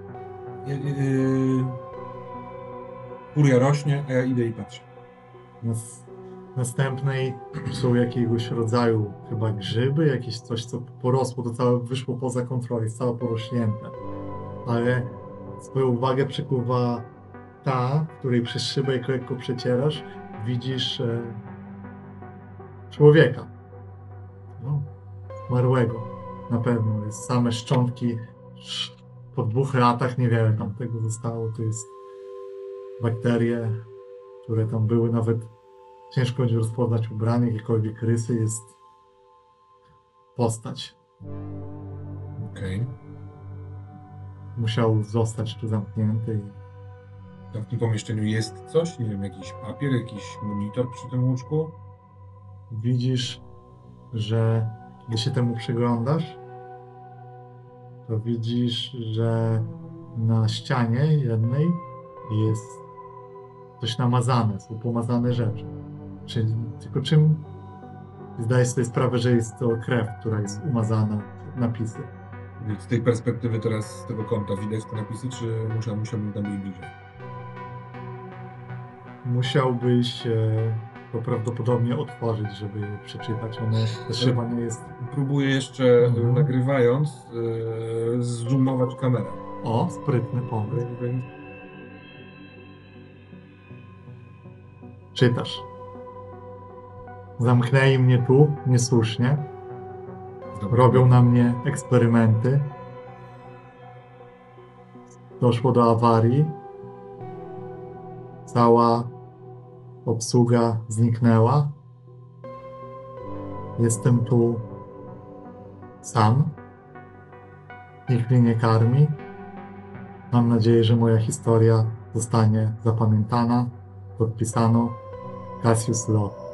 Yy, Furia rośnie, a ja idę i patrzę. Nas- następnej są jakiegoś rodzaju chyba grzyby, jakieś coś, co porosło, to całe wyszło poza kontrolę, jest całe porośnięte. Ale swoją uwagę przykuwa ta, której przez szybę jak lekko przecierasz, widzisz e, człowieka. No, zmarłego. Na pewno. Jest same szczątki. Sz- Po dwóch latach niewiele tam tego zostało. To jest bakterie, które tam były, nawet ciężko będzie rozpoznać ubranie, jakiekolwiek rysy, jest postać. Okej. Musiał zostać tu zamknięty i Tam w tym pomieszczeniu jest coś? Nie wiem, jakiś papier, jakiś monitor przy tym łóżku? widzisz, że kiedy się temu przyglądasz, to widzisz, że na ścianie jednej jest coś namazane, są pomazane rzeczy. Czyli tylko czym zdajesz sobie sprawę, że jest to krew, która jest umazana, napisy. Więc z tej perspektywy teraz, z tego kąta widać te napisy, czy muszę, musiałbym tam być bliżej? Musiałbyś e, to prawdopodobnie otworzyć, żeby je przeczytać. One, ta szyba nie jest... Próbuję jeszcze, Mhm. nagrywając, yy, zoomować kamerę. O, sprytny pomysł. Czytasz. Zamknęli mnie tu, niesłusznie. Robią na mnie eksperymenty. Doszło do awarii. Cała obsługa zniknęła. Jestem tu sam. Nikt mnie nie karmi. Mam nadzieję, że moja historia zostanie zapamiętana. Podpisano Cassius Lo.